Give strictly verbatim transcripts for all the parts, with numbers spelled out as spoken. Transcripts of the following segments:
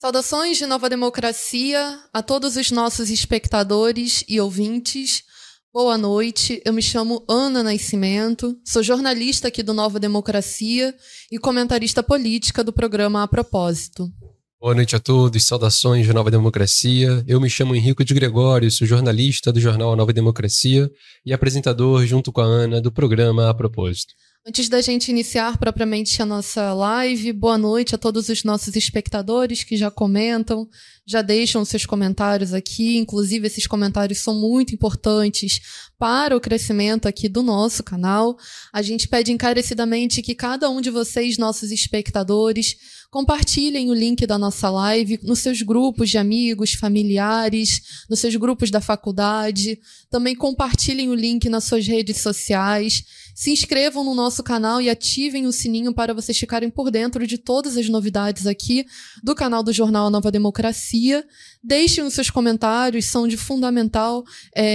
Saudações de Nova Democracia a todos os nossos espectadores e ouvintes. Boa noite, eu me chamo Ana Nascimento, sou jornalista aqui do Nova Democracia e comentarista política do programa A Propósito. Boa noite a todos, saudações de Nova Democracia. Eu me chamo Henrico de Gregório, sou jornalista do jornal Nova Democracia e apresentador, junto com a Ana, do programa A Propósito. Antes da gente iniciar propriamente a nossa live, boa noite a todos os nossos espectadores que já comentam, já deixam seus comentários aqui. Inclusive, esses comentários são muito importantes para o crescimento aqui do nosso canal. A gente pede encarecidamente que cada um de vocês, nossos espectadores, compartilhem o link da nossa live nos seus grupos de amigos, familiares, nos seus grupos da faculdade. Também compartilhem o link nas suas redes sociais. Se inscrevam no nosso canal e ativem o sininho para vocês ficarem por dentro de todas as novidades aqui do canal do Jornal Nova Democracia. Deixem os seus comentários, são de fundamental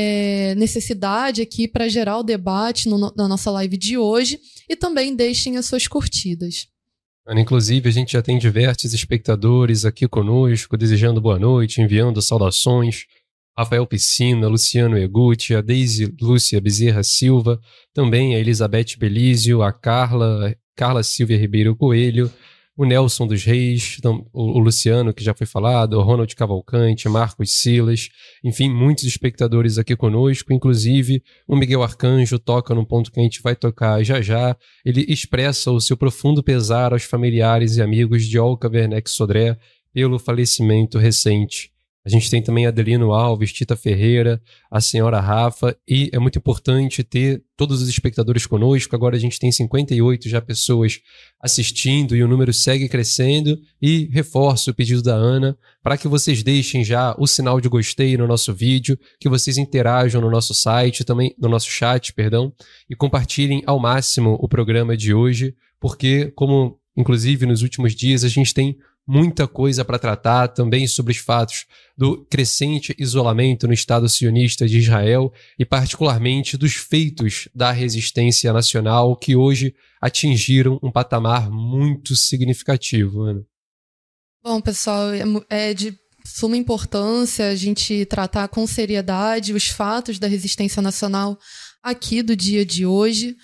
é, necessidade aqui para gerar o debate no, na nossa live de hoje. E também deixem as suas curtidas. Inclusive, a gente já tem diversos espectadores aqui conosco, desejando boa noite, enviando saudações. Rafael Piscina, Luciano Eguti, a Deise Lúcia Bezerra Silva, também a Elizabeth Belísio, a Carla, Carla Silvia Ribeiro Coelho, o Nelson dos Reis, o Luciano, que já foi falado, o Ronald Cavalcante, Marcos Silas, enfim, muitos espectadores aqui conosco, inclusive o Miguel Arcanjo toca num ponto que a gente vai tocar já já. Ele expressa o seu profundo pesar aos familiares e amigos de Olga Werneck Sodré pelo falecimento recente. A gente tem também Adelino Alves, Tita Ferreira, a senhora Rafa, e é muito importante ter todos os espectadores conosco. Agora a gente tem cinquenta e oito já pessoas assistindo e o número segue crescendo. E reforço o pedido da Ana para que vocês deixem já o sinal de gostei no nosso vídeo, que vocês interajam no nosso site, também no nosso chat, perdão, e compartilhem ao máximo o programa de hoje, porque, como inclusive nos últimos dias, a gente tem muita coisa para tratar também sobre os fatos do crescente isolamento no Estado sionista de Israel e particularmente dos feitos da resistência nacional que hoje atingiram um patamar muito significativo, Ana. Bom, pessoal, é de suma importância a gente tratar com seriedade os fatos da resistência nacional aqui do dia de hoje.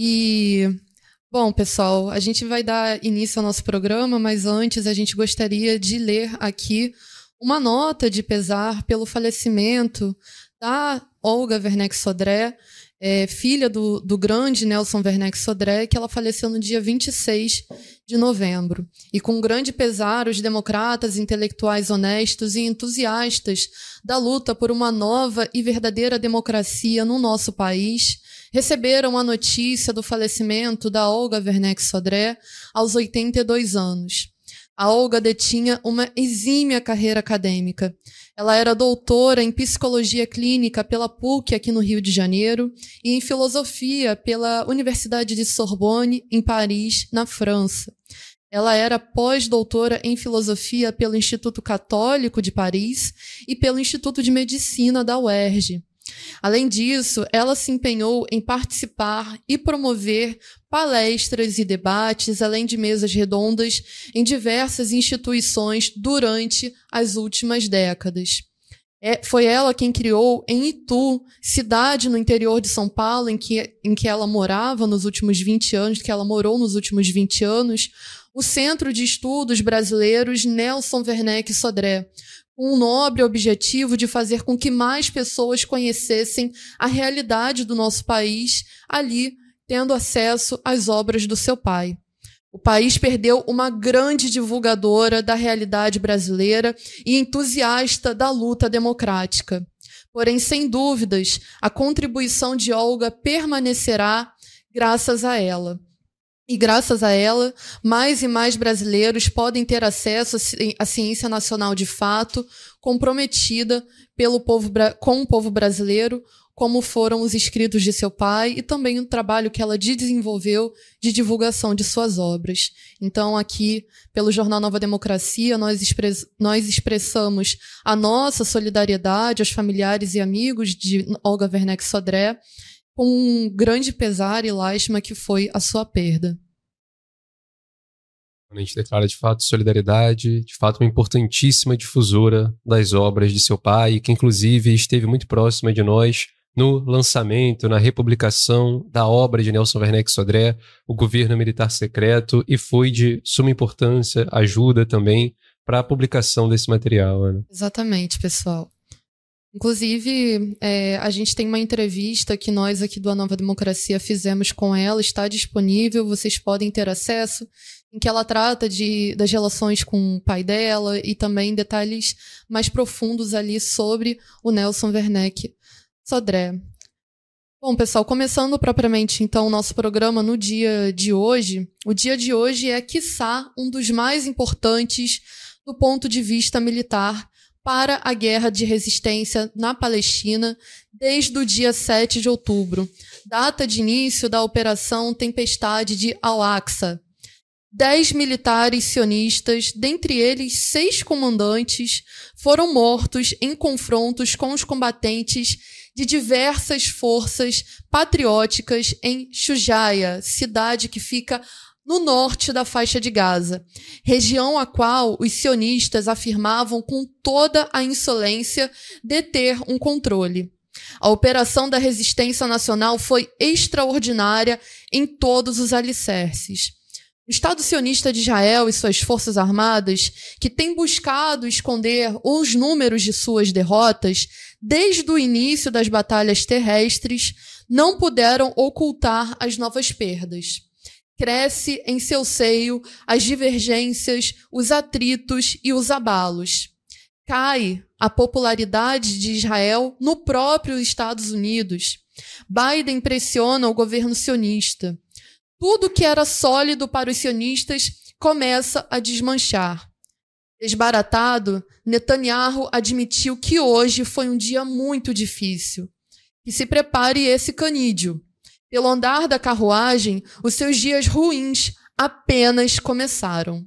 E bom, pessoal, a gente vai dar início ao nosso programa, mas antes a gente gostaria de ler aqui uma nota de pesar pelo falecimento da Olga Werneck Sodré, é, filha do, do grande Nelson Werneck Sodré, que ela faleceu no dia vinte e seis de novembro. E com grande pesar, os democratas, intelectuais honestos e entusiastas da luta por uma nova e verdadeira democracia no nosso país receberam a notícia do falecimento da Olga Werneck Sodré aos oitenta e dois anos. A Olga detinha uma exímia carreira acadêmica. Ela era doutora em psicologia clínica pela P U C aqui no Rio de Janeiro e em filosofia pela Universidade de Sorbonne, em Paris, na França. Ela era pós-doutora em filosofia pelo Instituto Católico de Paris e pelo Instituto de Medicina da U E R J. Além disso, ela se empenhou em participar e promover palestras e debates, além de mesas redondas, em diversas instituições durante as últimas décadas. É, foi ela quem criou em Itu, cidade no interior de São Paulo, em que, em que ela morava nos últimos vinte anos, que ela morou nos últimos vinte anos, o Centro de Estudos Brasileiros Nelson Werneck Sodré, com um nobre objetivo de fazer com que mais pessoas conhecessem a realidade do nosso país, ali tendo acesso às obras do seu pai. O país perdeu uma grande divulgadora da realidade brasileira e entusiasta da luta democrática. Porém, sem dúvidas, a contribuição de Olga permanecerá graças a ela. E graças a ela, mais e mais brasileiros podem ter acesso à ciência nacional de fato, comprometida pelo povo, com o povo brasileiro, como foram os escritos de seu pai e também o trabalho que ela desenvolveu de divulgação de suas obras. Então, aqui, pelo Jornal Nova Democracia, nós, express, nós expressamos a nossa solidariedade aos familiares e amigos de Olga Werneck Sodré, com um grande pesar e lástima que foi a sua perda. A gente declara de fato solidariedade, de fato uma importantíssima difusora das obras de seu pai, que inclusive esteve muito próxima de nós no lançamento, na republicação da obra de Nelson Werneck Sodré, O Governo Militar Secreto, e foi de suma importância, ajuda também para a publicação desse material, Ana. Exatamente, pessoal. Inclusive, é, a gente tem uma entrevista que nós aqui do A Nova Democracia fizemos com ela, está disponível, vocês podem ter acesso, em que ela trata de, das relações com o pai dela e também detalhes mais profundos ali sobre o Nelson Werneck Sodré. Bom, pessoal, começando propriamente então o nosso programa no dia de hoje, o dia de hoje é, quiçá, um dos mais importantes do ponto de vista militar para a guerra de resistência na Palestina desde o dia sete de outubro, data de início da Operação Tempestade de Al-Aqsa. Dez militares sionistas, dentre eles seis comandantes, foram mortos em confrontos com os combatentes de diversas forças patrióticas em Shujaia, cidade que fica no norte da faixa de Gaza, região a qual os sionistas afirmavam com toda a insolência deter um controle. A operação da resistência nacional foi extraordinária em todos os alicerces. O Estado sionista de Israel e suas forças armadas, que têm buscado esconder os números de suas derrotas desde o início das batalhas terrestres, não puderam ocultar as novas perdas. Cresce em seu seio as divergências, os atritos e os abalos. Cai a popularidade de Israel no próprio Estados Unidos. Biden pressiona o governo sionista. Tudo que era sólido para os sionistas começa a desmanchar. Desbaratado, Netanyahu admitiu que hoje foi um dia muito difícil. Que se prepare esse canídeo. Pelo andar da carruagem, os seus dias ruins apenas começaram.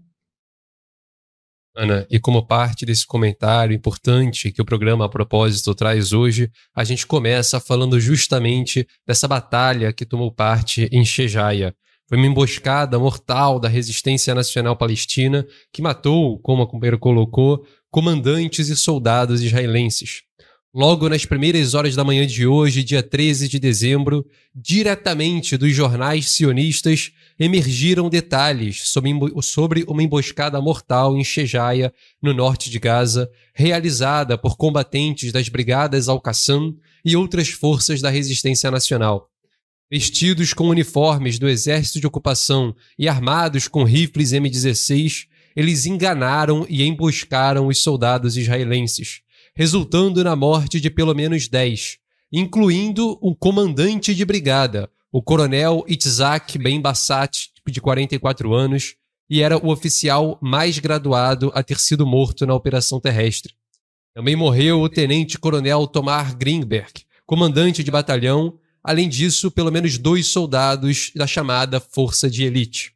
Ana, e como parte desse comentário importante que o programa A Propósito traz hoje, a gente começa falando justamente dessa batalha que tomou parte em Shejaia. Foi uma emboscada mortal da resistência nacional palestina que matou, como a companheira colocou, comandantes e soldados israelenses. Logo nas primeiras horas da manhã de hoje, dia treze de dezembro, diretamente dos jornais sionistas, emergiram detalhes sobre uma emboscada mortal em Shejaia, no norte de Gaza, realizada por combatentes das brigadas Al-Qassam e outras forças da resistência nacional. Vestidos com uniformes do exército de ocupação e armados com rifles M dezesseis, eles enganaram e emboscaram os soldados israelenses, resultando na morte de pelo menos dez, incluindo um comandante de brigada, o coronel Itzhak Ben Bassat, de quarenta e quatro anos, e era o oficial mais graduado a ter sido morto na operação terrestre. Também morreu o tenente-coronel Tomar Greenberg, comandante de batalhão. Além disso, pelo menos dois soldados da chamada Força de Elite.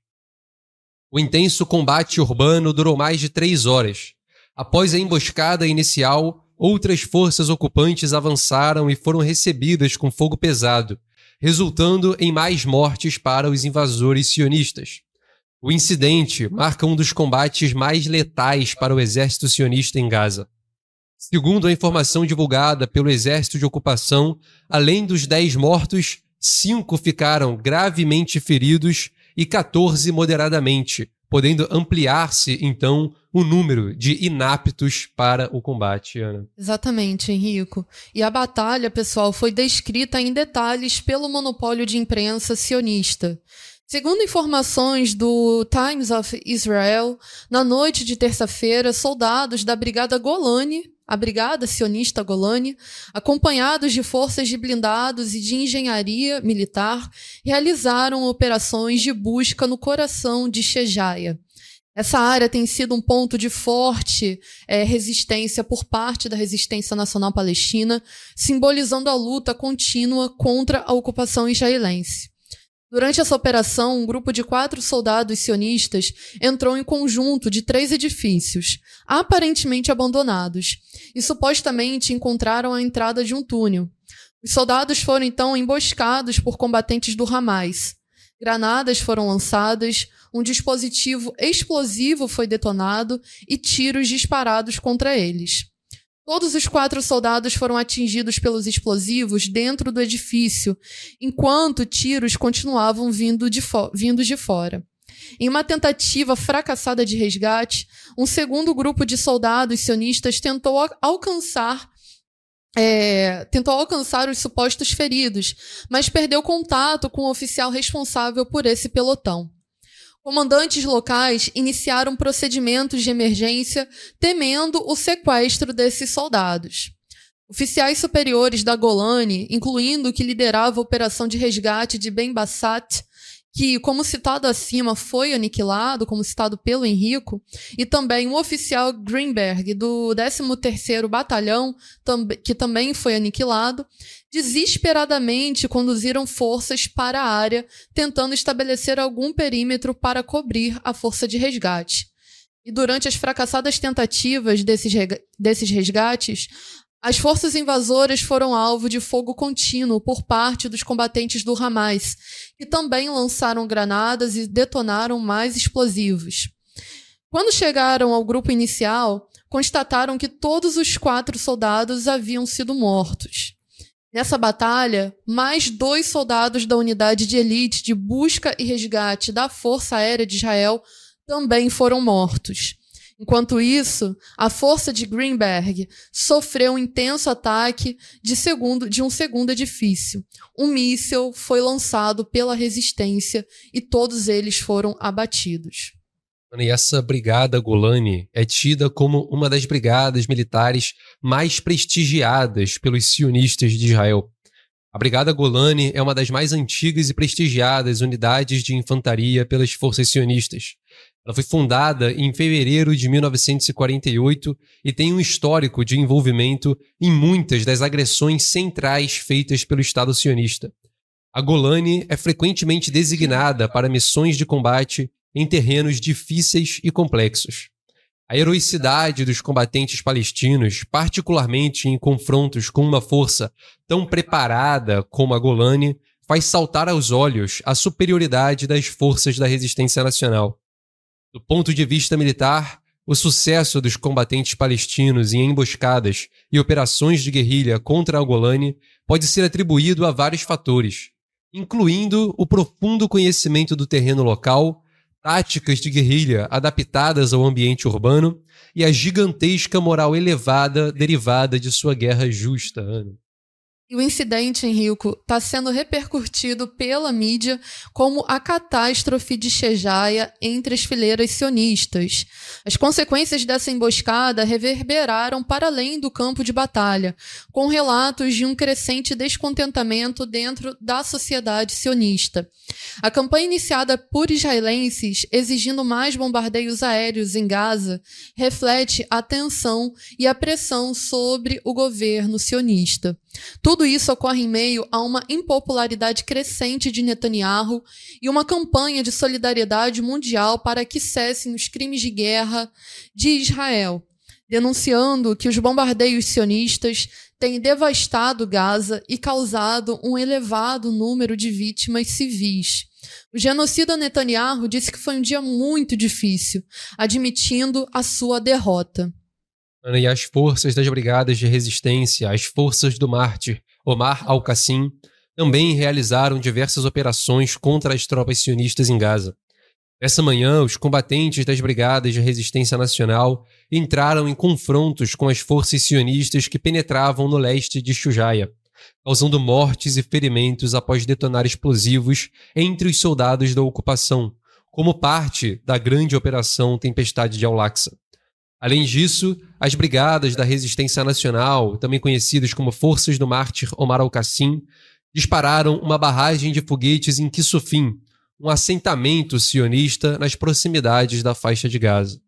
O intenso combate urbano durou mais de três horas. Após a emboscada inicial, outras forças ocupantes avançaram e foram recebidas com fogo pesado, resultando em mais mortes para os invasores sionistas. O incidente marca um dos combates mais letais para o exército sionista em Gaza. Segundo a informação divulgada pelo exército de ocupação, além dos dez mortos, cinco ficaram gravemente feridos e quatorze moderadamente, podendo ampliar-se, então, o número de inaptos para o combate, Ana. Exatamente, Henrico. E a batalha, pessoal, foi descrita em detalhes pelo monopólio de imprensa sionista. Segundo informações do Times of Israel, na noite de terça-feira, soldados da Brigada Golani, a Brigada Sionista Golani, acompanhados de forças de blindados e de engenharia militar, realizaram operações de busca no coração de Shejaia. Essa área tem sido um ponto de forte é, resistência por parte da resistência nacional palestina, simbolizando a luta contínua contra a ocupação israelense. Durante essa operação, um grupo de quatro soldados sionistas entrou em conjunto de três edifícios, aparentemente abandonados, e supostamente encontraram a entrada de um túnel. Os soldados foram então emboscados por combatentes do Hamas. Granadas foram lançadas, um dispositivo explosivo foi detonado e tiros disparados contra eles. Todos os quatro soldados foram atingidos pelos explosivos dentro do edifício, enquanto tiros continuavam vindo de fo- vindos de fora. Em uma tentativa fracassada de resgate, um segundo grupo de soldados sionistas tentou a- alcançar, é, tentou alcançar os supostos feridos, mas perdeu contato com o oficial responsável por esse pelotão. Comandantes locais iniciaram procedimentos de emergência, temendo o sequestro desses soldados. Oficiais superiores da Golani, incluindo o que liderava a operação de resgate de Ben Bassat, que, como citado acima, foi aniquilado, como citado pelo Henrico, e também o oficial Greenberg, do décimo terceiro Batalhão, que também foi aniquilado, desesperadamente conduziram forças para a área, tentando estabelecer algum perímetro para cobrir a força de resgate. E durante as fracassadas tentativas desses, desses resgates, as forças invasoras foram alvo de fogo contínuo por parte dos combatentes do Hamas, que também lançaram granadas e detonaram mais explosivos. Quando chegaram ao grupo inicial, constataram que todos os quatro soldados haviam sido mortos. Nessa batalha, mais dois soldados da unidade de elite de busca e resgate da Força Aérea de Israel também foram mortos. Enquanto isso, a força de Greenberg sofreu um intenso ataque de, segundo, de um segundo edifício. Um míssil foi lançado pela resistência e todos eles foram abatidos. E essa brigada Golani é tida como uma das brigadas militares mais prestigiadas pelos sionistas de Israel. A Brigada Golani é uma das mais antigas e prestigiadas unidades de infantaria pelas forças sionistas. Ela foi fundada em fevereiro de mil novecentos e quarenta e oito e tem um histórico de envolvimento em muitas das agressões centrais feitas pelo Estado sionista. A Golani é frequentemente designada para missões de combate em terrenos difíceis e complexos. A heroicidade dos combatentes palestinos, particularmente em confrontos com uma força tão preparada como a Golani, faz saltar aos olhos a superioridade das forças da resistência nacional. Do ponto de vista militar, o sucesso dos combatentes palestinos em emboscadas e operações de guerrilha contra a Golani pode ser atribuído a vários fatores, incluindo o profundo conhecimento do terreno local, táticas de guerrilha adaptadas ao ambiente urbano e a gigantesca moral elevada derivada de sua guerra justa, Ana. E o incidente, Henrico, está sendo repercutido pela mídia como a catástrofe de Shejaia entre as fileiras sionistas. As consequências dessa emboscada reverberaram para além do campo de batalha, com relatos de um crescente descontentamento dentro da sociedade sionista. A campanha iniciada por israelenses exigindo mais bombardeios aéreos em Gaza reflete a tensão e a pressão sobre o governo sionista. Tudo isso ocorre em meio a uma impopularidade crescente de Netanyahu e uma campanha de solidariedade mundial para que cessem os crimes de guerra de Israel, denunciando que os bombardeios sionistas têm devastado Gaza e causado um elevado número de vítimas civis. O genocida Netanyahu disse que foi um dia muito difícil, admitindo a sua derrota. E as forças das brigadas de resistência, as forças do mártir Omar al-Qassim, também realizaram diversas operações contra as tropas sionistas em Gaza. Nessa manhã, os combatentes das brigadas de resistência nacional entraram em confrontos com as forças sionistas que penetravam no leste de Shejaia, causando mortes e ferimentos após detonar explosivos entre os soldados da ocupação, como parte da grande operação Tempestade de Al-Aqsa. Além disso, as brigadas da resistência nacional, também conhecidas como Forças do Mártir Omar al-Qassim, dispararam uma barragem de foguetes em Kisufim, um assentamento sionista nas proximidades da faixa de Gaza.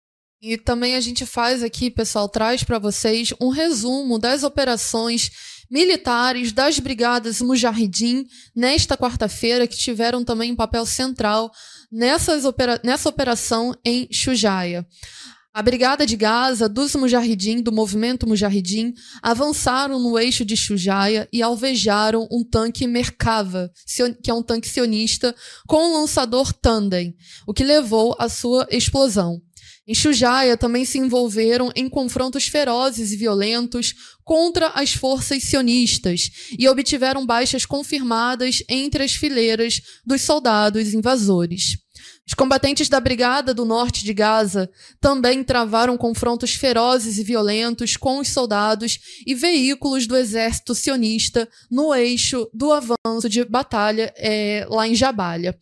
E também a gente faz aqui, pessoal, traz para vocês um resumo das operações militares das brigadas Mujahideen nesta quarta-feira, que tiveram também um papel central nessas opera- nessa operação em Shejaia. A Brigada de Gaza, dos Mujahidin, do movimento Mujahidin, avançaram no eixo de Shujaia e alvejaram um tanque Merkava, que é um tanque sionista, com um lançador Tandem, o que levou à sua explosão. Em Shujaia também se envolveram em confrontos ferozes e violentos contra as forças sionistas e obtiveram baixas confirmadas entre as fileiras dos soldados invasores. Os combatentes da Brigada do Norte de Gaza também travaram confrontos ferozes e violentos com os soldados e veículos do exército sionista no eixo do avanço de batalha é, lá em Jabalia.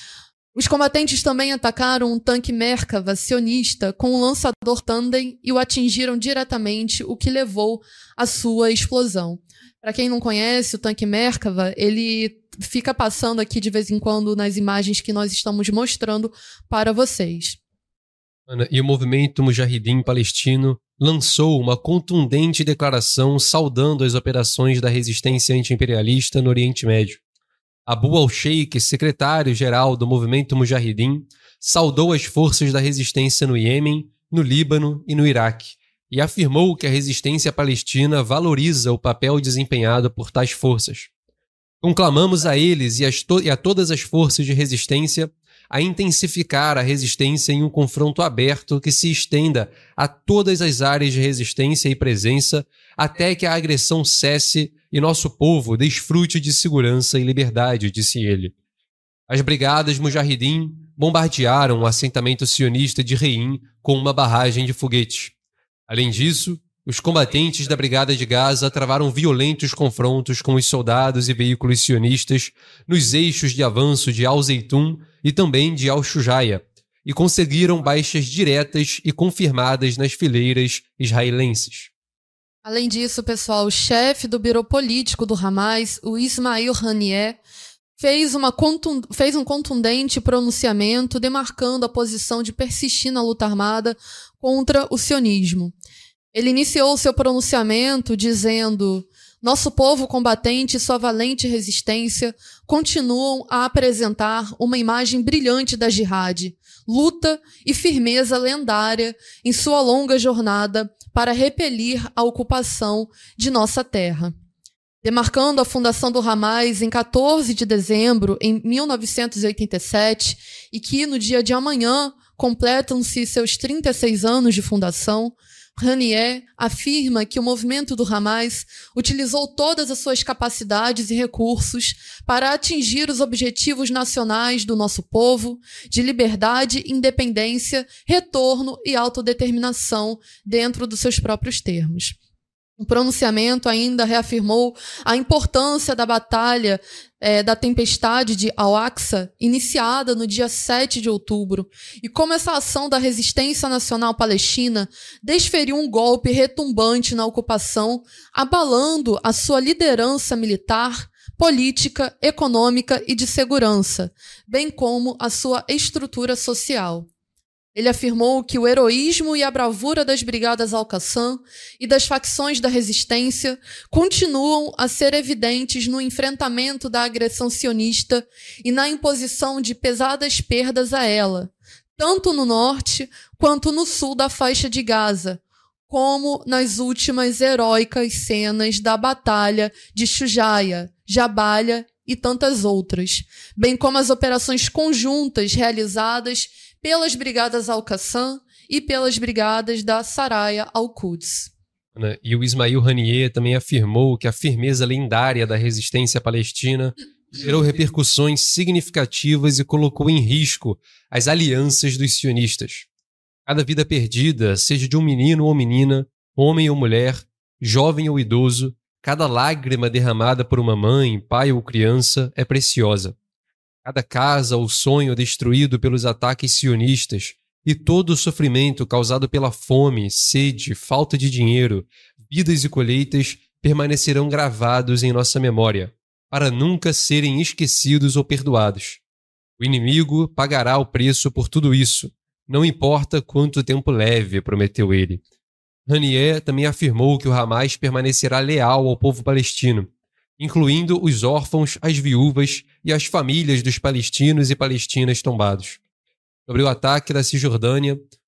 Os combatentes também atacaram um tanque Merkava sionista com um lançador Tandem e o atingiram diretamente, o que levou à sua explosão. Para quem não conhece, o tanque Merkava, ele fica passando aqui de vez em quando nas imagens que nós estamos mostrando para vocês. Ana, e o movimento Mujahidin palestino lançou uma contundente declaração saudando as operações da resistência anti-imperialista no Oriente Médio. Abu al-Sheikh, secretário-geral do movimento Mujahidin, saudou as forças da resistência no Iêmen, no Líbano e no Iraque, e afirmou que a resistência palestina valoriza o papel desempenhado por tais forças. Conclamamos a eles e, as to- e a todas as forças de resistência a intensificar a resistência em um confronto aberto que se estenda a todas as áreas de resistência e presença até que a agressão cesse e nosso povo desfrute de segurança e liberdade, disse ele. As brigadas Mujahidin bombardearam o assentamento sionista de Reim com uma barragem de foguetes. Além disso, os combatentes da Brigada de Gaza travaram violentos confrontos com os soldados e veículos sionistas nos eixos de avanço de Al-Zeitun e também de Al-Shujaia, e conseguiram baixas diretas e confirmadas nas fileiras israelenses. Além disso, pessoal, o chefe do Biro Político do Hamas, o Ismail Haniyeh, fez, uma contund... fez um contundente pronunciamento demarcando a posição de persistir na luta armada contra o sionismo. Ele iniciou seu pronunciamento dizendo: nosso povo combatente e sua valente resistência continuam a apresentar uma imagem brilhante da jihad, luta e firmeza lendária em sua longa jornada para repelir a ocupação de nossa terra. Demarcando a fundação do Hamas em quatorze de dezembro de mil novecentos e oitenta e sete e que no dia de amanhã completam-se seus trinta e seis anos de fundação, Haniyeh afirma que o movimento do Hamas utilizou todas as suas capacidades e recursos para atingir os objetivos nacionais do nosso povo de liberdade, independência, retorno e autodeterminação dentro dos seus próprios termos. O pronunciamento ainda reafirmou a importância da batalha é, da tempestade de Al-Aqsa, iniciada no dia sete de outubro, e como essa ação da resistência nacional palestina desferiu um golpe retumbante na ocupação, abalando a sua liderança militar, política, econômica e de segurança, bem como a sua estrutura social. Ele afirmou que o heroísmo e a bravura das brigadas Al-Qassam e das facções da resistência continuam a ser evidentes no enfrentamento da agressão sionista e na imposição de pesadas perdas a ela, tanto no norte quanto no sul da faixa de Gaza, como nas últimas heróicas cenas da Batalha de Shujaia, Jabalia e tantas outras, bem como as operações conjuntas realizadas pelas brigadas Al-Qassam e pelas brigadas da Saraya al-Quds. E o Ismail Haniyeh também afirmou que a firmeza lendária da resistência palestina gerou repercussões significativas e colocou em risco as alianças dos sionistas. Cada vida perdida, seja de um menino ou menina, homem ou mulher, jovem ou idoso, cada lágrima derramada por uma mãe, pai ou criança é preciosa. Cada casa ou sonho destruído pelos ataques sionistas e todo o sofrimento causado pela fome, sede, falta de dinheiro, vidas e colheitas permanecerão gravados em nossa memória, para nunca serem esquecidos ou perdoados. O inimigo pagará o preço por tudo isso, não importa quanto tempo leve, prometeu ele. Haniyeh também afirmou que o Hamas permanecerá leal ao povo palestino, incluindo os órfãos, as viúvas e as famílias dos palestinos e palestinas tombados. Sobre o ataque da Cisjordânia,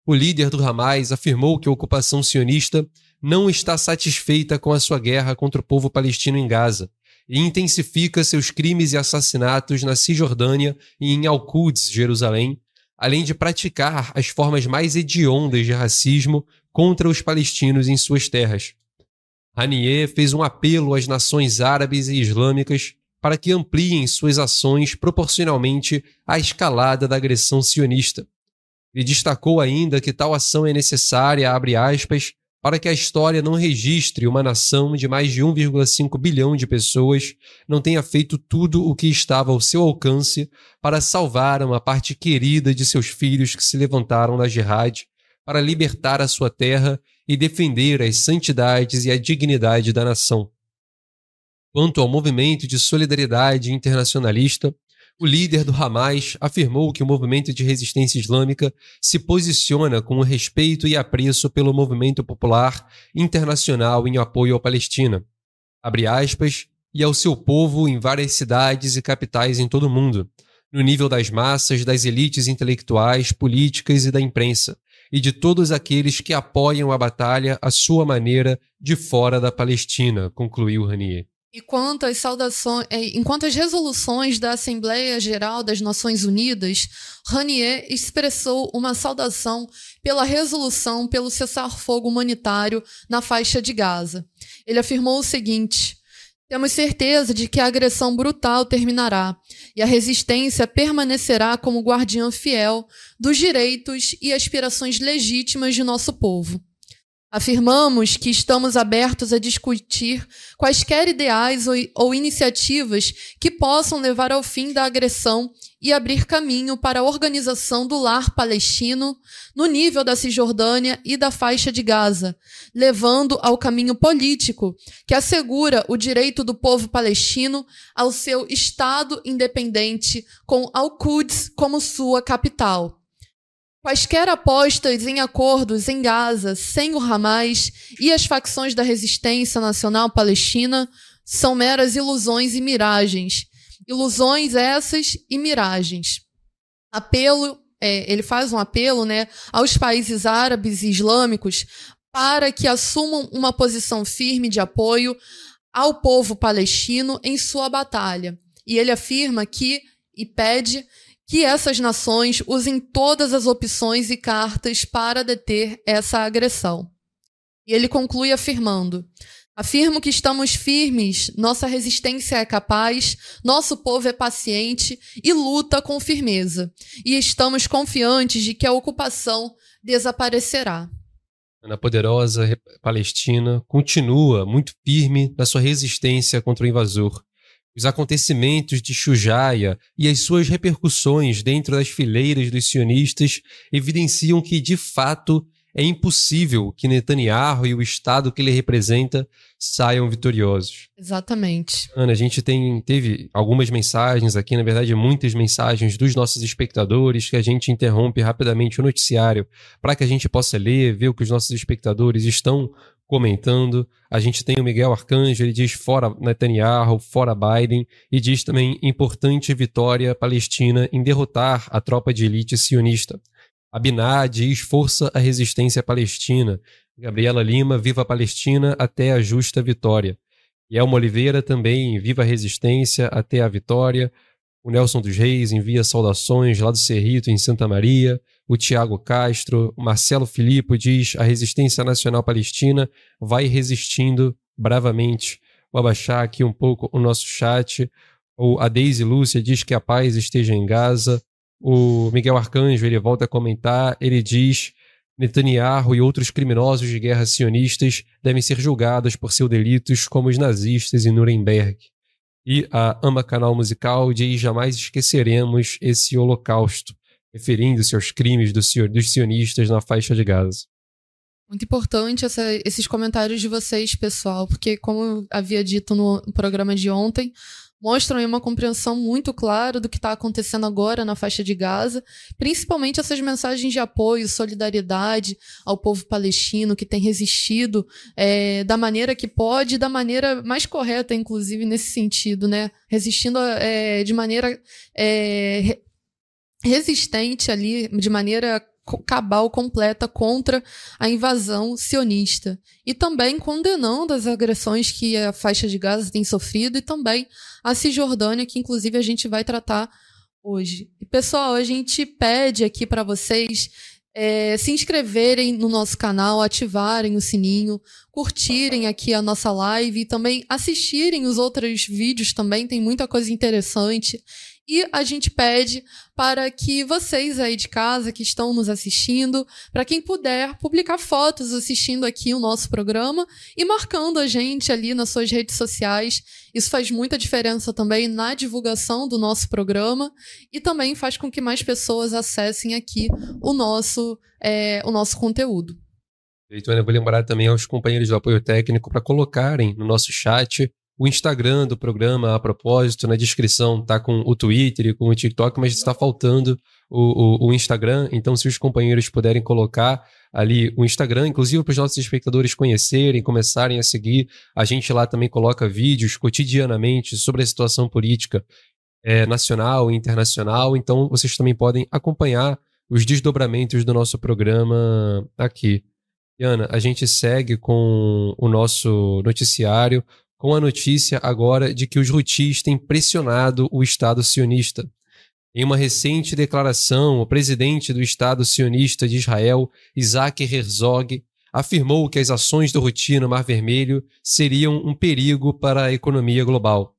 o líder do Hamas afirmou que a ocupação sionista não está satisfeita com a sua guerra contra o povo palestino em Gaza e intensifica seus crimes e assassinatos na Cisjordânia e em Al-Quds, Jerusalém, além de praticar as formas mais hediondas de racismo contra os palestinos em suas terras. Haniyeh fez um apelo às nações árabes e islâmicas para que ampliem suas ações proporcionalmente à escalada da agressão sionista. Ele destacou ainda que tal ação é necessária, abre aspas, para que a história não registre uma nação de mais de um vírgula cinco bilhão de pessoas não tenha feito tudo o que estava ao seu alcance para salvar uma parte querida de seus filhos que se levantaram na jihad para libertar a sua terra e defender as santidades e a dignidade da nação. Quanto ao movimento de solidariedade internacionalista, o líder do Hamas afirmou que o movimento de resistência islâmica se posiciona com respeito e apreço pelo movimento popular internacional em apoio à Palestina, abre aspas, e ao seu povo em várias cidades e capitais em todo o mundo, no nível das massas, das elites intelectuais, políticas e da imprensa, e de todos aqueles que apoiam a batalha à sua maneira de fora da Palestina, concluiu Haniyeh. E quanto às saudações, enquanto as resoluções da Assembleia Geral das Nações Unidas, Haniyeh expressou uma saudação pela resolução pelo cessar-fogo humanitário na faixa de Gaza. Ele afirmou o seguinte: temos certeza de que a agressão brutal terminará e a resistência permanecerá como guardiã fiel dos direitos e aspirações legítimas de nosso povo. Afirmamos que estamos abertos a discutir quaisquer ideais ou, ou iniciativas que possam levar ao fim da agressão e abrir caminho para a organização do lar palestino no nível da Cisjordânia e da faixa de Gaza, levando ao caminho político que assegura o direito do povo palestino ao seu Estado independente com Al-Quds como sua capital. Quaisquer apostas em acordos em Gaza sem o Hamas e as facções da resistência nacional palestina são meras ilusões e miragens. Ilusões essas e miragens. Apelo, é, ele faz um apelo, né, aos países árabes e islâmicos para que assumam uma posição firme de apoio ao povo palestino em sua batalha. E ele afirma que, e pede, que essas nações usem todas as opções e cartas para deter essa agressão. E ele conclui afirmando: afirmo que estamos firmes, nossa resistência é capaz, nosso povo é paciente e luta com firmeza. E estamos confiantes de que a ocupação desaparecerá. A poderosa Palestina continua muito firme na sua resistência contra o invasor. Os acontecimentos de Shujaia e as suas repercussões dentro das fileiras dos sionistas evidenciam que, de fato, é impossível que Netanyahu e o Estado que ele representa saiam vitoriosos. Exatamente. Ana, a gente tem, teve algumas mensagens aqui, na verdade muitas mensagens dos nossos espectadores, que a gente interrompe rapidamente o noticiário para que a gente possa ler, ver o que os nossos espectadores estão comentando. A gente tem o Miguel Arcanjo, ele diz fora Netanyahu, fora Biden, e diz também importante vitória palestina em derrotar a tropa de elite sionista. Abiná diz força a resistência palestina. Gabriela Lima, viva a Palestina até a justa vitória. Yelma Oliveira também, viva a resistência até a vitória. O Nelson dos Reis envia saudações lá do Cerrito, em Santa Maria. O Tiago Castro, o Marcelo Filipe diz: a resistência nacional palestina vai resistindo bravamente. Vou abaixar aqui um pouco o nosso chat. O, a Deise Lúcia diz que a paz esteja em Gaza. O Miguel Arcanjo, ele volta a comentar, ele diz: Netanyahu e outros criminosos de guerra sionistas devem ser julgados por seus delitos como os nazistas em Nuremberg. E a Ama Canal Musical diz: jamais esqueceremos esse holocausto, referindo-se aos crimes do, dos sionistas na faixa de Gaza. Muito importante essa, esses comentários de vocês, pessoal, porque, como eu havia dito no programa de ontem, mostram aí uma compreensão muito clara do que está acontecendo agora na faixa de Gaza, principalmente essas mensagens de apoio, solidariedade ao povo palestino que tem resistido é, da maneira que pode, da maneira mais correta, inclusive, nesse sentido, né? Resistindo é, de maneira é, resistente ali, de maneira cabal completa contra a invasão sionista. E também condenando as agressões que a faixa de Gaza tem sofrido e também a Cisjordânia, que inclusive a gente vai tratar hoje. E, pessoal, a gente pede aqui para vocês é, se inscreverem no nosso canal, ativarem o sininho, curtirem aqui a nossa live e também assistirem os outros vídeos também, tem muita coisa interessante. E a gente pede para que vocês aí de casa que estão nos assistindo, para quem puder, publicar fotos assistindo aqui o nosso programa e marcando a gente ali nas suas redes sociais. Isso faz muita diferença também na divulgação do nosso programa e também faz com que mais pessoas acessem aqui o nosso, é, o nosso conteúdo. Então, eu vou lembrar também aos companheiros do apoio técnico para colocarem no nosso chat o Instagram do programa. A propósito, na descrição tá com o Twitter e com o TikTok, mas está faltando o, o, o Instagram. Então, se os companheiros puderem colocar ali o Instagram, inclusive para os nossos espectadores conhecerem, começarem a seguir, a gente lá também coloca vídeos cotidianamente sobre a situação política é, nacional e internacional. Então, vocês também podem acompanhar os desdobramentos do nosso programa aqui. E, Ana, a gente segue com o nosso noticiário, com a notícia agora de que os Houthis têm pressionado o Estado sionista. Em uma recente declaração, o presidente do Estado sionista de Israel, Isaac Herzog, afirmou que as ações do Houthi no Mar Vermelho seriam um perigo para a economia global.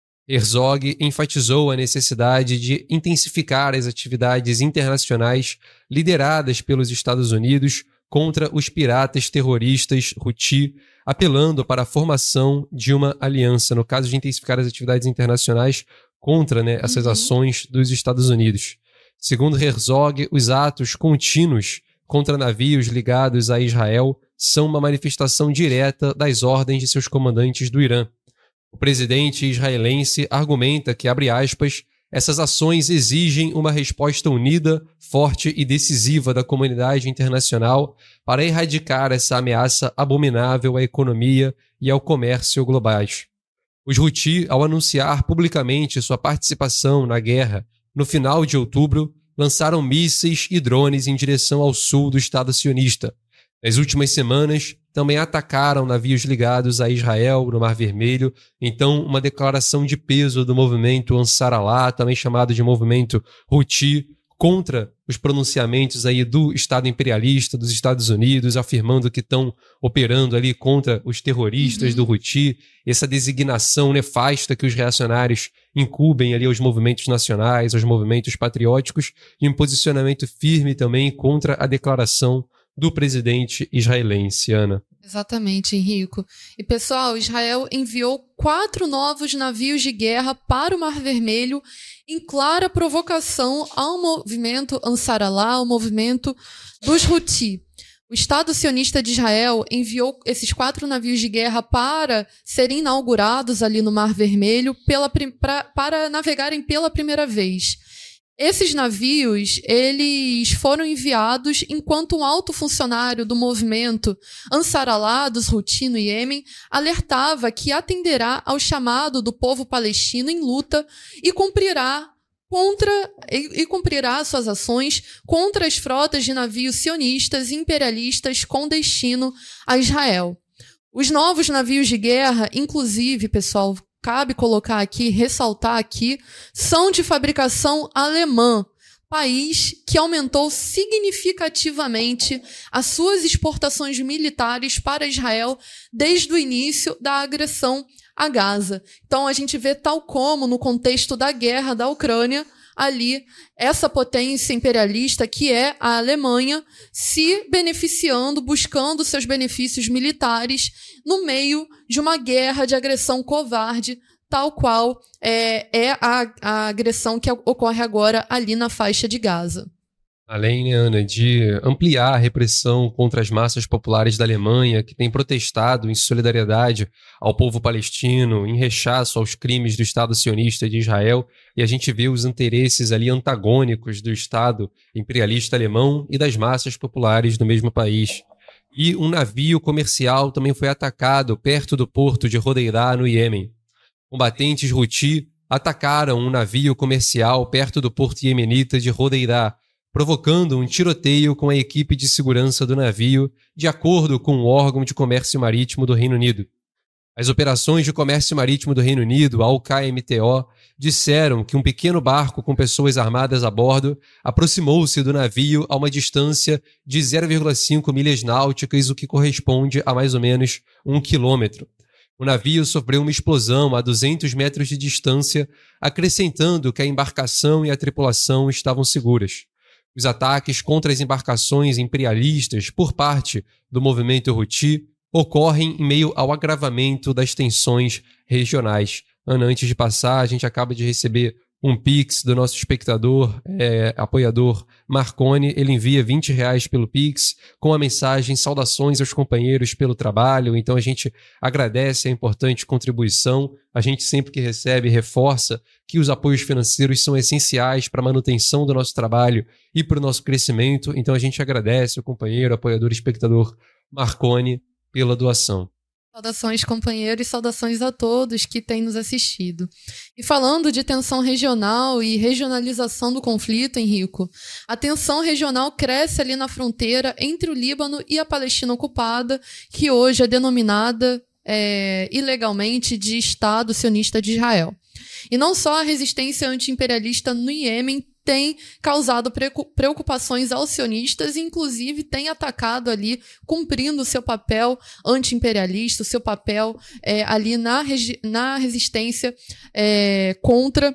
Herzog enfatizou a necessidade de intensificar as atividades internacionais lideradas pelos Estados Unidos contra os piratas terroristas Houthi, apelando para a formação de uma aliança, no caso de intensificar as atividades internacionais contra, né, essas uhum. ações dos Estados Unidos. Segundo Herzog, os atos contínuos contra navios ligados a Israel são uma manifestação direta das ordens de seus comandantes do Irã. O presidente israelense argumenta que, abre aspas, essas ações exigem uma resposta unida, forte e decisiva da comunidade internacional para erradicar essa ameaça abominável à economia e ao comércio globais. Os Houthi, ao anunciar publicamente sua participação na guerra no final de outubro, lançaram mísseis e drones em direção ao sul do Estado sionista. Nas últimas semanas, também atacaram navios ligados a Israel no Mar Vermelho. Então, uma declaração de peso do movimento Ansar Allah, também chamado de movimento Houthi, contra os pronunciamentos aí do Estado imperialista dos Estados Unidos, afirmando que estão operando ali contra os terroristas uhum. do Houthi, essa designação nefasta que os reacionários incumbem ali aos movimentos nacionais, aos movimentos patrióticos, e um posicionamento firme também contra a declaração do presidente israelense, Ana. Exatamente, Henrico. E, pessoal, Israel enviou quatro novos navios de guerra para o Mar Vermelho em clara provocação ao movimento Ansar Allah, ao movimento dos Houthi. O Estado sionista de Israel enviou esses quatro navios de guerra para serem inaugurados ali no Mar Vermelho pela, pra, para navegarem pela primeira vez. Esses navios, eles foram enviados enquanto um alto funcionário do movimento Ansar Allah, dos Houthi no Iêmen, alertava que atenderá ao chamado do povo palestino em luta e cumprirá contra e, e cumprirá suas ações contra as frotas de navios sionistas e imperialistas com destino a Israel. Os novos navios de guerra, inclusive, pessoal, cabe colocar aqui, ressaltar aqui, são de fabricação alemã, país que aumentou significativamente as suas exportações militares para Israel desde o início da agressão a Gaza. Então a gente vê, tal como no contexto da guerra da Ucrânia, ali essa potência imperialista que é a Alemanha se beneficiando, buscando seus benefícios militares no meio de uma guerra de agressão covarde, tal qual é, é a, a agressão que ocorre agora ali na faixa de Gaza. Além, né, Ana, de ampliar a repressão contra as massas populares da Alemanha, que tem protestado em solidariedade ao povo palestino, em rechaço aos crimes do Estado sionista de Israel, e a gente vê os interesses ali antagônicos do Estado imperialista alemão e das massas populares do mesmo país. E um navio comercial também foi atacado perto do porto de Hodeida, no Iêmen. Combatentes Houthi atacaram um navio comercial perto do porto iemenita de Hodeida, provocando um tiroteio com a equipe de segurança do navio, de acordo com o órgão de comércio marítimo do Reino Unido. As operações de comércio marítimo do Reino Unido, a U K M T O, disseram que um pequeno barco com pessoas armadas a bordo aproximou-se do navio a uma distância de zero vírgula cinco milhas náuticas, o que corresponde a mais ou menos um quilômetro. O navio sofreu uma explosão a duzentos metros de distância, acrescentando que a embarcação e a tripulação estavam seguras. Os ataques contra as embarcações imperialistas por parte do movimento Houthi ocorrem em meio ao agravamento das tensões regionais. Ana, antes de passar, a gente acaba de receber um Pix do nosso espectador, é, apoiador Marconi. Ele envia vinte reais pelo Pix com a mensagem saudações aos companheiros pelo trabalho. Então a gente agradece a importante contribuição. A gente sempre que recebe reforça que os apoios financeiros são essenciais para a manutenção do nosso trabalho e para o nosso crescimento. Então a gente agradece o companheiro, apoiador, espectador Marconi pela doação. Saudações, companheiros, e saudações a todos que têm nos assistido. E falando de tensão regional e regionalização do conflito, Henrico, a tensão regional cresce ali na fronteira entre o Líbano e a Palestina ocupada, que hoje é denominada é, ilegalmente de Estado Sionista de Israel. E não só a resistência anti-imperialista no Iêmen tem causado preocupações aos sionistas e, inclusive, tem atacado ali, cumprindo o seu papel anti-imperialista, o seu papel é, ali na, na resistência é, contra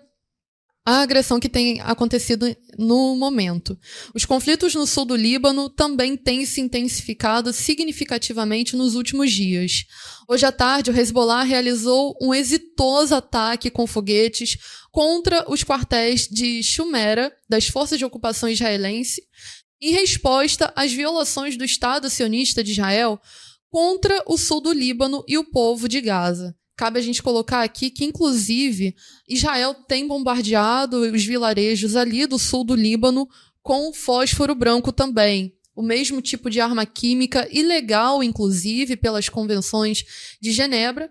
a agressão que tem acontecido no momento. Os conflitos no sul do Líbano também têm se intensificado significativamente nos últimos dias. Hoje à tarde, o Hezbollah realizou um exitoso ataque com foguetes contra os quartéis de Shumera, das forças de ocupação israelense, em resposta às violações do Estado sionista de Israel contra o sul do Líbano e o povo de Gaza. Cabe a gente colocar aqui que, inclusive, Israel tem bombardeado os vilarejos ali do sul do Líbano com fósforo branco também. O mesmo tipo de arma química, ilegal, inclusive, pelas convenções de Genebra.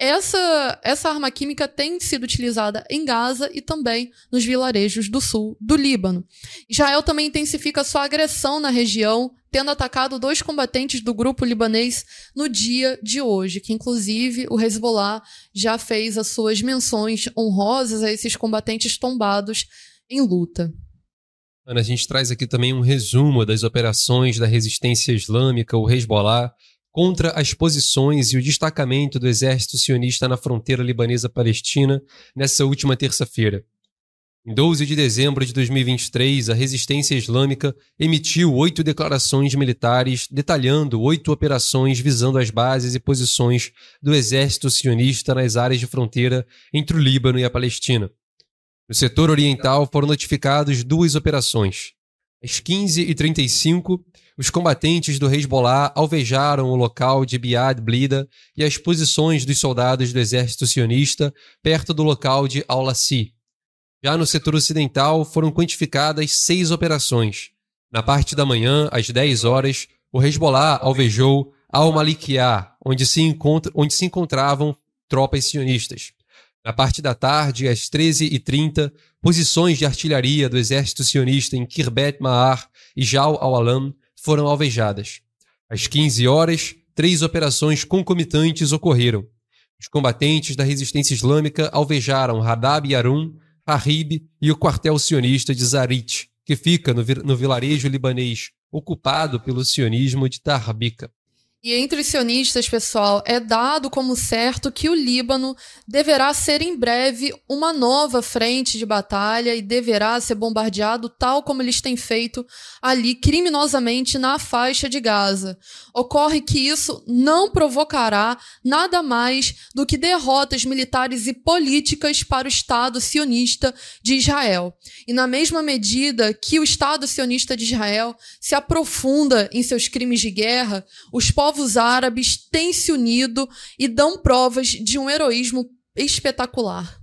Essa, essa arma química tem sido utilizada em Gaza e também nos vilarejos do sul do Líbano. Israel também intensifica sua agressão na região, tendo atacado dois combatentes do grupo libanês no dia de hoje, que inclusive o Hezbollah já fez as suas menções honrosas a esses combatentes tombados em luta. Ana, a gente traz aqui também um resumo das operações da resistência islâmica, o Hezbollah, contra as posições e o destacamento do exército sionista na fronteira libanesa-palestina nessa última terça-feira. Em doze de dezembro de dois mil e vinte e três, a resistência islâmica emitiu oito declarações militares detalhando oito operações visando as bases e posições do exército sionista nas áreas de fronteira entre o Líbano e a Palestina. No setor oriental foram notificadas duas operações. Às quinze e trinta e cinco, os combatentes do Hezbollah alvejaram o local de Biad Blida e as posições dos soldados do exército sionista perto do local de Al-Lassi. Já no setor ocidental foram quantificadas seis operações. Na parte da manhã, às dez horas, o Hezbollah alvejou Al-Malikiah, onde se, encontra, onde se encontravam tropas sionistas. Na parte da tarde, às treze e trinta, posições de artilharia do exército sionista em Kirbet Ma'ar e Jal al-Alam foram alvejadas. Às quinze horas, três operações concomitantes ocorreram. Os combatentes da resistência islâmica alvejaram Hadab Yarun, Harib e o quartel sionista de Zarit, que fica no, no vilarejo libanês ocupado pelo sionismo de Tarbika. E entre os sionistas, pessoal, é dado como certo que o Líbano deverá ser em breve uma nova frente de batalha e deverá ser bombardeado tal como eles têm feito ali criminosamente na faixa de Gaza. Ocorre que isso não provocará nada mais do que derrotas militares e políticas para o Estado sionista de Israel. E na mesma medida que o Estado sionista de Israel se aprofunda em seus crimes de guerra, os povos Os árabes têm se unido e dão provas de um heroísmo espetacular.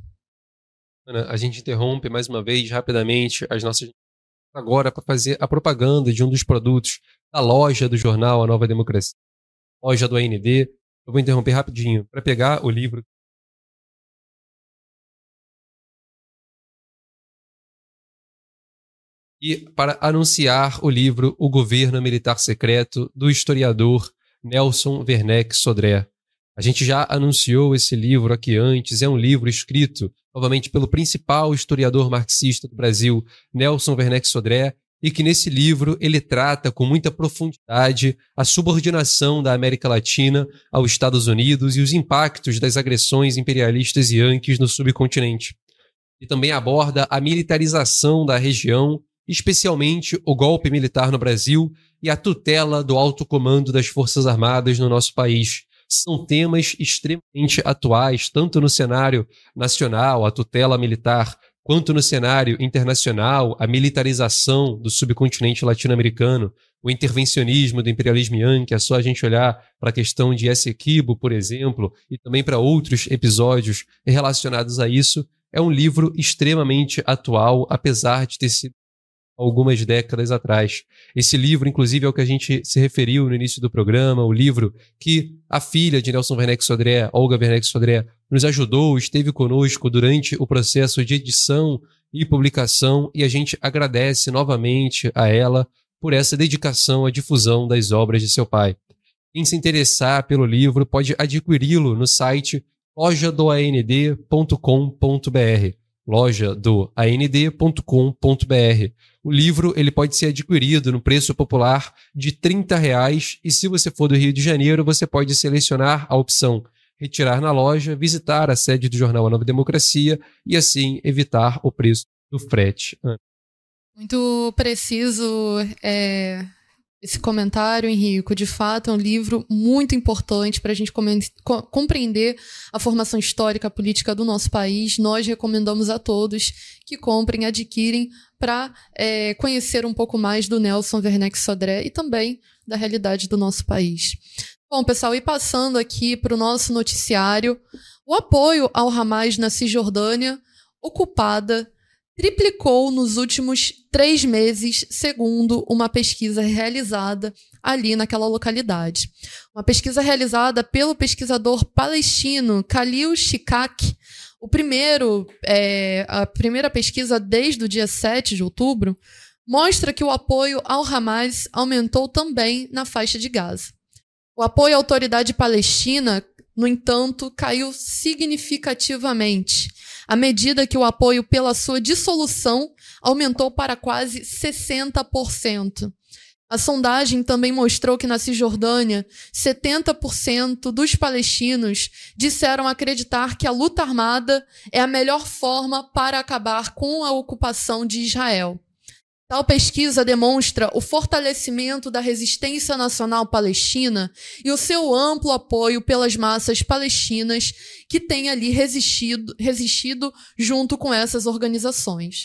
Ana, a gente interrompe mais uma vez, rapidamente, as nossas agora para fazer a propaganda de um dos produtos da loja do jornal A Nova Democracia, loja do A N D. Eu vou interromper rapidinho para pegar o livro. e para anunciar o livro O Governo Militar Secreto, do historiador Nelson Werneck Sodré. A gente já anunciou esse livro aqui antes, é um livro escrito, novamente, pelo principal historiador marxista do Brasil, Nelson Werneck Sodré, e que nesse livro ele trata com muita profundidade a subordinação da América Latina aos Estados Unidos e os impactos das agressões imperialistas yankees no subcontinente. E também aborda a militarização da região, especialmente o golpe militar no Brasil e a tutela do alto comando das Forças Armadas no nosso país. São temas extremamente atuais, tanto no cenário nacional, a tutela militar, quanto no cenário internacional, a militarização do subcontinente latino-americano, o intervencionismo do imperialismo yankee, é só a gente olhar para a questão de Essequibo, por exemplo, e também para outros episódios relacionados a isso. É um livro extremamente atual, apesar de ter sido algumas décadas atrás. Esse livro, inclusive, é o que a gente se referiu no início do programa, o livro que a filha de Nelson Werneck Sodré, Olga Werneck Sodré, nos ajudou, esteve conosco durante o processo de edição e publicação, e a gente agradece novamente a ela por essa dedicação à difusão das obras de seu pai. Quem se interessar pelo livro pode adquiri-lo no site loja do a n d ponto com ponto b r, loja do a n d ponto com ponto b r. O livro ele pode ser adquirido no preço popular de trinta reais, e se você for do Rio de Janeiro, você pode selecionar a opção retirar na loja, visitar a sede do jornal A Nova Democracia e assim evitar o preço do frete. Muito preciso é, esse comentário, Henrico. De fato, é um livro muito importante para a gente co- compreender a formação histórica política do nosso país. Nós recomendamos a todos que comprem, adquirem, para é, conhecer um pouco mais do Nelson Werneck Sodré e também da realidade do nosso país. Bom, pessoal, e passando aqui para o nosso noticiário, o apoio ao Hamas na Cisjordânia, ocupada, triplicou nos últimos três meses, segundo uma pesquisa realizada ali naquela localidade. Uma pesquisa realizada pelo pesquisador palestino Khalil Shikak. O primeiro, é, a primeira pesquisa desde o dia sete de outubro mostra que o apoio ao Hamas aumentou também na faixa de Gaza. O apoio à autoridade palestina, no entanto, caiu significativamente, à medida que o apoio pela sua dissolução aumentou para quase sessenta por cento. A sondagem também mostrou que na Cisjordânia, setenta por cento dos palestinos disseram acreditar que a luta armada é a melhor forma para acabar com a ocupação de Israel. Tal pesquisa demonstra o fortalecimento da resistência nacional palestina e o seu amplo apoio pelas massas palestinas que têm ali resistido, resistido junto com essas organizações.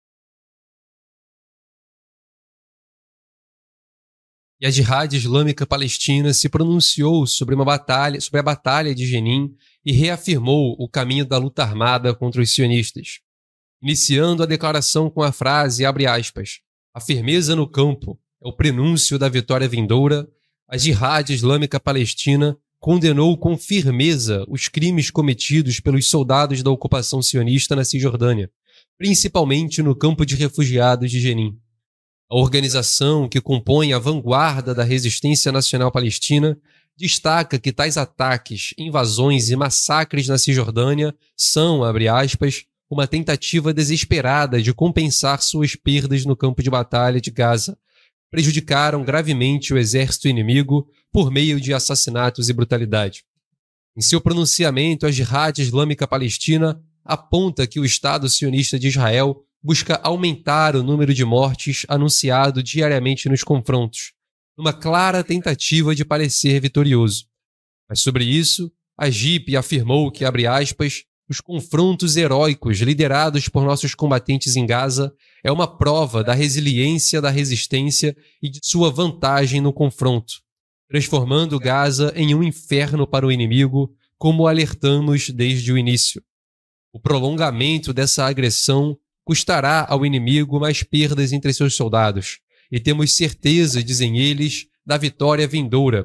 E a Jihad Islâmica Palestina se pronunciou sobre uma batalha, sobre a Batalha de Jenin e reafirmou o caminho da luta armada contra os sionistas. Iniciando a declaração com a frase, abre aspas, a firmeza no campo é o prenúncio da vitória vindoura, a Jihad Islâmica Palestina condenou com firmeza os crimes cometidos pelos soldados da ocupação sionista na Cisjordânia, principalmente no campo de refugiados de Jenin. A organização, que compõe a vanguarda da resistência nacional palestina, destaca que tais ataques, invasões e massacres na Cisjordânia são, abre aspas, uma tentativa desesperada de compensar suas perdas no campo de batalha de Gaza. Prejudicaram gravemente o exército inimigo por meio de assassinatos e brutalidade. Em seu pronunciamento, a Jihad Islâmica Palestina aponta que o Estado sionista de Israel busca aumentar o número de mortes anunciado diariamente nos confrontos, numa clara tentativa de parecer vitorioso. Mas sobre isso, a J I P afirmou que, abre aspas, os confrontos heróicos liderados por nossos combatentes em Gaza é uma prova da resiliência da resistência e de sua vantagem no confronto, transformando Gaza em um inferno para o inimigo, como alertamos desde o início. O prolongamento dessa agressão custará ao inimigo mais perdas entre seus soldados, e temos certeza, dizem eles, da vitória vindoura,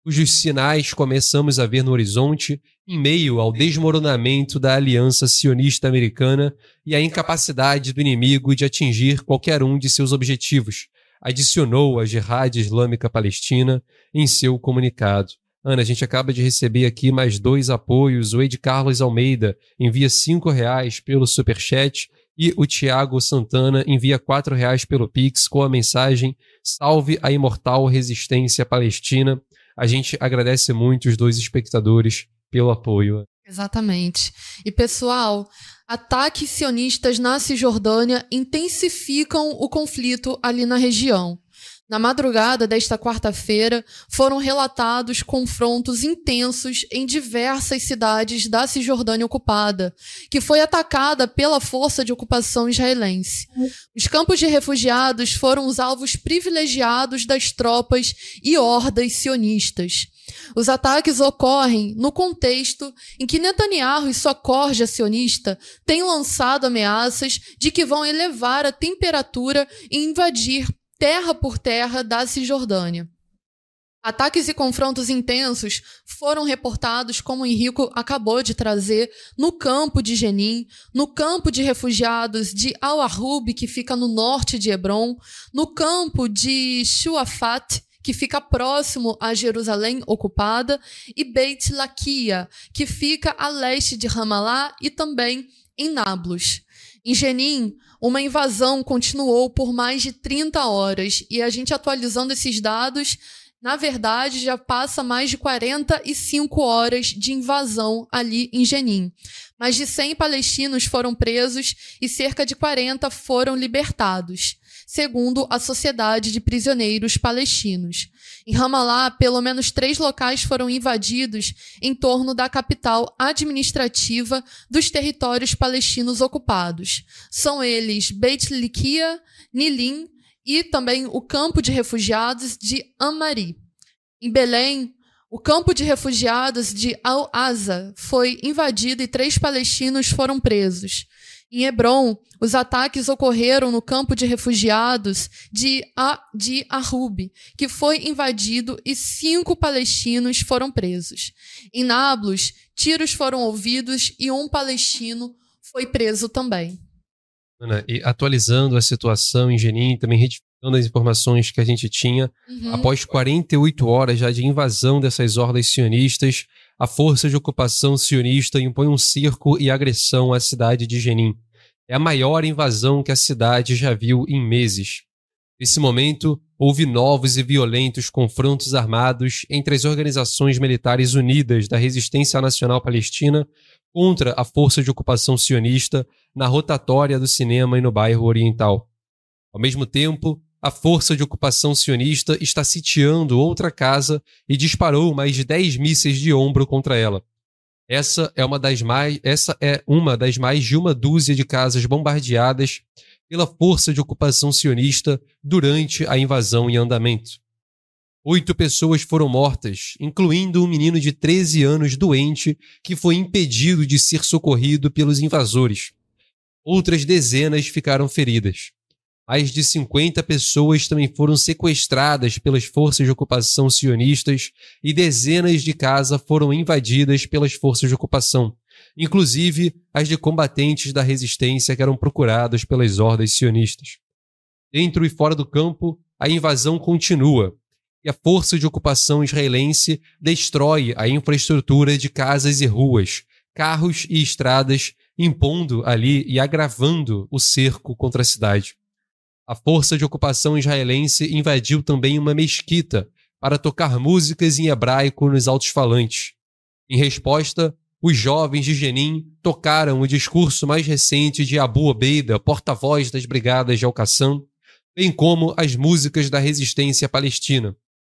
cujos sinais começamos a ver no horizonte em meio ao desmoronamento da aliança sionista americana e à incapacidade do inimigo de atingir qualquer um de seus objetivos, adicionou a Jihad Islâmica Palestina em seu comunicado. Ana, a gente acaba de receber aqui mais dois apoios. O Ed Carlos Almeida envia cinco reais pelo Superchat e o Tiago Santana envia quatro reais pelo Pix com a mensagem "Salve a imortal resistência palestina". A gente agradece muito os dois espectadores pelo apoio. Exatamente. E, pessoal, ataques sionistas na Cisjordânia intensificam o conflito ali na região. Na madrugada desta quarta-feira, foram relatados confrontos intensos em diversas cidades da Cisjordânia ocupada, que foi atacada pela força de ocupação israelense. Os campos de refugiados foram os alvos privilegiados das tropas e hordas sionistas. Os ataques ocorrem no contexto em que Netanyahu e sua corja sionista têm lançado ameaças de que vão elevar a temperatura e invadir terra por terra da Cisjordânia. Ataques e confrontos intensos foram reportados, como o Henrico acabou de trazer, no campo de Jenin, no campo de refugiados de Al-Arub, que fica no norte de Hebron, no campo de Shuafat, que fica próximo a Jerusalém ocupada, e Beit Laquia, que fica a leste de Ramallah e também em Nablus. Em Jenin, uma invasão continuou por mais de trinta horas, e a gente atualizando esses dados, na verdade, já passa mais de quarenta e cinco horas de invasão ali em Jenin. Mais de cem palestinos foram presos e cerca de quarenta foram libertados, segundo a Sociedade de Prisioneiros Palestinos. Em Ramallah, pelo menos três locais foram invadidos em torno da capital administrativa dos territórios palestinos ocupados. São eles Beit Laquia, Nilim e também o campo de refugiados de Amari. Em Belém, o campo de refugiados de Al-Asa foi invadido e três palestinos foram presos. Em Hebron, os ataques ocorreram no campo de refugiados de, A, de Arub, que foi invadido e cinco palestinos foram presos. Em Nablus, tiros foram ouvidos e um palestino foi preso também. Ana, e atualizando a situação em Jenin, também retificando as informações que a gente tinha, uhum. Após quarenta e oito horas já de invasão dessas hordas sionistas, a força de ocupação sionista impõe um cerco e agressão à cidade de Jenin. É a maior invasão que a cidade já viu em meses. Nesse momento, houve novos e violentos confrontos armados entre as organizações militares unidas da Resistência Nacional Palestina contra a força de ocupação sionista na rotatória do cinema e no bairro Oriental. Ao mesmo tempo, a força de ocupação sionista está sitiando outra casa e disparou mais de dez mísseis de ombro contra ela. Essa é uma das mais, essa é uma das mais de uma dúzia de casas bombardeadas pela força de ocupação sionista durante a invasão em andamento. Oito pessoas foram mortas, incluindo um menino de treze anos doente que foi impedido de ser socorrido pelos invasores. Outras dezenas ficaram feridas. Mais de cinquenta pessoas também foram sequestradas pelas forças de ocupação sionistas e dezenas de casas foram invadidas pelas forças de ocupação, inclusive as de combatentes da resistência que eram procurados pelas hordas sionistas. Dentro e fora do campo, a invasão continua, e a força de ocupação israelense destrói a infraestrutura de casas e ruas, carros e estradas, impondo ali e agravando o cerco contra a cidade. A força de ocupação israelense invadiu também uma mesquita para tocar músicas em hebraico nos alto-falantes. Em resposta, os jovens de Jenin tocaram o discurso mais recente de Abu Obeida, porta-voz das brigadas de Al-Qassam, bem como as músicas da resistência palestina.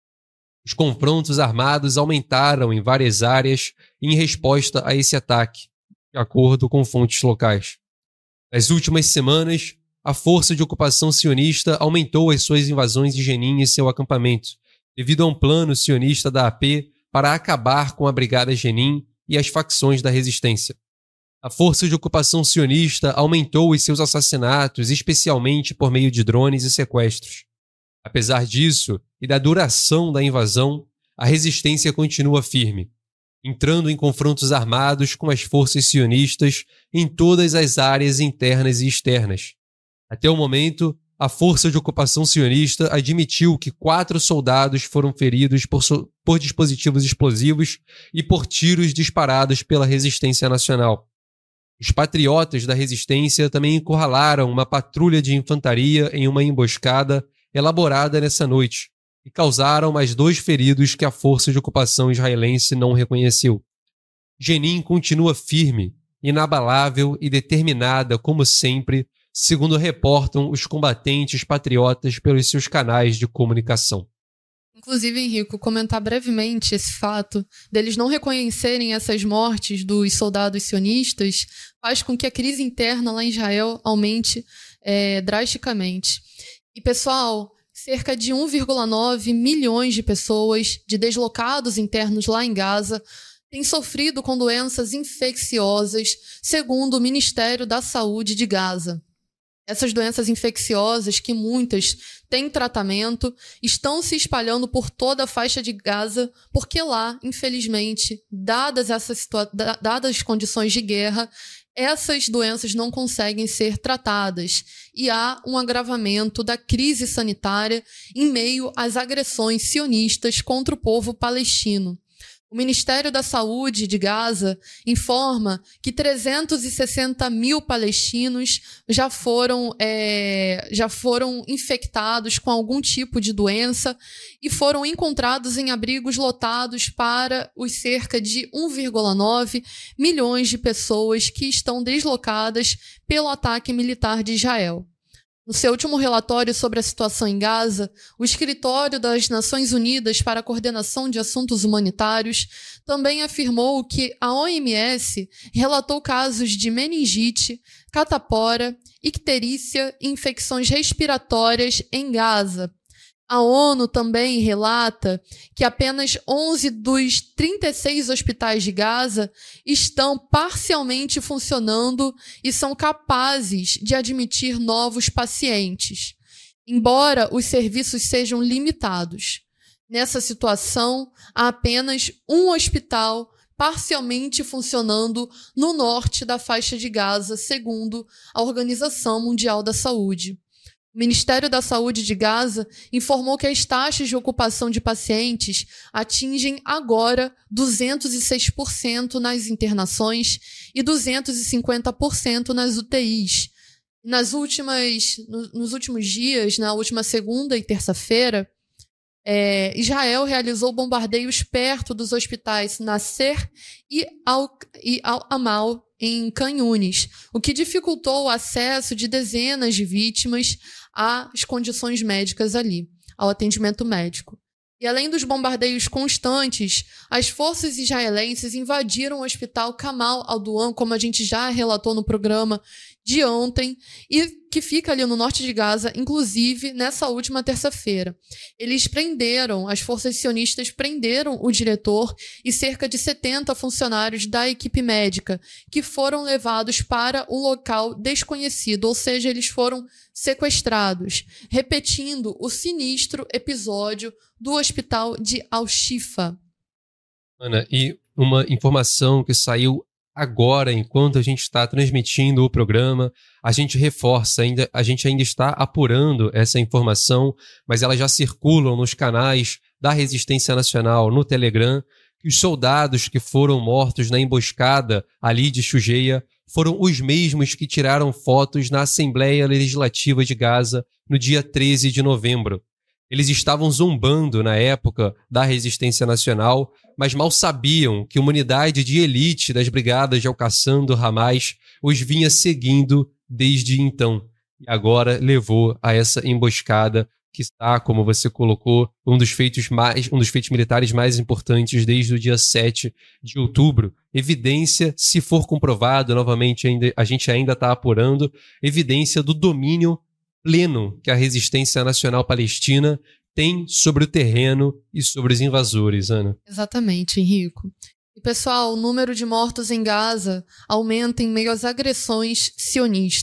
Os confrontos armados aumentaram em várias áreas em resposta a esse ataque, de acordo com fontes locais. Nas últimas semanas, a força de ocupação sionista aumentou as suas invasões de Jenin e seu acampamento, devido a um plano sionista da A P para acabar com a Brigada Jenin e as facções da resistência. A força de ocupação sionista aumentou os seus assassinatos, especialmente por meio de drones e sequestros. Apesar disso e da duração da invasão, a resistência continua firme, entrando em confrontos armados com as forças sionistas em todas as áreas internas e externas. Até o momento, a força de ocupação sionista admitiu que quatro soldados foram feridos por, so- por dispositivos explosivos e por tiros disparados pela resistência nacional. Os patriotas da resistência também encurralaram uma patrulha de infantaria em uma emboscada elaborada nessa noite e causaram mais dois feridos que a força de ocupação israelense não reconheceu. Jenin continua firme, inabalável e determinada como sempre, segundo reportam os combatentes patriotas pelos seus canais de comunicação. Inclusive, Henrico, comentar brevemente esse fato deles não reconhecerem essas mortes dos soldados sionistas faz com que a crise interna lá em Israel aumente é, drasticamente. E, pessoal, cerca de um vírgula nove milhões de pessoas, de deslocados internos lá em Gaza, têm sofrido com doenças infecciosas, segundo o Ministério da Saúde de Gaza. Essas doenças infecciosas, que muitas têm tratamento, estão se espalhando por toda a faixa de Gaza, porque lá, infelizmente, dadas essas situa- dadas as condições de guerra, essas doenças não conseguem ser tratadas e há um agravamento da crise sanitária em meio às agressões sionistas contra o povo palestino. O Ministério da Saúde de Gaza informa que trezentos e sessenta mil palestinos já foram, é, já foram infectados com algum tipo de doença e foram encontrados em abrigos lotados para os cerca de um vírgula nove milhões de pessoas que estão deslocadas pelo ataque militar de Israel. No seu último relatório sobre a situação em Gaza, o Escritório das Nações Unidas para a Coordenação de Assuntos Humanitários também afirmou que a O M S relatou casos de meningite, catapora, icterícia e infecções respiratórias em Gaza. A ONU também relata que apenas onze dos trinta e seis hospitais de Gaza estão parcialmente funcionando e são capazes de admitir novos pacientes, embora os serviços sejam limitados. Nessa situação, há apenas um hospital parcialmente funcionando no norte da faixa de Gaza, segundo a Organização Mundial da Saúde. O Ministério da Saúde de Gaza informou que as taxas de ocupação de pacientes atingem agora duzentos e seis por cento nas internações e duzentos e cinquenta por cento nas U T Is. Nas últimas, no, nos últimos dias, na última segunda e terça-feira, é, Israel realizou bombardeios perto dos hospitais Nasser e Al, e Al-Amal, em Khan Yunis, o que dificultou o acesso de dezenas de vítimas às condições médicas ali, ao atendimento médico. E além dos bombardeios constantes, as forças israelenses invadiram o hospital Kamal Adwan, como a gente já relatou no programa de ontem, e que fica ali no norte de Gaza, inclusive nessa última terça-feira. Eles prenderam, as forças sionistas prenderam o diretor e cerca de setenta funcionários da equipe médica, que foram levados para um local desconhecido, ou seja, eles foram sequestrados, repetindo o sinistro episódio do hospital de Al-Shifa. Ana, e uma informação que saiu agora, enquanto a gente está transmitindo o programa, a gente reforça, ainda, a gente ainda está apurando essa informação, mas elas já circulam nos canais da Resistência Nacional no Telegram, que os soldados que foram mortos na emboscada ali de Shujeia foram os mesmos que tiraram fotos na Assembleia Legislativa de Gaza no dia treze de novembro. Eles estavam zombando na época da Resistência Nacional, mas mal sabiam que uma unidade de elite das brigadas de Al-Qassam do Hamas os vinha seguindo desde então. E agora levou a essa emboscada que está, como você colocou, um dos feitos, mais, um dos feitos militares mais importantes desde o dia sete de outubro. Evidência, se for comprovado, novamente ainda, a gente ainda está apurando, evidência do domínio pleno que a Resistência Nacional Palestina tem sobre o terreno e sobre os invasores, Ana. Exatamente, Henrico. E, pessoal, o número de mortos em Gaza aumenta em meio às agressões sionistas.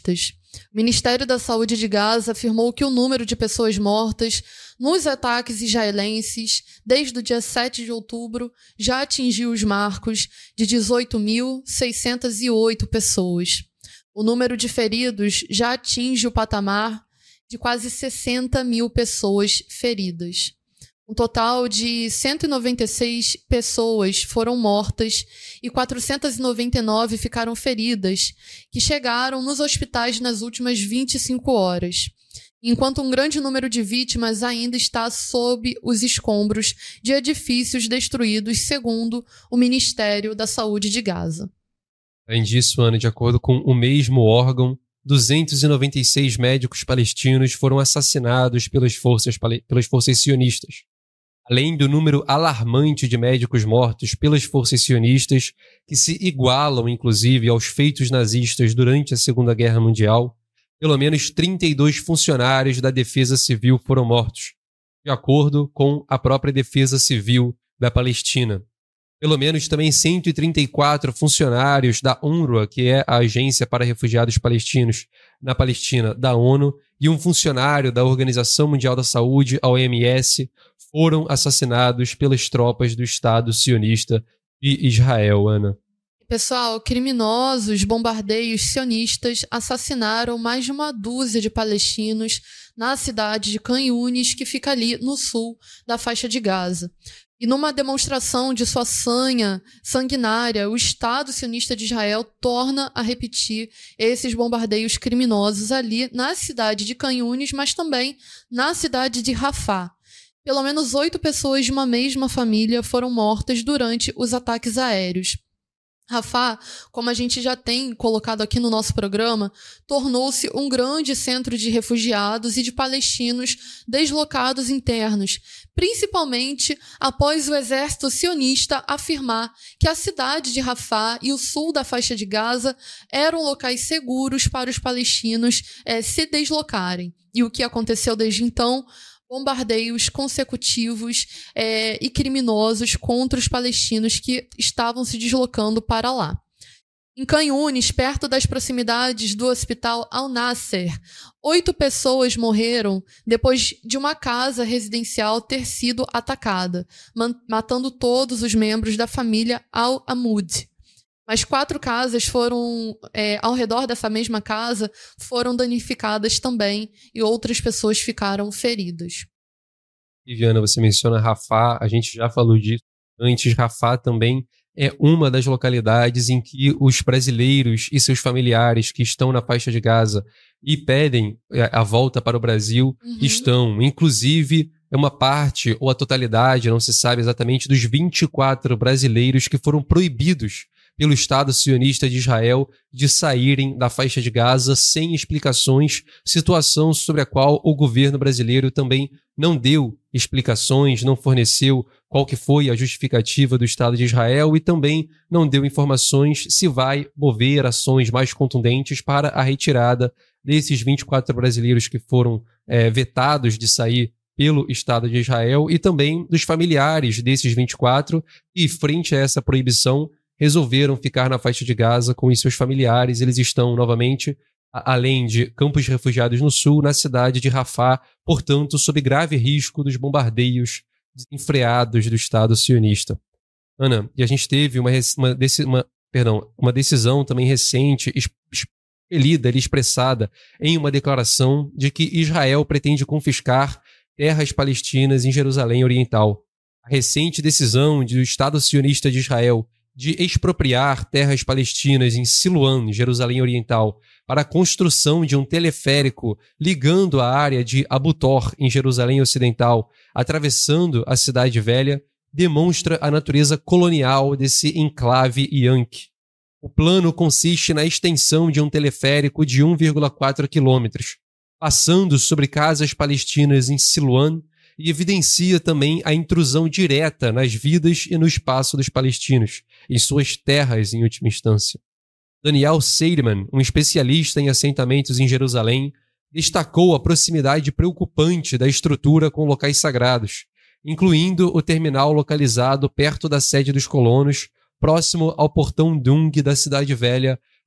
O Ministério da Saúde de Gaza afirmou que o número de pessoas mortas nos ataques israelenses desde o dia sete de outubro já atingiu os marcos de dezoito mil seiscentas e oito pessoas. O número de feridos já atinge o patamar de quase sessenta mil pessoas feridas. Um total de cento e noventa e seis pessoas foram mortas e quatrocentas e noventa e nove ficaram feridas, que chegaram nos hospitais nas últimas vinte e cinco horas, enquanto um grande número de vítimas ainda está sob os escombros de edifícios destruídos, segundo o Ministério da Saúde de Gaza. Além disso, Ana, de acordo com o mesmo órgão, duzentos e noventa e seis médicos palestinos foram assassinados pelas forças, pelas forças sionistas. Além do número alarmante de médicos mortos pelas forças sionistas, que se igualam, inclusive, aos feitos nazistas durante a Segunda Guerra Mundial, pelo menos trinta e dois funcionários da Defesa Civil foram mortos, de acordo com a própria Defesa Civil da Palestina. Pelo menos também cento e trinta e quatro funcionários da UNRWA, que é a Agência para Refugiados Palestinos na Palestina da ONU, e um funcionário da Organização Mundial da Saúde, a O M S, foram assassinados pelas tropas do Estado sionista de Israel, Ana. Pessoal, criminosos bombardeios sionistas assassinaram mais de uma dúzia de palestinos na cidade de Khan Yunis, que fica ali no sul da faixa de Gaza. E numa demonstração de sua sanha sanguinária, o Estado sionista de Israel torna a repetir esses bombardeios criminosos ali na cidade de Khan Yunis, mas também na cidade de Rafah. Pelo menos oito pessoas de uma mesma família foram mortas durante os ataques aéreos. Rafah, como a gente já tem colocado aqui no nosso programa, tornou-se um grande centro de refugiados e de palestinos deslocados internos, principalmente após o exército sionista afirmar que a cidade de Rafah e o sul da faixa de Gaza eram locais seguros para os palestinos eh, se deslocarem. E o que aconteceu desde então? Bombardeios consecutivos é, e criminosos contra os palestinos que estavam se deslocando para lá. Em Khan Yunis, perto das proximidades do hospital Al-Nasser, oito pessoas morreram depois de uma casa residencial ter sido atacada, matando todos os membros da família Al-Amud. Mas quatro casas foram, é, ao redor dessa mesma casa, foram danificadas também e outras pessoas ficaram feridas. Viviana, você menciona Rafah, a gente já falou disso antes. Rafah também é uma das localidades em que os brasileiros e seus familiares que estão na faixa de Gaza e pedem a volta para o Brasil uhum. estão. Inclusive, é uma parte ou a totalidade, não se sabe exatamente, dos vinte e quatro brasileiros que foram proibidos pelo Estado sionista de Israel de saírem da faixa de Gaza sem explicações, situação sobre a qual o governo brasileiro também não deu explicações, não forneceu qual que foi a justificativa do Estado de Israel e também não deu informações se vai mover ações mais contundentes para a retirada desses vinte e quatro brasileiros que foram é, vetados de sair pelo Estado de Israel e também dos familiares desses vinte e quatro e, frente a essa proibição, resolveram ficar na faixa de Gaza com os seus familiares. Eles estão, novamente, a, além de campos de refugiados no sul, na cidade de Rafah, portanto, sob grave risco dos bombardeios desenfreados do Estado sionista. Ana, e a gente teve uma, uma, uma, perdão, uma decisão também recente, expelida, expressada em uma declaração de que Israel pretende confiscar terras palestinas em Jerusalém Oriental. A recente decisão do Estado sionista de Israel de expropriar terras palestinas em Siloam, Jerusalém Oriental, para a construção de um teleférico ligando a área de Abu Tor, em Jerusalém Ocidental, atravessando a Cidade Velha, demonstra a natureza colonial desse enclave Yankee. O plano consiste na extensão de um teleférico de um vírgula quatro quilômetros, passando sobre casas palestinas em Siloam, e evidencia também a intrusão direta nas vidas e no espaço dos palestinos, em suas terras em última instância. Daniel Seideman, um especialista em assentamentos em Jerusalém, destacou a proximidade preocupante da estrutura com locais sagrados, incluindo o terminal localizado perto da sede dos colonos, próximo ao portão Dung da Cidade Velha,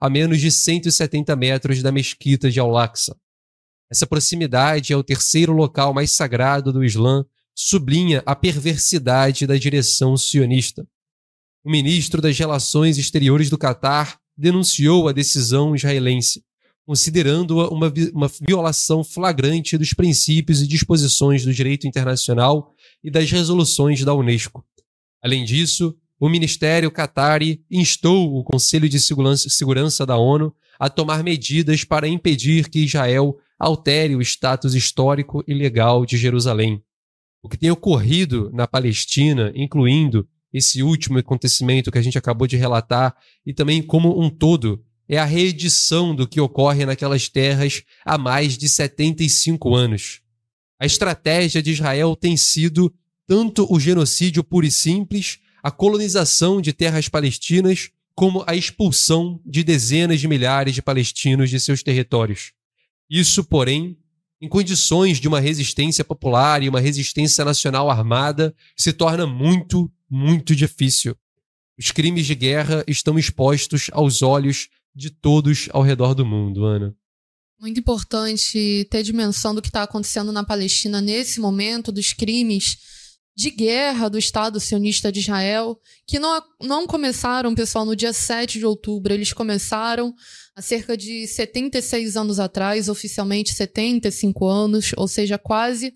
a menos de cento e setenta metros da mesquita de Al-Aqsa. Essa proximidade ao terceiro local mais sagrado do Islã sublinha a perversidade da direção sionista. O ministro das Relações Exteriores do Catar denunciou a decisão israelense, considerando-a uma, uma violação flagrante dos princípios e disposições do direito internacional e das resoluções da Unesco. Além disso, o Ministério Qatari instou o Conselho de Segurança, Segurança da ONU a tomar medidas para impedir que Israel altere o status histórico e legal de Jerusalém. O que tem ocorrido na Palestina, incluindo esse último acontecimento que a gente acabou de relatar, e também como um todo, é a reedição do que ocorre naquelas terras há mais de setenta e cinco anos. A estratégia de Israel tem sido tanto o genocídio puro e simples, a colonização de terras palestinas, como a expulsão de dezenas de milhares de palestinos de seus territórios. Isso, porém, em condições de uma resistência popular e uma resistência nacional armada, se torna muito, muito difícil. Os crimes de guerra estão expostos aos olhos de todos ao redor do mundo, Ana. Muito importante ter dimensão do que está acontecendo na Palestina nesse momento, dos crimes de guerra do Estado sionista de Israel, que não, não começaram, pessoal, no dia sete de outubro, eles começaram há cerca de setenta e seis anos atrás, oficialmente setenta e cinco anos, ou seja, quase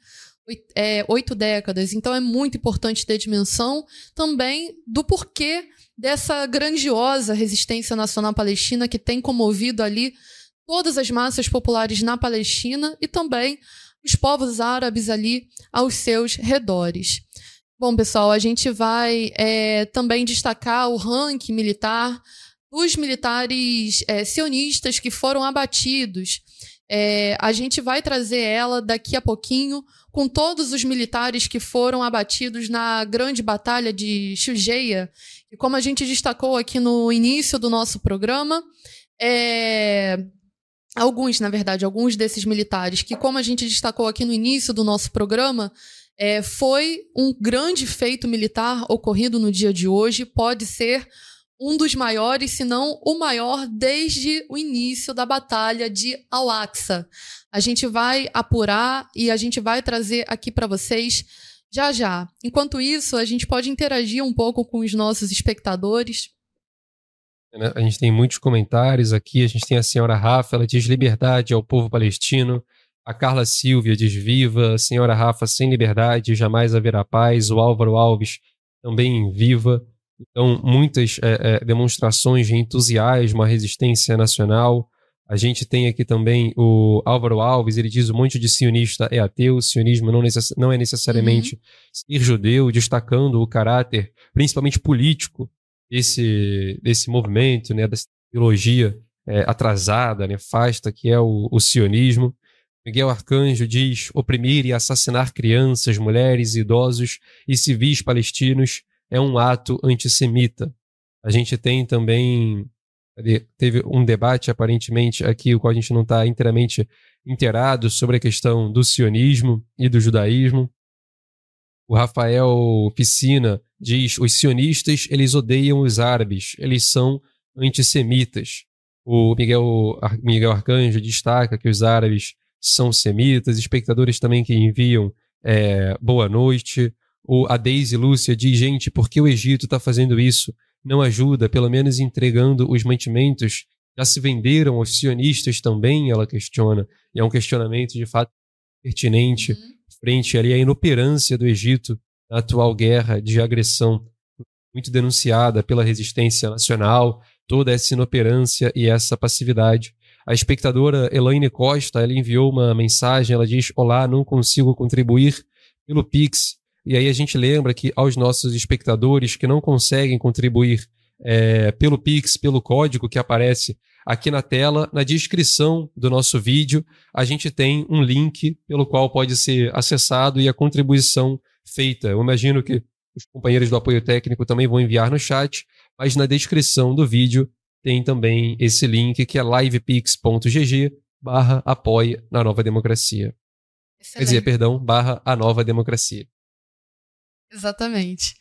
é, oito décadas. Então é muito importante ter dimensão também do porquê dessa grandiosa resistência nacional palestina que tem comovido ali todas as massas populares na Palestina e também os povos árabes ali aos seus redores. Bom, pessoal, a gente vai é, também destacar o ranking militar dos militares é, sionistas que foram abatidos. É, a gente vai trazer ela daqui a pouquinho com todos os militares que foram abatidos na grande batalha de Shujeia, e como a gente destacou aqui no início do nosso programa, é... alguns, na verdade, alguns desses militares que, como a gente destacou aqui no início do nosso programa, é, foi um grande feito militar ocorrido no dia de hoje, pode ser um dos maiores, se não o maior, desde o início da Batalha de Al-Aqsa. A gente vai apurar e a gente vai trazer aqui para vocês já já. Enquanto isso, a gente pode interagir um pouco com os nossos espectadores. A gente tem muitos comentários aqui. A gente tem a senhora Rafa, ela diz liberdade ao povo palestino. A Carla Silvia diz viva. A senhora Rafa, sem liberdade jamais haverá paz. O Álvaro Alves também viva. Então, muitas é, é, demonstrações de entusiasmo à resistência nacional. A gente tem aqui também o Álvaro Alves, ele diz: um monte de sionista é ateu, o sionismo não, necess- não é necessariamente uhum. ser judeu, destacando o caráter, principalmente político, desse, desse movimento, né, dessa ideologia é, atrasada, nefasta, que é o, o sionismo. Miguel Arcanjo diz: oprimir e assassinar crianças, mulheres, idosos e civis palestinos é um ato antissemita. A gente tem também... Teve um debate, aparentemente, aqui, o qual a gente não está inteiramente inteirado, sobre a questão do sionismo e do judaísmo. O Rafael Piscina diz: os sionistas, eles odeiam os árabes, eles são antissemitas. O Miguel, Miguel Arcanjo destaca que os árabes são semitas. Espectadores também que enviam é, boa noite. O, a Deise Lúcia diz: gente, por que o Egito está fazendo isso? Não ajuda, pelo menos entregando os mantimentos. Já se venderam aos sionistas também, ela questiona. E é um questionamento de fato pertinente uhum. frente ali à inoperância do Egito na atual guerra de agressão, muito denunciada pela resistência nacional, toda essa inoperância e essa passividade. A espectadora Elaine Costa, ela enviou uma mensagem, ela diz: olá, não consigo contribuir pelo Pix. E aí a gente lembra que aos nossos espectadores que não conseguem contribuir é, pelo Pix, pelo código que aparece aqui na tela, na descrição do nosso vídeo, a gente tem um link pelo qual pode ser acessado e a contribuição feita. Eu imagino que os companheiros do apoio técnico também vão enviar no chat, mas na descrição do vídeo tem também esse link que é livepix.gg barra apoia na Nova Democracia. Excelente. Quer dizer, perdão, barra a Nova Democracia. Exatamente.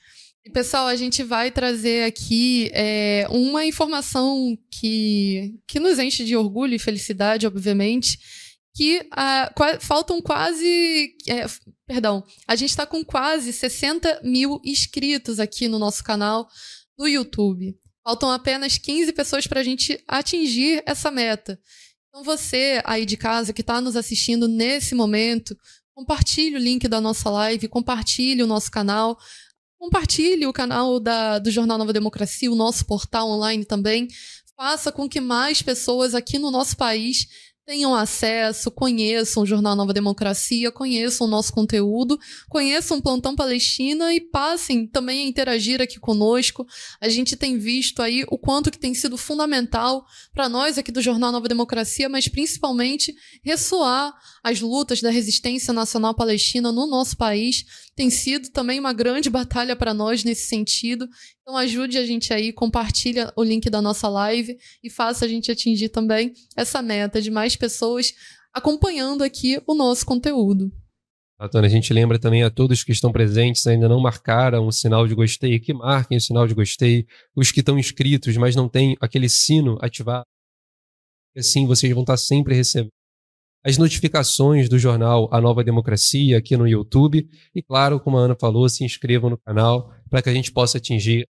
E, pessoal, a gente vai trazer aqui é, uma informação que, que nos enche de orgulho e felicidade, obviamente, que ah, qua- faltam quase... É, perdão, a gente está com quase sessenta mil inscritos aqui no nosso canal do YouTube. Faltam apenas quinze pessoas para a gente atingir essa meta. Então você aí de casa que está nos assistindo nesse momento, compartilhe o link da nossa live, compartilhe o nosso canal, compartilhe o canal da, do Jornal Nova Democracia, o nosso portal online também. Faça com que mais pessoas aqui no nosso país tenham acesso, conheçam o Jornal Nova Democracia, conheçam o nosso conteúdo, conheçam o Plantão Palestina e passem também a interagir aqui conosco. A gente tem visto aí o quanto que tem sido fundamental para nós aqui do Jornal Nova Democracia, mas principalmente ressoar as lutas da resistência nacional palestina no nosso país. Tem sido também uma grande batalha para nós nesse sentido. Então ajude a gente aí, compartilha o link da nossa live e faça a gente atingir também essa meta de mais pessoas acompanhando aqui o nosso conteúdo. Tana, a gente lembra também a todos que estão presentes, ainda não marcaram o sinal de gostei, que marquem o sinal de gostei. Os que estão inscritos, mas não têm aquele sino ativado, assim vocês vão estar sempre recebendo as notificações do jornal A Nova Democracia aqui no YouTube. E claro, como a Ana falou, se inscrevam no canal para que a gente possa atingir.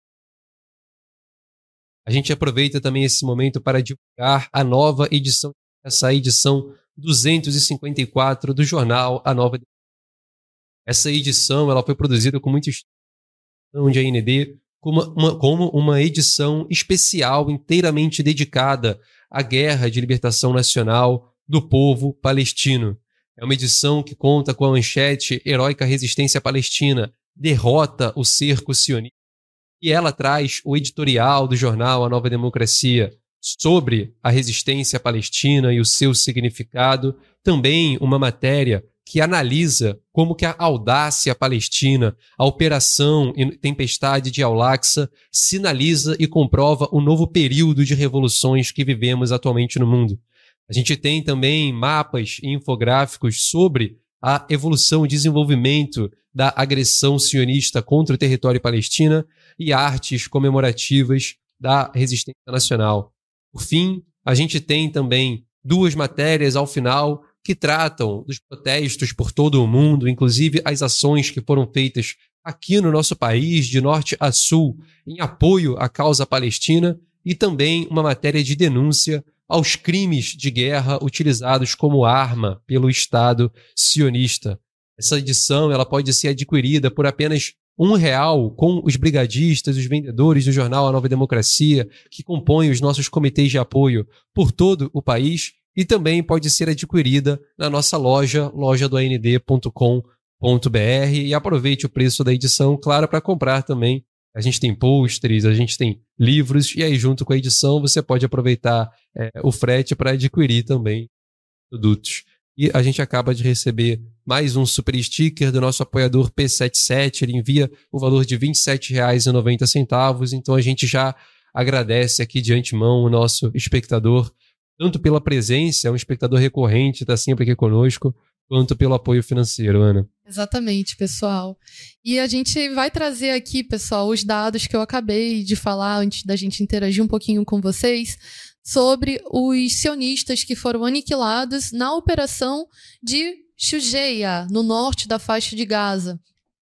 A gente aproveita também esse momento para divulgar a nova edição, essa edição duzentos e cinquenta e quatro do jornal A Nova Democracia. Essa edição ela foi produzida com muita instituição de A N D, como uma, como uma edição especial inteiramente dedicada à guerra de libertação nacional do povo palestino. É uma edição que conta com a manchete Heróica Resistência Palestina, derrota o cerco sionista. E ela traz o editorial do jornal A Nova Democracia sobre a resistência palestina e o seu significado. Também uma matéria que analisa como que a audácia palestina, a operação Tempestade de Al-Aqsa, sinaliza e comprova o novo período de revoluções que vivemos atualmente no mundo. A gente tem também mapas e infográficos sobre a evolução e desenvolvimento da agressão sionista contra o território palestino e artes comemorativas da resistência nacional. Por fim, a gente tem também duas matérias ao final que tratam dos protestos por todo o mundo, inclusive as ações que foram feitas aqui no nosso país, de norte a sul, em apoio à causa palestina, e também uma matéria de denúncia aos crimes de guerra utilizados como arma pelo Estado sionista. Essa edição ela pode ser adquirida por apenas um real com os brigadistas, os vendedores do jornal A Nova Democracia, que compõem os nossos comitês de apoio por todo o país, e também pode ser adquirida na nossa loja, loja do A N D ponto com ponto B R, e aproveite o preço da edição, claro, para comprar também. A gente tem pôsteres, a gente tem livros, e aí junto com a edição você pode aproveitar é, o frete para adquirir também produtos. E a gente acaba de receber mais um super sticker do nosso apoiador P setenta e sete, ele envia o valor de vinte e sete reais e noventa centavos, então a gente já agradece aqui de antemão o nosso espectador, tanto pela presença, é um espectador recorrente, está sempre aqui conosco, quanto pelo apoio financeiro, Ana. Exatamente, pessoal. E a gente vai trazer aqui, pessoal, os dados que eu acabei de falar antes da gente interagir um pouquinho com vocês sobre os sionistas que foram aniquilados na operação de Shujeia, no norte da faixa de Gaza.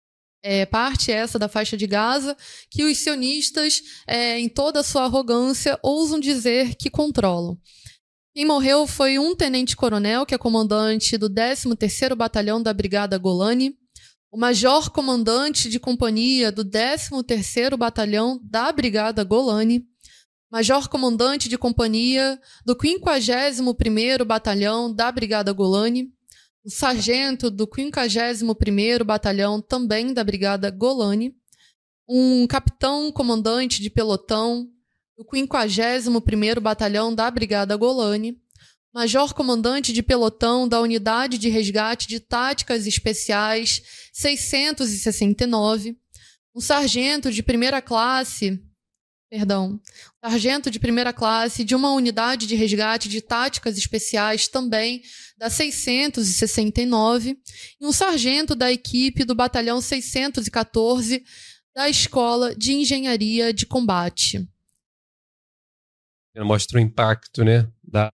É parte essa da faixa de Gaza que os sionistas, é, em toda a sua arrogância, ousam dizer que controlam. Quem morreu foi um tenente-coronel, que é comandante do décimo terceiro Batalhão da Brigada Golani, o major-comandante de companhia do décimo terceiro Batalhão da Brigada Golani, major-comandante de companhia do quinquagésimo primeiro Batalhão da Brigada Golani, o sargento do quinquagésimo primeiro Batalhão também da Brigada Golani, um capitão-comandante de pelotão do quinquagésimo primeiro Batalhão da Brigada Golani, major-comandante de pelotão da Unidade de Resgate de Táticas Especiais seiscentos e sessenta e nove, um sargento de primeira classe, perdão, sargento de primeira classe de uma Unidade de Resgate de Táticas Especiais também da seiscentos e sessenta e nove, e um sargento da equipe do Batalhão seiscentos e quatorze da Escola de Engenharia de Combate. Mostra o impacto, né, da,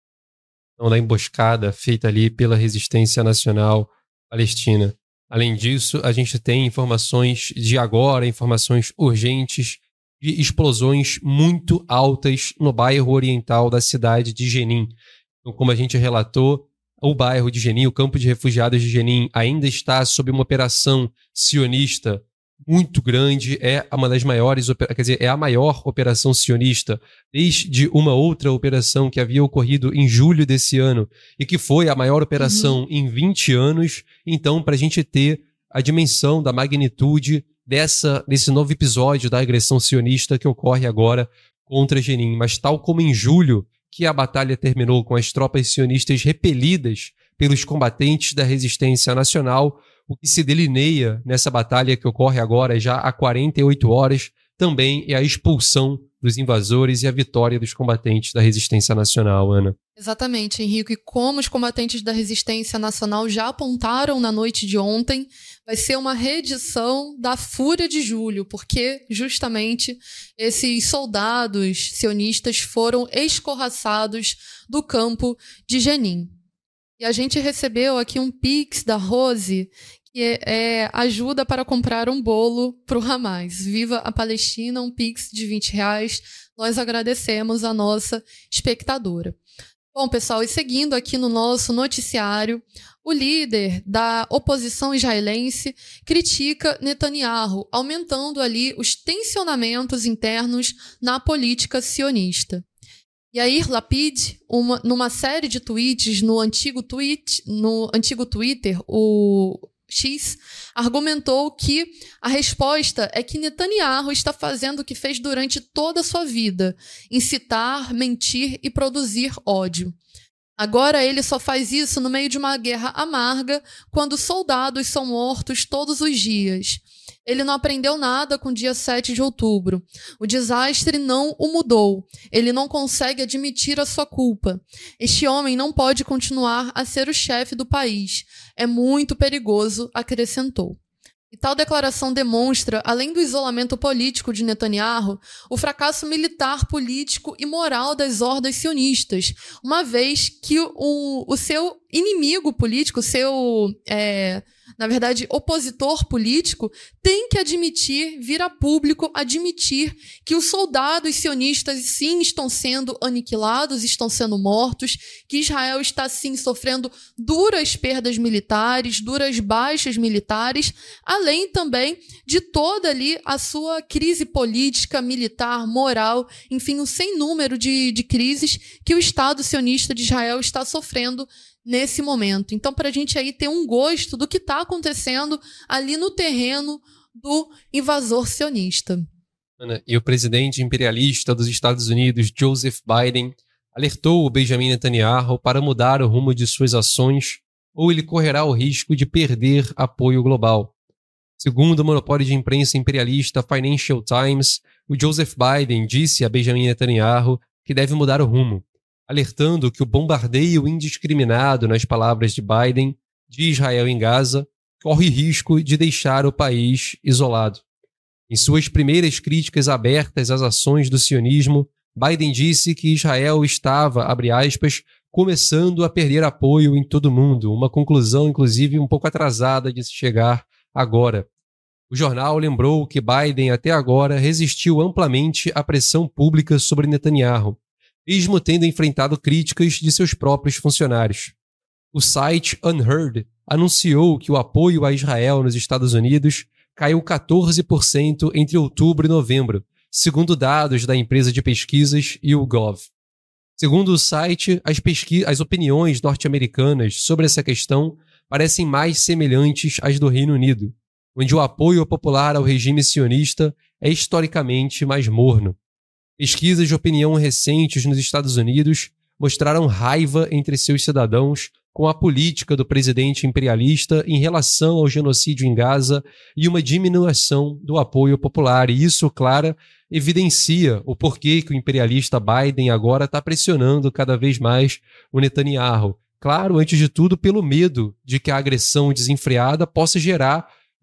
da emboscada feita ali pela resistência nacional palestina. Além disso, a gente tem informações de agora, informações urgentes de explosões muito altas no bairro oriental da cidade de Jenin. Então, como a gente relatou, o bairro de Jenin, o campo de refugiados de Jenin, ainda está sob uma operação sionista muito grande, é uma das maiores, quer dizer, é a maior operação sionista desde uma outra operação que havia ocorrido em julho desse ano e que foi a maior operação uhum. em vinte anos. Então, para a gente ter a dimensão da magnitude dessa, desse novo episódio da agressão sionista que ocorre agora contra Jenin. Mas tal como em julho, que a batalha terminou com as tropas sionistas repelidas pelos combatentes da resistência nacional, o que se delineia nessa batalha que ocorre agora já há quarenta e oito horas também é a expulsão dos invasores e a vitória dos combatentes da resistência nacional, Ana. Exatamente, Henrique. E como os combatentes da resistência nacional já apontaram na noite de ontem, vai ser uma reedição da Fúria de Julho, porque justamente esses soldados sionistas foram escorraçados do campo de Jenin. E a gente recebeu aqui um Pix da Rose, que é, é ajuda para comprar um bolo para o Hamas. Viva a Palestina, um Pix de vinte reais. Nós agradecemos a nossa espectadora. Bom, pessoal, e seguindo aqui no nosso noticiário, o líder da oposição israelense critica Netanyahu, aumentando ali os tensionamentos internos na política sionista. Yair Lapid, uma, numa série de tweets no antigo, tweet, no antigo Twitter, o X, argumentou que a resposta é que Netanyahu está fazendo o que fez durante toda a sua vida, incitar, mentir e produzir ódio. Agora ele só faz isso no meio de uma guerra amarga, quando soldados são mortos todos os dias. Ele não aprendeu nada com o dia sete de outubro. O desastre não o mudou. Ele não consegue admitir a sua culpa. Este homem não pode continuar a ser o chefe do país. É muito perigoso, acrescentou. E tal declaração demonstra, além do isolamento político de Netanyahu, o fracasso militar, político e moral das hordas sionistas, uma vez que o, o seu inimigo político, o seu... É, na verdade, opositor político, tem que admitir, vir a público, admitir que os soldados sionistas, sim, estão sendo aniquilados, estão sendo mortos, que Israel está, sim, sofrendo duras perdas militares, duras baixas militares, além também de toda ali a sua crise política, militar, moral, enfim, um sem número de, de crises que o Estado sionista de Israel está sofrendo nesse momento. Então, para a gente aí ter um gosto do que está acontecendo ali no terreno do invasor sionista. Ana, e o presidente imperialista dos Estados Unidos, Joseph Biden, alertou o Benjamin Netanyahu para mudar o rumo de suas ações ou ele correrá o risco de perder apoio global. Segundo o monopólio de imprensa imperialista Financial Times, o Joseph Biden disse a Benjamin Netanyahu que deve mudar o rumo, alertando que o bombardeio indiscriminado, nas palavras de Biden, de Israel em Gaza, corre risco de deixar o país isolado. Em suas primeiras críticas abertas às ações do sionismo, Biden disse que Israel estava, abre aspas, começando a perder apoio em todo o mundo, uma conclusão, inclusive, um pouco atrasada de se chegar agora. O jornal lembrou que Biden, até agora, resistiu amplamente à pressão pública sobre Netanyahu, mesmo tendo enfrentado críticas de seus próprios funcionários. O site Unheard anunciou que o apoio a Israel nos Estados Unidos caiu quatorze por cento entre outubro e novembro, segundo dados da empresa de pesquisas YouGov. Segundo o site, as, pesqui- as opiniões norte-americanas sobre essa questão parecem mais semelhantes às do Reino Unido, onde o apoio popular ao regime sionista é historicamente mais morno. Pesquisas de opinião recentes nos Estados Unidos mostraram raiva entre seus cidadãos com a política do presidente imperialista em relação ao genocídio em Gaza e uma diminuição do apoio popular. E isso, claro, evidencia o porquê que o imperialista Biden agora está pressionando cada vez mais o Netanyahu. Claro, antes de tudo, pelo medo de que a agressão desenfreada possa gerar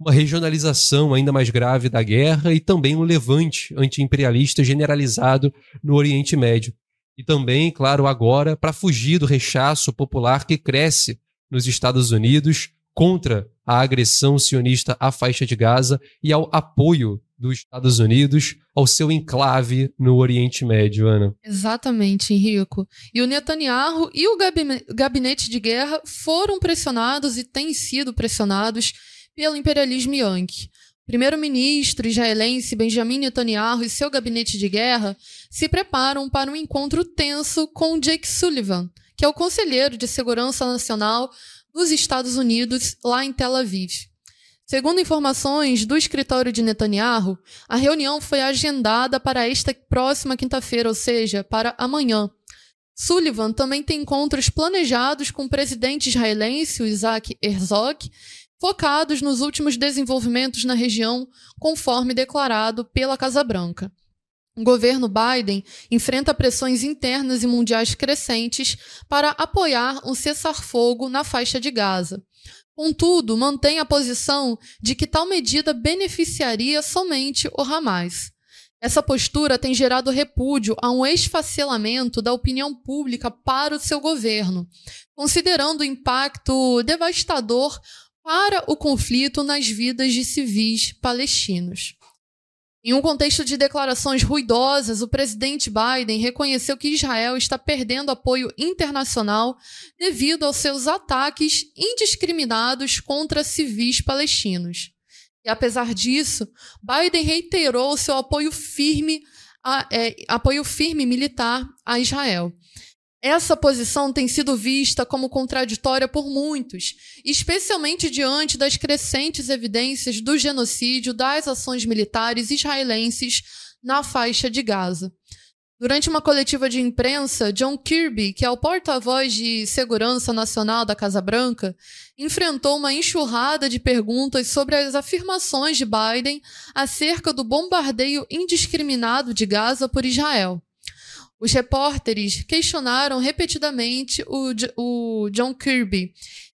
uma regionalização ainda mais grave da guerra e também um levante anti-imperialista generalizado no Oriente Médio. E também, claro, agora, para fugir do rechaço popular que cresce nos Estados Unidos contra a agressão sionista à faixa de Gaza e ao apoio dos Estados Unidos ao seu enclave no Oriente Médio, Ana. Exatamente, Henrico. E o Netanyahu e o gabinete de guerra foram pressionados e têm sido pressionados pelo imperialismo Yankee. O primeiro-ministro israelense Benjamin Netanyahu e seu gabinete de guerra se preparam para um encontro tenso com Jake Sullivan, que é o conselheiro de segurança nacional dos Estados Unidos, lá em Tel Aviv. Segundo informações do escritório de Netanyahu, a reunião foi agendada para esta próxima quinta-feira, ou seja, para amanhã. Sullivan também tem encontros planejados com o presidente israelense, o Isaac Herzog, focados nos últimos desenvolvimentos na região, conforme declarado pela Casa Branca. O governo Biden enfrenta pressões internas e mundiais crescentes para apoiar um cessar-fogo na faixa de Gaza. Contudo, mantém a posição de que tal medida beneficiaria somente o Hamas. Essa postura tem gerado repúdio a um esfacelamento da opinião pública para o seu governo, considerando o impacto devastador para o conflito nas vidas de civis palestinos. Em um contexto de declarações ruidosas, o presidente Biden reconheceu que Israel está perdendo apoio internacional devido aos seus ataques indiscriminados contra civis palestinos. E, apesar disso, Biden reiterou seu apoio firme, a, é, apoio firme militar a Israel. Essa posição tem sido vista como contraditória por muitos, especialmente diante das crescentes evidências do genocídio das ações militares israelenses na faixa de Gaza. Durante uma coletiva de imprensa, John Kirby, que é o porta-voz de Segurança Nacional da Casa Branca, enfrentou uma enxurrada de perguntas sobre as afirmações de Biden acerca do bombardeio indiscriminado de Gaza por Israel. Os repórteres questionaram repetidamente o, o John Kirby.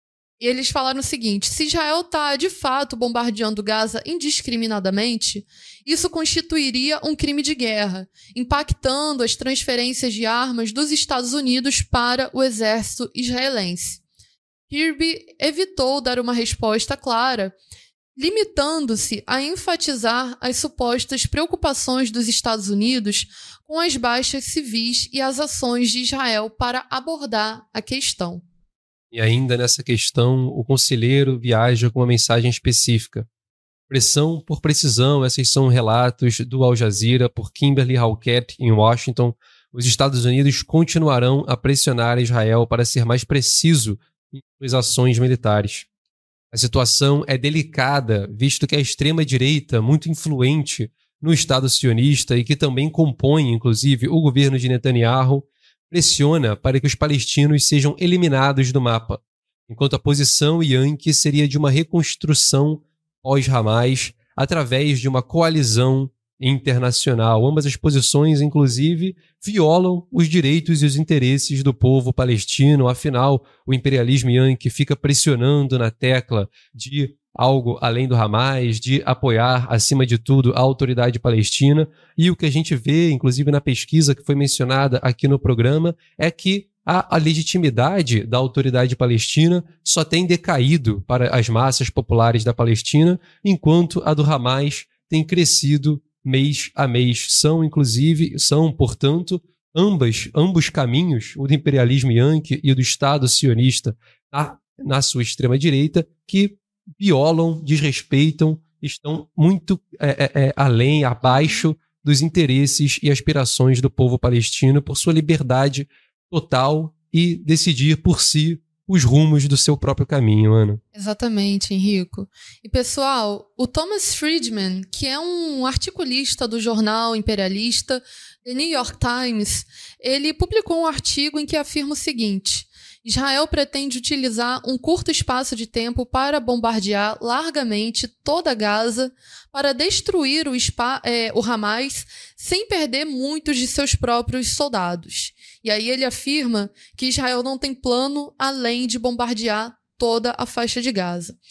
E eles falaram o seguinte: se Israel está, de fato, bombardeando Gaza indiscriminadamente, isso constituiria um crime de guerra, impactando as transferências de armas dos Estados Unidos para o exército israelense. Kirby evitou dar uma resposta clara, limitando-se a enfatizar as supostas preocupações dos Estados Unidos com as baixas civis e as ações de Israel para abordar a questão. E ainda nessa questão, o conselheiro viaja com uma mensagem específica. Pressão por precisão, esses são relatos do Al Jazeera por Kimberly Halkett em Washington. Os Estados Unidos continuarão a pressionar Israel para ser mais preciso em suas ações militares. A situação é delicada, visto que a extrema-direita, muito influente no Estado sionista e que também compõe, inclusive, o governo de Netanyahu, pressiona para que os palestinos sejam eliminados do mapa, enquanto a posição Yankee seria de uma reconstrução pós-Hamas através de uma coalizão internacional. Ambas as posições, inclusive, violam os direitos e os interesses do povo palestino. Afinal, o imperialismo Yankee fica pressionando na tecla de algo além do Hamas, de apoiar, acima de tudo, a autoridade palestina. E o que a gente vê, inclusive na pesquisa que foi mencionada aqui no programa, é que a, a legitimidade da autoridade palestina só tem decaído para as massas populares da Palestina, enquanto a do Hamas tem crescido mês a mês. São, inclusive, são, portanto, ambas, ambos caminhos, o do imperialismo Yankee e o do Estado sionista na, na sua extrema-direita, que violam, desrespeitam, estão muito é, é, além, abaixo dos interesses e aspirações do povo palestino por sua liberdade total e decidir por si os rumos do seu próprio caminho, Ana. Exatamente, Henrico. E, pessoal, o Thomas Friedman, que é um articulista do jornal imperialista The New York Times, ele publicou um artigo em que afirma o seguinte: Israel pretende utilizar um curto espaço de tempo para bombardear largamente toda Gaza para destruir o, spa, é, o Hamas sem perder muitos de seus próprios soldados. E aí ele afirma que Israel não tem plano além de bombardear toda a faixa de Gaza.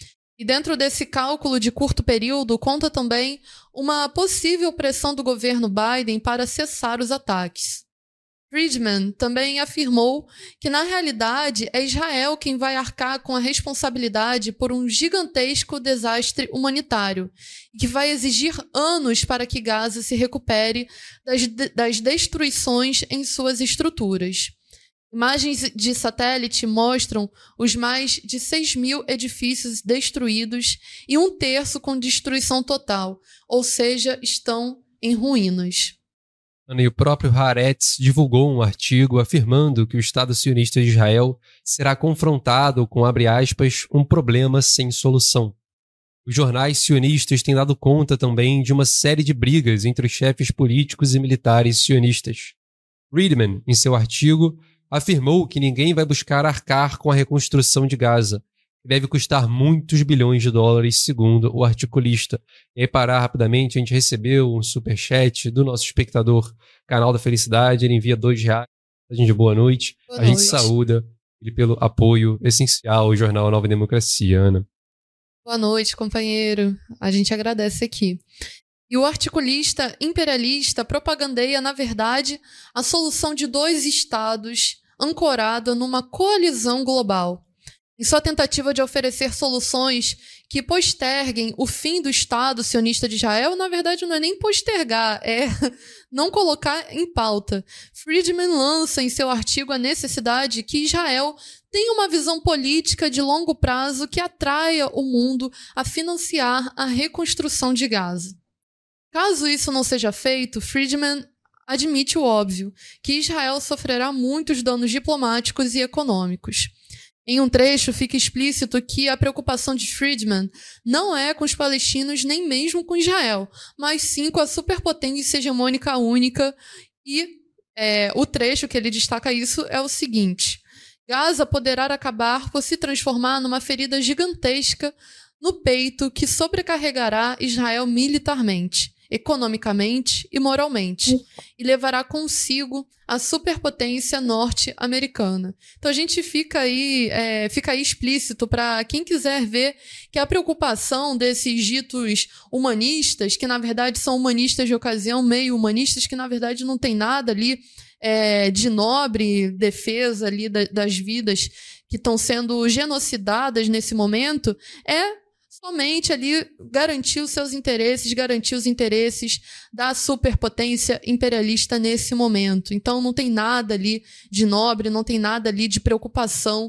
E dentro desse cálculo de curto período, conta também uma possível pressão do governo Biden para cessar os ataques. Friedman também afirmou que, na realidade, é Israel quem vai arcar com a responsabilidade por um gigantesco desastre humanitário e que vai exigir anos para que Gaza se recupere das, das destruições em suas estruturas. Imagens de satélite mostram os mais de seis mil edifícios destruídos e um terço com destruição total, ou seja, estão em ruínas. E o próprio Haaretz divulgou um artigo afirmando que o Estado sionista de Israel será confrontado com, abre aspas, um problema sem solução. Os jornais sionistas têm dado conta também de uma série de brigas entre os chefes políticos e militares sionistas. Friedman, em seu artigo, afirmou que ninguém vai buscar arcar com a reconstrução de Gaza, que deve custar muitos bilhões de dólares, segundo o articulista. E aí, parar rapidamente, a gente recebeu um superchat do nosso espectador, Canal da Felicidade, ele envia dois reais, a gente boa noite, boa a noite. gente saúda ele pelo apoio essencial ao jornal Nova Democracia, Ana. Boa noite, companheiro, a gente agradece aqui. E o articulista imperialista propagandeia, na verdade, a solução de dois estados ancorada numa coalizão global. Em sua tentativa de oferecer soluções que posterguem o fim do Estado sionista de Israel, na verdade não é nem postergar, é não colocar em pauta. Friedman lança em seu artigo a necessidade que Israel tenha uma visão política de longo prazo que atraia o mundo a financiar a reconstrução de Gaza. Caso isso não seja feito, Friedman admite o óbvio, que Israel sofrerá muitos danos diplomáticos e econômicos. Em um trecho, fica explícito que a preocupação de Friedman não é com os palestinos nem mesmo com Israel, mas sim com a superpotência hegemônica única. E é, o trecho que ele destaca isso é o seguinte: Gaza poderá acabar por se transformar numa ferida gigantesca no peito que sobrecarregará Israel militarmente, economicamente e moralmente, e levará consigo a superpotência norte-americana. Então a gente fica aí, é, fica aí explícito para quem quiser ver que a preocupação desses ditos humanistas, que na verdade são humanistas de ocasião, meio humanistas, que na verdade não tem nada ali é, de nobre defesa ali da, das vidas que estão sendo genocidadas nesse momento, é somente ali garantir os seus interesses, garantir os interesses da superpotência imperialista nesse momento. Então não tem nada ali de nobre, não tem nada ali de preocupação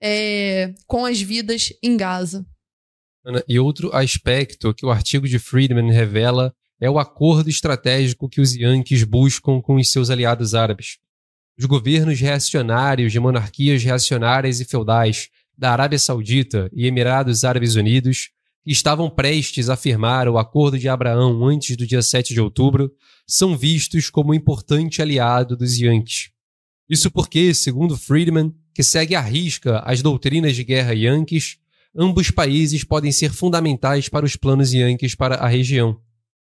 é, com as vidas em Gaza. Ana, e outro aspecto que o artigo de Friedman revela é o acordo estratégico que os Yankees buscam com os seus aliados árabes. Os governos reacionários de monarquias reacionárias e feudais da Arábia Saudita e Emirados Árabes Unidos, que estavam prestes a firmar o Acordo de Abraão antes do dia sete de outubro, são vistos como um importante aliado dos Yankees. Isso porque, segundo Friedman, que segue à risca as doutrinas de guerra Yankees, ambos países podem ser fundamentais para os planos Yankees para a região.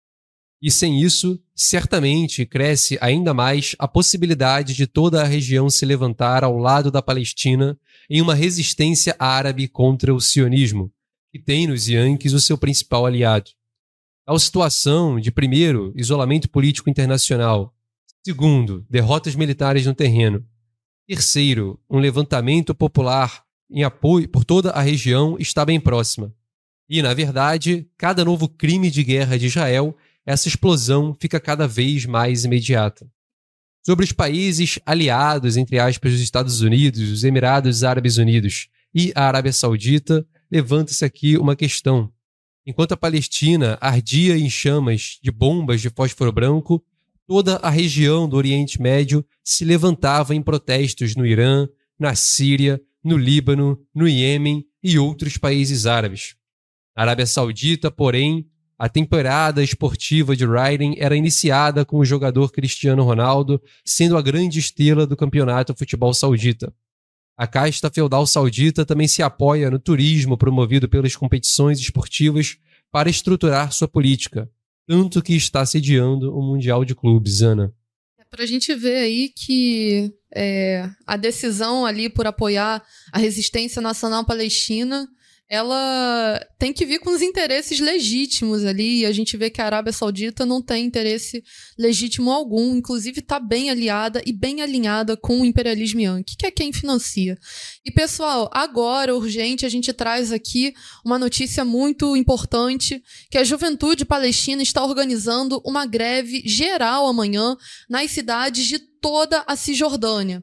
E sem isso, certamente cresce ainda mais a possibilidade de toda a região se levantar ao lado da Palestina em uma resistência árabe contra o sionismo, que tem nos Yankees o seu principal aliado. A situação de, primeiro, isolamento político internacional, segundo, derrotas militares no terreno, terceiro, um levantamento popular em apoio por toda a região está bem próxima. E, na verdade, cada novo crime de guerra de Israel, essa explosão fica cada vez mais imediata. Sobre os países aliados, entre aspas, dos Estados Unidos, os Emirados Árabes Unidos e a Arábia Saudita, levanta-se aqui uma questão. Enquanto a Palestina ardia em chamas de bombas de fósforo branco, toda a região do Oriente Médio se levantava em protestos no Irã, na Síria, no Líbano, no Iêmen e outros países árabes. Na Arábia Saudita, porém, a temporada esportiva de Riding era iniciada com o jogador Cristiano Ronaldo sendo a grande estrela do campeonato de futebol saudita. A casta feudal saudita também se apoia no turismo promovido pelas competições esportivas para estruturar sua política, tanto que está sediando o Mundial de Clubes, Ana. É para a gente ver aí que é, a decisão ali por apoiar a resistência nacional palestina ela tem que vir com os interesses legítimos ali, e a gente vê que a Arábia Saudita não tem interesse legítimo algum, inclusive está bem aliada e bem alinhada com o imperialismo yankee, que é quem financia. E, pessoal, agora, urgente, a gente traz aqui uma notícia muito importante, que a juventude palestina está organizando uma greve geral amanhã nas cidades de toda a Cisjordânia.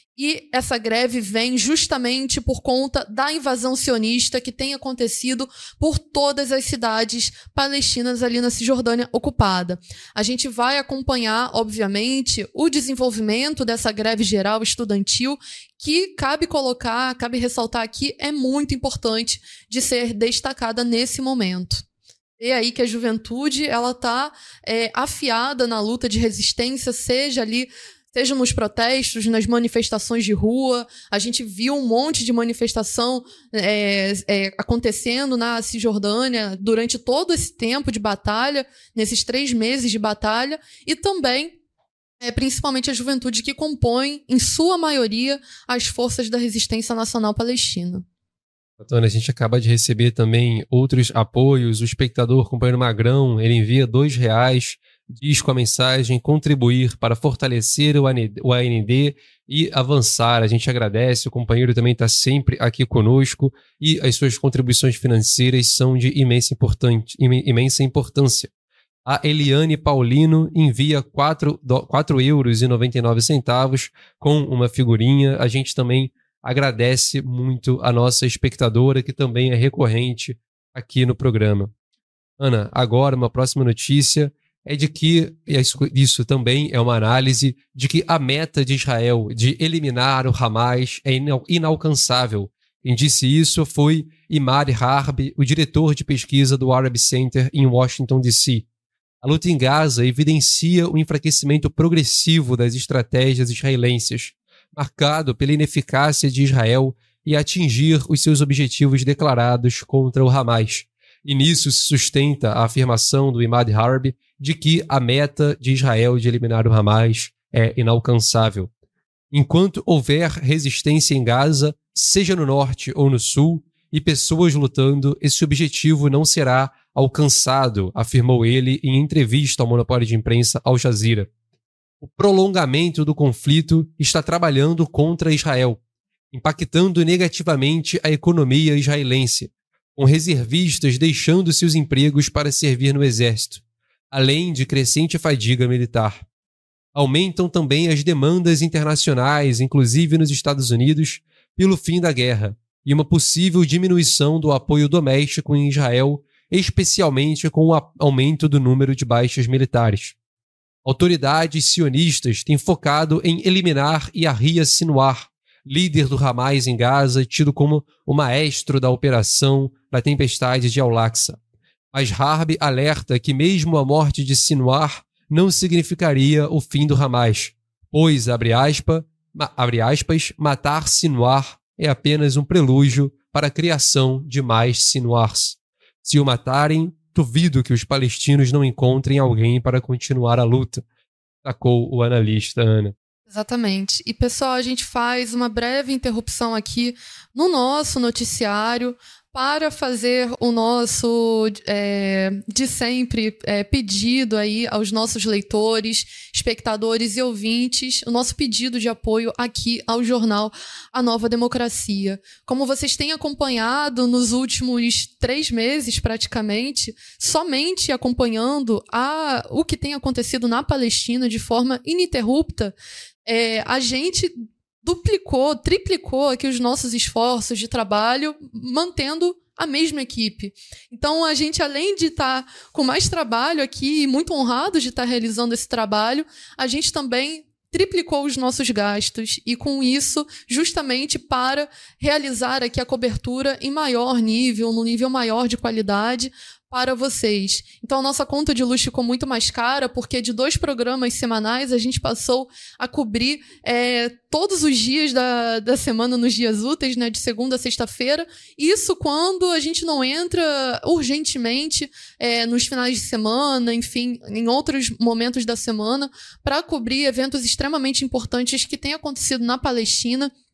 E essa greve vem justamente por conta da invasão sionista que tem acontecido por todas as cidades palestinas ali na Cisjordânia ocupada. A gente vai acompanhar, obviamente, o desenvolvimento dessa greve geral estudantil, que cabe colocar, cabe ressaltar aqui, é muito importante de ser destacada nesse momento. E aí que a juventude ela está é, afiada na luta de resistência, seja ali seja nos protestos, nas manifestações de rua. A gente viu um monte de manifestação é, é, acontecendo na Cisjordânia durante todo esse tempo de batalha, nesses três meses de batalha, e também, é, principalmente, a juventude que compõe, em sua maioria, as forças da resistência nacional palestina. Antônio, a gente acaba de receber também outros apoios. O espectador companheiro Magrão, ele envia dois reais, diz com a mensagem contribuir para fortalecer o A N D e avançar. A gente agradece, o companheiro também está sempre aqui conosco e as suas contribuições financeiras são de imensa, importante, imensa importância. A Eliane Paulino envia quatro euros e noventa e nove centavos com uma figurinha. A gente também agradece muito a nossa espectadora, que também é recorrente aqui no programa. Ana, agora uma próxima notícia é de que, isso também é uma análise, de que a meta de Israel de eliminar o Hamas é inalcançável. Quem disse isso foi Imad Harb, o diretor de pesquisa do Arab Center em Washington, D C A luta em Gaza evidencia o enfraquecimento progressivo das estratégias israelenses, marcado pela ineficácia de Israel em atingir os seus objetivos declarados contra o Hamas. E nisso se sustenta a afirmação do Imad Harb de que a meta de Israel de eliminar o Hamas é inalcançável. Enquanto houver resistência em Gaza, seja no norte ou no sul, e pessoas lutando, esse objetivo não será alcançado, afirmou ele em entrevista ao monopólio de imprensa Al Jazeera. O prolongamento do conflito está trabalhando contra Israel, impactando negativamente a economia israelense, com reservistas deixando seus empregos para servir no exército, além de crescente fadiga militar. Aumentam também as demandas internacionais, inclusive nos Estados Unidos, pelo fim da guerra e uma possível diminuição do apoio doméstico em Israel, especialmente com o aumento do número de baixas militares. Autoridades sionistas têm focado em eliminar Yahya Sinwar, líder do Hamas em Gaza, tido como o maestro da operação da tempestade de Al-Aqsa. Mas Harb alerta que mesmo a morte de Sinwar não significaria o fim do Hamas, pois, abre aspas, abre aspas, matar Sinwar é apenas um prelúdio para a criação de mais Sinwars. Se o matarem, duvido que os palestinos não encontrem alguém para continuar a luta, destacou o analista, Ana. Exatamente. E, pessoal, a gente faz uma breve interrupção aqui no nosso noticiário para fazer o nosso, é, de sempre, é, pedido aí aos nossos leitores, espectadores e ouvintes, o nosso pedido de apoio aqui ao jornal A Nova Democracia. Como vocês têm acompanhado nos últimos três meses, praticamente, somente acompanhando a, o que tem acontecido na Palestina de forma ininterrupta, é, a gente duplicou, triplicou aqui os nossos esforços de trabalho, mantendo a mesma equipe. Então, a gente, além de estar com mais trabalho aqui, e muito honrado de estar realizando esse trabalho, a gente também triplicou os nossos gastos e, com isso, justamente para realizar aqui a cobertura em maior nível, no nível maior de qualidade, para vocês. Então, a nossa conta de luz ficou muito mais cara, porque de dois programas semanais a gente passou a cobrir é, todos os dias da, da semana, nos dias úteis, né, de segunda a sexta-feira. Isso quando a gente não entra urgentemente é, nos finais de semana, enfim, em outros momentos da semana, para cobrir eventos extremamente importantes que têm acontecido na Palestina.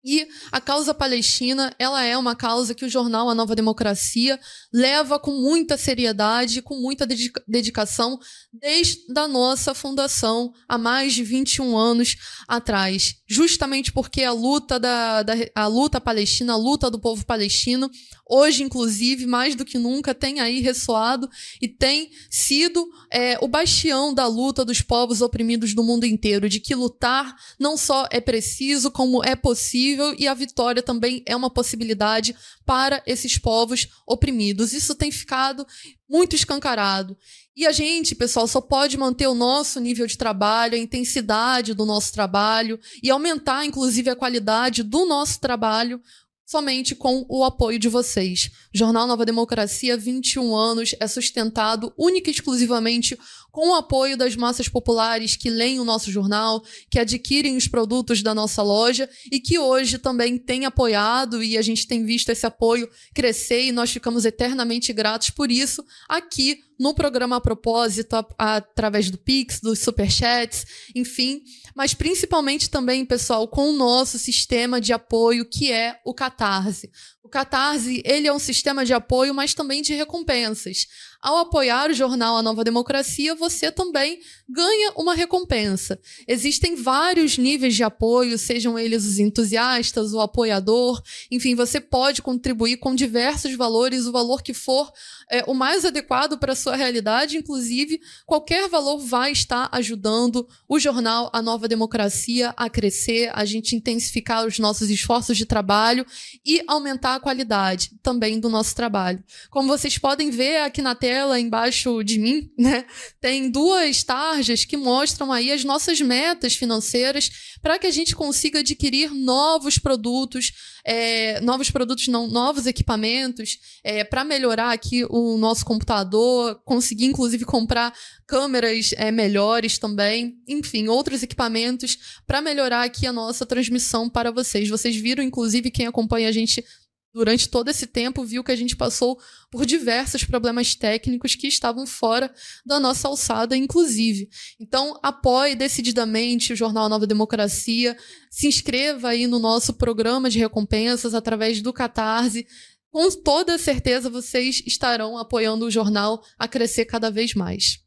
E a causa palestina, ela é uma causa que o jornal A Nova Democracia leva com muita seriedade, com muita dedica- dedicação, desde a nossa fundação, há mais de vinte e um anos atrás. Justamente porque a luta, da, da, a luta palestina, a luta do povo palestino, hoje, inclusive, mais do que nunca, tem aí ressoado e tem sido é, o bastião da luta dos povos oprimidos do mundo inteiro, de que lutar não só é preciso, como é possível, e a vitória também é uma possibilidade para esses povos oprimidos. Isso tem ficado muito escancarado. E a gente, pessoal, só pode manter o nosso nível de trabalho, a intensidade do nosso trabalho e aumentar, inclusive, a qualidade do nosso trabalho somente com o apoio de vocês. O Jornal Nova Democracia, vinte e um anos, é sustentado única e exclusivamente com o apoio das massas populares que leem o nosso jornal, que adquirem os produtos da nossa loja e que hoje também têm apoiado, e a gente tem visto esse apoio crescer e nós ficamos eternamente gratos por isso aqui no programa A Propósito, a, a, através do Pix, dos Superchats, enfim, mas principalmente também, pessoal, com o nosso sistema de apoio, que é o Catarse. O Catarse, ele é um sistema de apoio, mas também de recompensas. Ao apoiar o jornal A Nova Democracia, você também ganha uma recompensa. Existem vários níveis de apoio, sejam eles os entusiastas, o apoiador, enfim, você pode contribuir com diversos valores, o valor que for é, o mais adequado para a sua realidade, inclusive, qualquer valor vai estar ajudando o jornal A Nova Democracia a crescer, a gente intensificar os nossos esforços de trabalho e aumentar a qualidade também do nosso trabalho. Como vocês podem ver aqui na tela, embaixo de mim, né, tem duas tarjas que mostram aí as nossas metas financeiras para que a gente consiga adquirir novos produtos, é, novos produtos não, novos equipamentos, é, para melhorar aqui o nosso computador, conseguir inclusive comprar câmeras é, melhores também, enfim, outros equipamentos para melhorar aqui a nossa transmissão para vocês. Vocês viram, inclusive, quem acompanha a gente durante todo esse tempo, viu que a gente passou por diversos problemas técnicos que estavam fora da nossa alçada, inclusive. Então, apoie decididamente o Jornal Nova Democracia, se inscreva aí no nosso programa de recompensas através do Catarse. Com toda certeza, vocês estarão apoiando o jornal a crescer cada vez mais.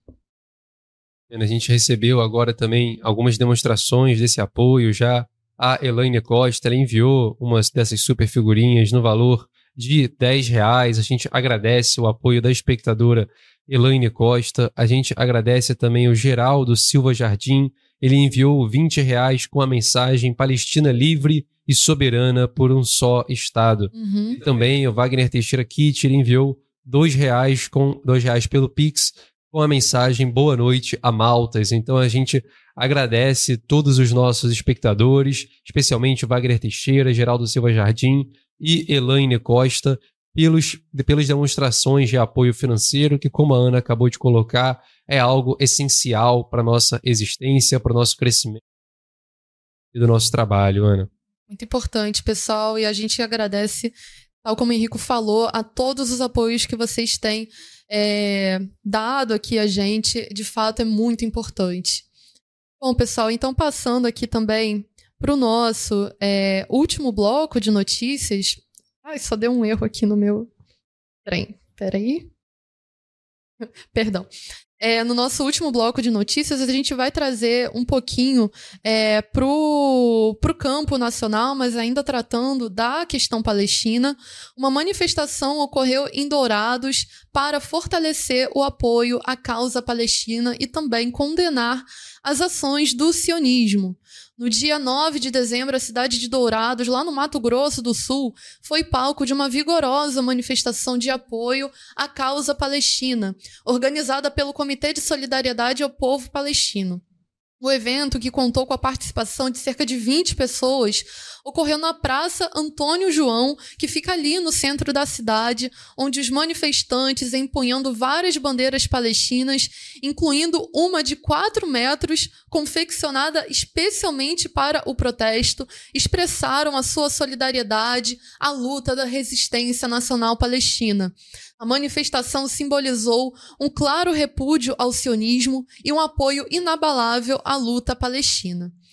A gente recebeu agora também algumas demonstrações desse apoio já. A Elaine Costa, ela enviou uma dessas super figurinhas no valor de dez reais. A gente agradece o apoio da espectadora Elaine Costa. A gente agradece também o Geraldo Silva Jardim. Ele enviou vinte reais com a mensagem Palestina livre e soberana por um só Estado. Uhum. E também o Wagner Teixeira Kitt, ele enviou dois reais, com, dois reais pelo Pix com a mensagem boa noite a Maltas. Então a gente agradece todos os nossos espectadores, especialmente o Wagner Teixeira, Geraldo Silva Jardim e Elaine Costa, pelos, pelas demonstrações de apoio financeiro, que, como a Ana acabou de colocar, é algo essencial para a nossa existência, para o nosso crescimento e do nosso trabalho, Ana. Muito importante, pessoal, e a gente agradece, tal como o Henrico falou, a todos os apoios que vocês têm é, dado aqui a gente. De fato, é muito importante. Bom, pessoal, então passando aqui também para o nosso é, último bloco de notícias. Ai, só deu um erro aqui no meu trem. Peraí. Perdão. É, no nosso último bloco de notícias, a gente vai trazer um pouquinho é, para o campo nacional, mas ainda tratando da questão palestina. Uma manifestação ocorreu em Dourados para fortalecer o apoio à causa palestina e também condenar as ações do sionismo. No dia nove de dezembro, a cidade de Dourados, lá no Mato Grosso do Sul, foi palco de uma vigorosa manifestação de apoio à causa palestina, organizada pelo Comitê de Solidariedade ao Povo Palestino. O evento, que contou com a participação de cerca de vinte pessoas, ocorreu na Praça Antônio João, que fica ali no centro da cidade, onde os manifestantes, empunhando várias bandeiras palestinas, incluindo uma de quatro metros, confeccionada especialmente para o protesto, expressaram a sua solidariedade à luta da resistência nacional palestina. A manifestação simbolizou um claro repúdio ao sionismo e um apoio inabalável à luta palestina.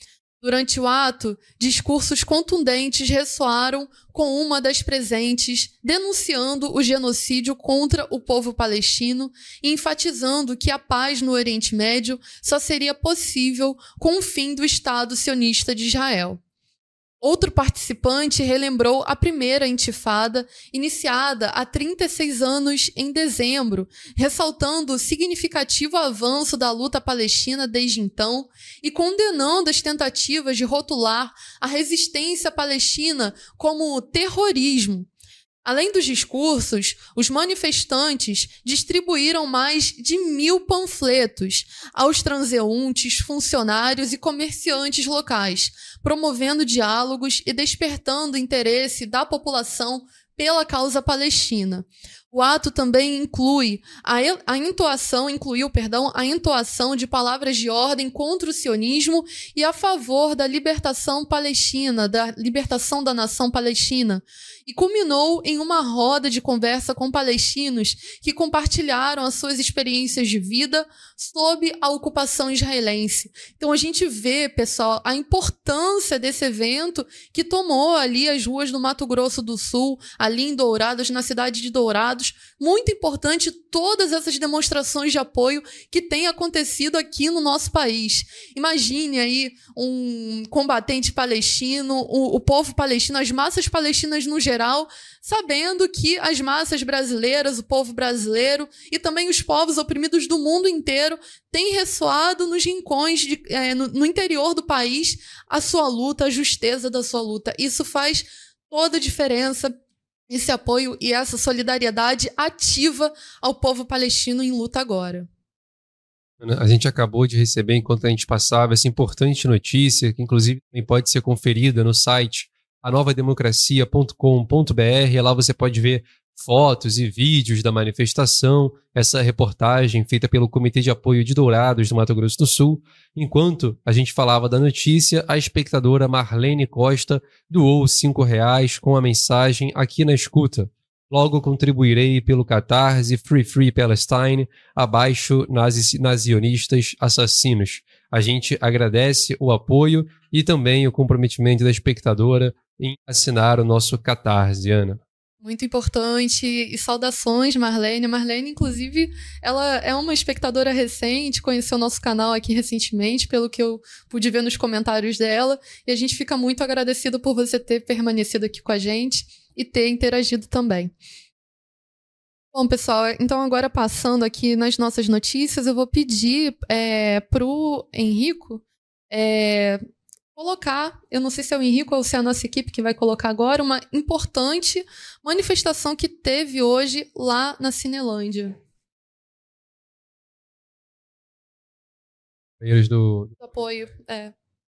Durante o ato, discursos contundentes ressoaram com uma das presentes, denunciando o genocídio contra o povo palestino e enfatizando que a paz no Oriente Médio só seria possível com o fim do Estado sionista de Israel. Outro participante relembrou a primeira intifada, iniciada há trinta e seis anos em dezembro, ressaltando o significativo avanço da luta palestina desde então e condenando as tentativas de rotular a resistência palestina como terrorismo. Além dos discursos, os manifestantes distribuíram mais de mil panfletos aos transeuntes, funcionários e comerciantes locais, promovendo diálogos e despertando interesse da população pela causa palestina. O ato também inclui a, a entoação, incluiu, perdão, a entoação de palavras de ordem contra o sionismo e a favor da libertação palestina, da libertação da nação palestina, e culminou em uma roda de conversa com palestinos que compartilharam as suas experiências de vida sob a ocupação israelense. Então a gente vê, pessoal, a importância desse evento que tomou ali as ruas do Mato Grosso do Sul, ali em Dourados, na cidade de Dourados. Muito importante todas essas demonstrações de apoio que têm acontecido aqui no nosso país. Imagine aí um combatente palestino, o, o povo palestino, as massas palestinas no geral, sabendo que as massas brasileiras, o povo brasileiro e também os povos oprimidos do mundo inteiro têm ressoado nos rincões, de, é, no, no interior do país, a sua luta, a justeza da sua luta. Isso faz toda a diferença, esse apoio e essa solidariedade ativa ao povo palestino em luta agora. A gente acabou de receber, enquanto a gente passava, essa importante notícia, que inclusive também pode ser conferida no site a nova democracia ponto com ponto b r. Lá você pode ver fotos e vídeos da manifestação, essa reportagem feita pelo Comitê de Apoio de Dourados do Mato Grosso do Sul. Enquanto a gente falava da notícia, a espectadora Marlene Costa doou cinco reais com a mensagem aqui na escuta: logo contribuirei pelo Catarse Free Free Palestine, abaixo nazi, nazionistas assassinos. A gente agradece o apoio e também o comprometimento da espectadora em assinar o nosso Catarse, Ana. Muito importante, e saudações, Marlene. Marlene, inclusive, ela é uma espectadora recente, conheceu o nosso canal aqui recentemente, pelo que eu pude ver nos comentários dela, e a gente fica muito agradecido por você ter permanecido aqui com a gente e ter interagido também. Bom, pessoal, então agora passando aqui nas nossas notícias, eu vou pedir é, para o Henrico é, colocar, eu não sei se é o Henrico ou se é a nossa equipe que vai colocar agora, uma importante manifestação que teve hoje lá na Cinelândia. Eles do... do apoio, é.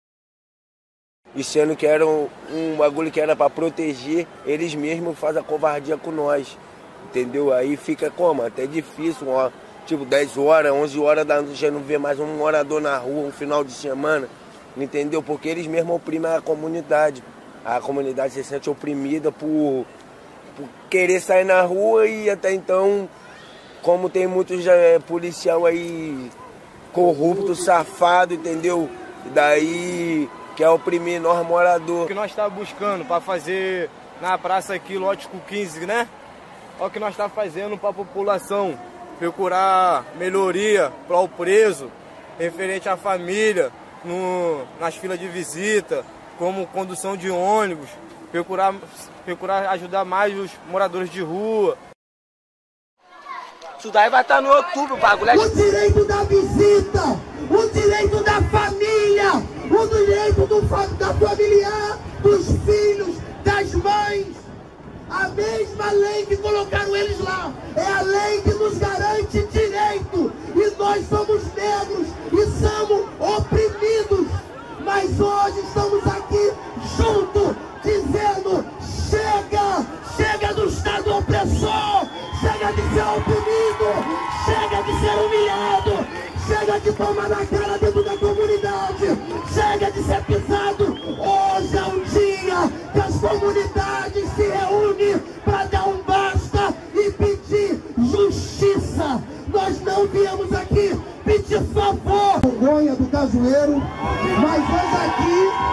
E sendo que era um, um bagulho que era para proteger, eles mesmos fazem a covardia com nós, entendeu? Aí fica como? Até difícil, ó, tipo dez horas, onze horas da noite, já não vê mais um morador na rua, um final de semana, entendeu? Porque eles mesmos oprimem a comunidade. A comunidade se sente oprimida por, por querer sair na rua e até então, como tem muitos é, policial aí corrupto, safado, entendeu? E daí quer oprimir nós moradores. O que nós estamos buscando para fazer na praça aqui, Lótico quinze, né? Olha o que nós estamos fazendo para a população. Procurar melhoria para o preso, referente à família, no, nas filas de visita, como condução de ônibus, procurar, procurar ajudar mais os moradores de rua. Isso daí vai estar no outubro, o bagulho é... O direito da visita, o direito da família, o direito do, da familiar, dos filhos, das mães. A mesma lei que colocaram eles lá é a lei que nos garante direito. E nós somos negros e somos oprimidos. Mas hoje estamos aqui juntos, dizendo: chega, chega do Estado opressor, chega de ser oprimido, chega de ser humilhado, chega de tomar na cara dentro da comunidade, chega de ser pisado. Hoje é um dia que as comunidades se reúnem para dar um basta e pedir justiça. Nós não viemos aqui pedir favor. Vergonha do cajueiro, mas hoje aqui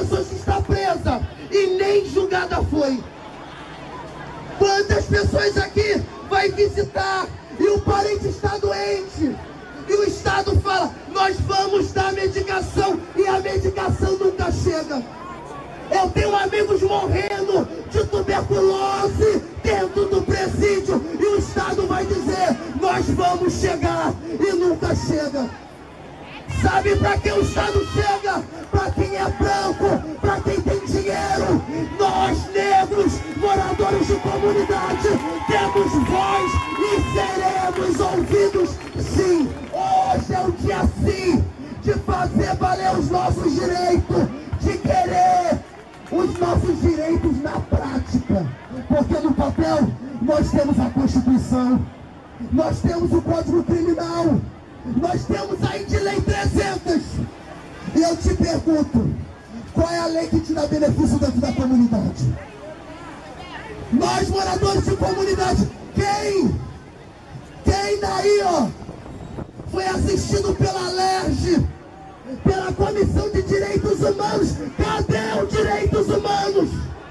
pessoas que está presa e nem julgada foi? Quantas pessoas aqui vai visitar e o parente está doente e o Estado fala, nós vamos dar medicação e a medicação nunca chega? Eu tenho amigos morrendo de tuberculose dentro do presídio e o Estado vai dizer, nós vamos chegar e nunca chega. Sabe para quem o Estado chega? Para quem é branco, para quem tem dinheiro. Nós, negros, moradores de comunidade, temos voz e seremos ouvidos sim. Hoje é o dia sim de fazer valer os nossos direitos, de querer os nossos direitos na prática. Porque no papel nós temos a Constituição, nós temos o Código Criminal, nós temos aí de lei trezentos. E eu te pergunto, qual é a lei que te dá benefício dentro da comunidade? Nós, moradores de comunidade, quem? Quem daí, ó, foi assistido pela L E R J, pela Comissão de Direitos Humanos? Cadê os direitos humanos?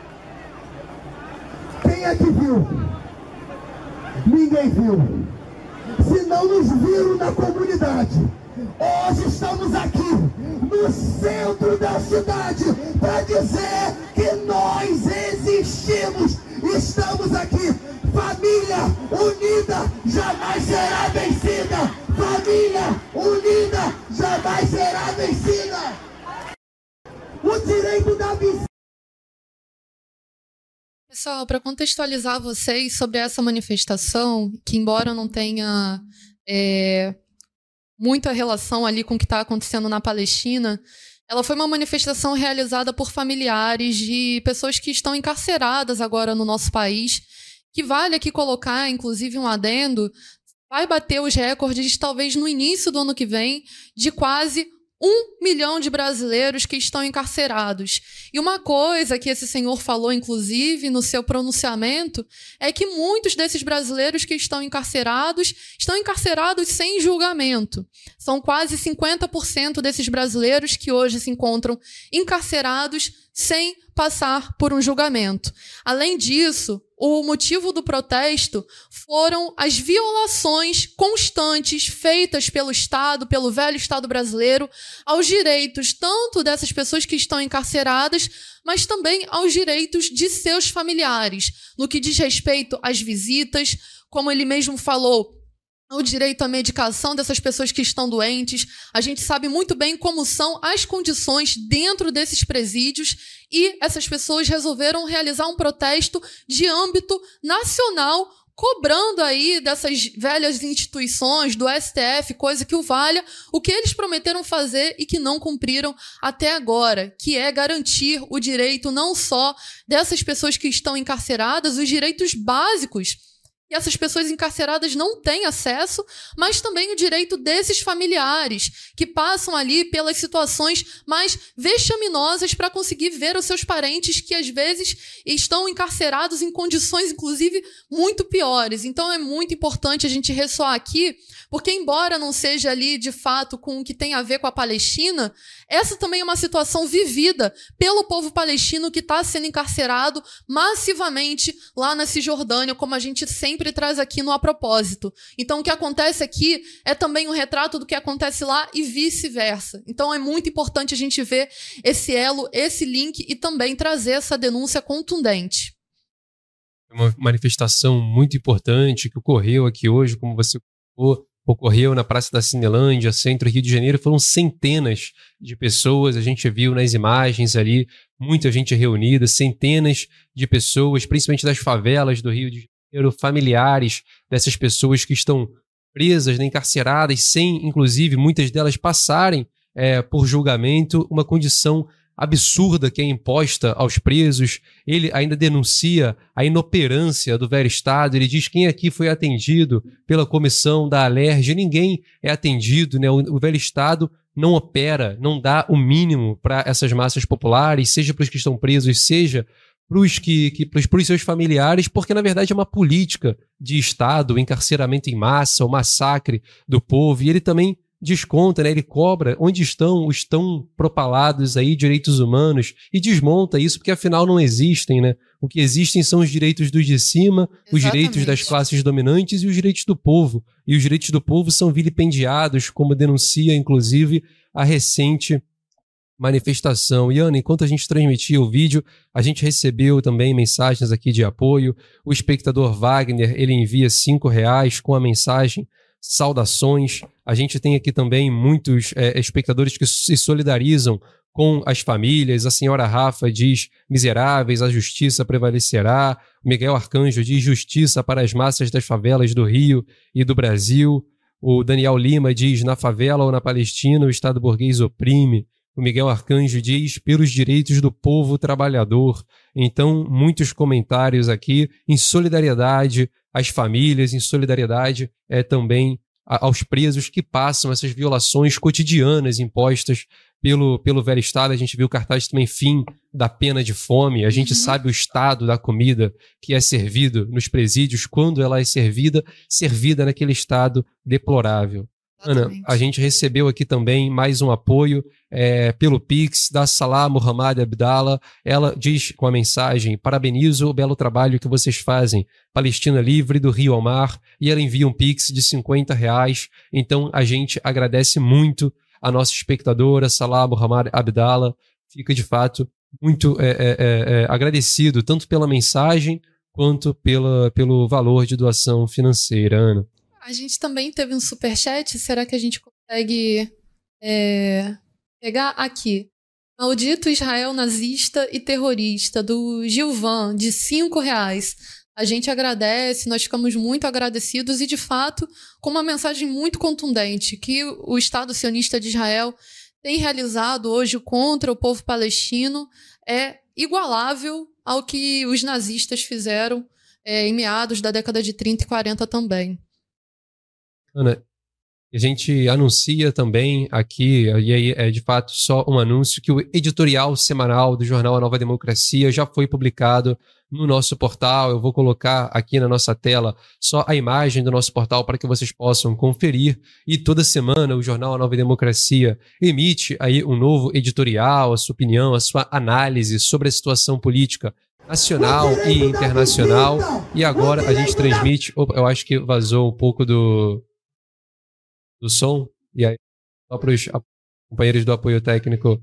Quem é que viu? Ninguém viu. Se não nos viram na comunidade, hoje estamos aqui no centro da cidade para dizer que nós existimos. Estamos aqui. Família unida jamais será vencida. Família unida jamais será vencida. O direito da visita. Pessoal, para contextualizar vocês sobre essa manifestação, que embora não tenha é, muita relação ali com o que está acontecendo na Palestina, ela foi uma manifestação realizada por familiares de pessoas que estão encarceradas agora no nosso país, que vale aqui colocar, inclusive, um adendo, vai bater os recordes, talvez no início do ano que vem, de quase um milhão de brasileiros que estão encarcerados. E uma coisa que esse senhor falou, inclusive, no seu pronunciamento, é que muitos desses brasileiros que estão encarcerados, estão encarcerados sem julgamento. São quase cinquenta por cento desses brasileiros que hoje se encontram encarcerados sem passar por um julgamento. Além disso, o motivo do protesto foram as violações constantes feitas pelo Estado, pelo velho Estado brasileiro, aos direitos tanto dessas pessoas que estão encarceradas, mas também aos direitos de seus familiares, no que diz respeito às visitas, como ele mesmo falou, o direito à medicação dessas pessoas que estão doentes. A gente sabe muito bem como são as condições dentro desses presídios e essas pessoas resolveram realizar um protesto de âmbito nacional, cobrando aí dessas velhas instituições, do S T F, coisa que o valha, o que eles prometeram fazer e que não cumpriram até agora, que é garantir o direito não só dessas pessoas que estão encarceradas, os direitos básicos que essas pessoas encarceradas não têm acesso, mas também o direito desses familiares, que passam ali pelas situações mais vexaminosas para conseguir ver os seus parentes que, às vezes, estão encarcerados em condições, inclusive, muito piores. Então, é muito importante a gente ressoar aqui, porque, embora não seja ali, de fato, com o que tem a ver com a Palestina, essa também é uma situação vivida pelo povo palestino que está sendo encarcerado massivamente lá na Cisjordânia, como a gente sempre traz aqui no A Propósito. Então, o que acontece aqui é também um retrato do que acontece lá e vice-versa. Então, é muito importante a gente ver esse elo, esse link e também trazer essa denúncia contundente. É uma manifestação muito importante que ocorreu aqui hoje, como você colocou, ocorreu na Praça da Cinelândia, centro Rio de Janeiro. Foram centenas de pessoas, a gente viu nas imagens ali, muita gente reunida, centenas de pessoas, principalmente das favelas do Rio de Janeiro, familiares dessas pessoas que estão presas, né, encarceradas, sem, inclusive, muitas delas passarem é, por julgamento, uma condição absurda que é imposta aos presos. Ele ainda denuncia a inoperância do velho Estado. Ele diz: quem aqui foi atendido pela comissão da L E R J? Ninguém é atendido, né? O, o velho Estado não opera, não dá o mínimo para essas massas populares, seja para os que estão presos, seja para os que, que, pros seus familiares, porque na verdade é uma política de Estado, o encarceramento em massa, o massacre do povo. E ele também desconta, né? Ele cobra onde estão os tão propalados aí direitos humanos e desmonta isso, porque afinal não existem, né? O que existem são os direitos dos de cima, Exatamente. Os direitos das classes dominantes e os direitos do povo. E os direitos do povo são vilipendiados, como denuncia, inclusive, a recente manifestação. E, Ana, enquanto a gente transmitia o vídeo, a gente recebeu também mensagens aqui de apoio. O espectador Wagner, ele envia cinco reais com a mensagem saudações. A gente tem aqui também muitos é, espectadores que se solidarizam com as famílias. A senhora Rafa diz: miseráveis, a justiça prevalecerá. O Miguel Arcanjo diz: justiça para as massas das favelas do Rio e do Brasil. O Daniel Lima diz: na favela ou na Palestina o Estado burguês oprime. O Miguel Arcanjo diz: pelos direitos do povo trabalhador. Então, muitos comentários aqui em solidariedade às famílias, em solidariedade é, também a, aos presos que passam essas violações cotidianas impostas pelo, pelo velho Estado. A gente viu o cartaz também: fim da pena de fome. A gente uhum. sabe o estado da comida que é servido nos presídios, quando ela é servida, servida naquele estado deplorável. Ana, a gente recebeu aqui também mais um apoio é, pelo Pix da Salah Muhammad Abdallah. Ela diz com a mensagem: parabenizo o belo trabalho que vocês fazem, Palestina livre do Rio ao mar. E ela envia um Pix de cinquenta reais. Então a gente agradece muito a nossa espectadora Salah Muhammad Abdallah. Fica de fato muito é, é, é, agradecido tanto pela mensagem quanto pela, pelo valor de doação financeira, Ana. A gente também teve um superchat, será que a gente consegue é, pegar aqui? Maldito Israel nazista e terrorista, do Gilvan, de cinco reais. A gente agradece, nós ficamos muito agradecidos e, de fato, com uma mensagem muito contundente que o Estado sionista de Israel tem realizado hoje contra o povo palestino é igualável ao que os nazistas fizeram é, em meados da década de trinta e quarenta também. Ana, a gente anuncia também aqui, e aí é de fato só um anúncio, que o editorial semanal do jornal A Nova Democracia já foi publicado no nosso portal. Eu vou colocar aqui na nossa tela só a imagem do nosso portal para que vocês possam conferir. E toda semana o jornal A Nova Democracia emite aí um novo editorial, a sua opinião, a sua análise sobre a situação política nacional e internacional. E agora a gente transmite... Opa, eu acho que vazou um pouco do... do som, e aí só para os companheiros do apoio técnico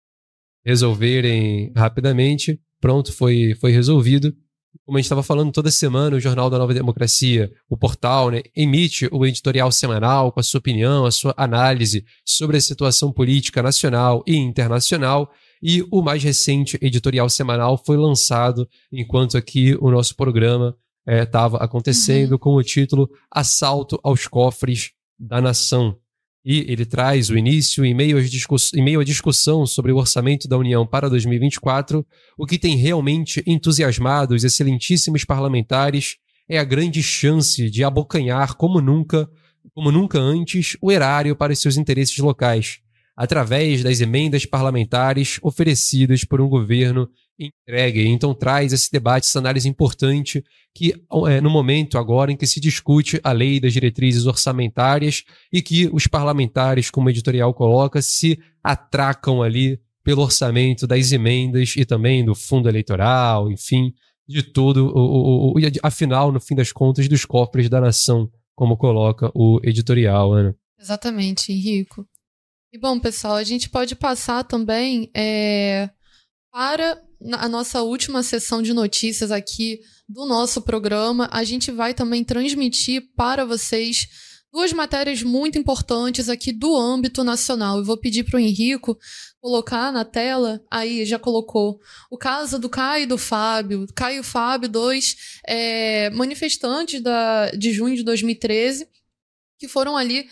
resolverem rapidamente. Pronto, foi, foi resolvido. Como a gente estava falando, toda semana o Jornal da Nova Democracia, o portal, né, emite o editorial semanal com a sua opinião, a sua análise sobre a situação política nacional e internacional. E o mais recente editorial semanal foi lançado enquanto aqui o nosso programa estava é, acontecendo, uhum. com o título Assalto aos Cofres da Nação. E ele traz o início, em meio, às discuss... em meio à discussão sobre o orçamento da União para dois mil e vinte e quatro, o que tem realmente entusiasmado os excelentíssimos parlamentares é a grande chance de abocanhar como nunca, como nunca antes, o erário para os seus interesses locais, através das emendas parlamentares oferecidas por um governo entregue. Então traz esse debate, essa análise importante que é, no momento agora em que se discute a lei das diretrizes orçamentárias e que os parlamentares, como o editorial coloca, se atracam ali pelo orçamento das emendas e também do fundo eleitoral, enfim, de tudo, o, o, o, afinal, no fim das contas, dos cofres da nação, como coloca o editorial, Ana. Exatamente, Henrico. E bom, pessoal, a gente pode passar também é, para a nossa última sessão de notícias aqui do nosso programa. A gente vai também transmitir para vocês duas matérias muito importantes aqui do âmbito nacional. Eu vou pedir para o Henrico colocar na tela, aí já colocou, o caso do Caio e do Fábio. Caio e Fábio, dois é, manifestantes da, de junho de dois mil e treze, que foram ali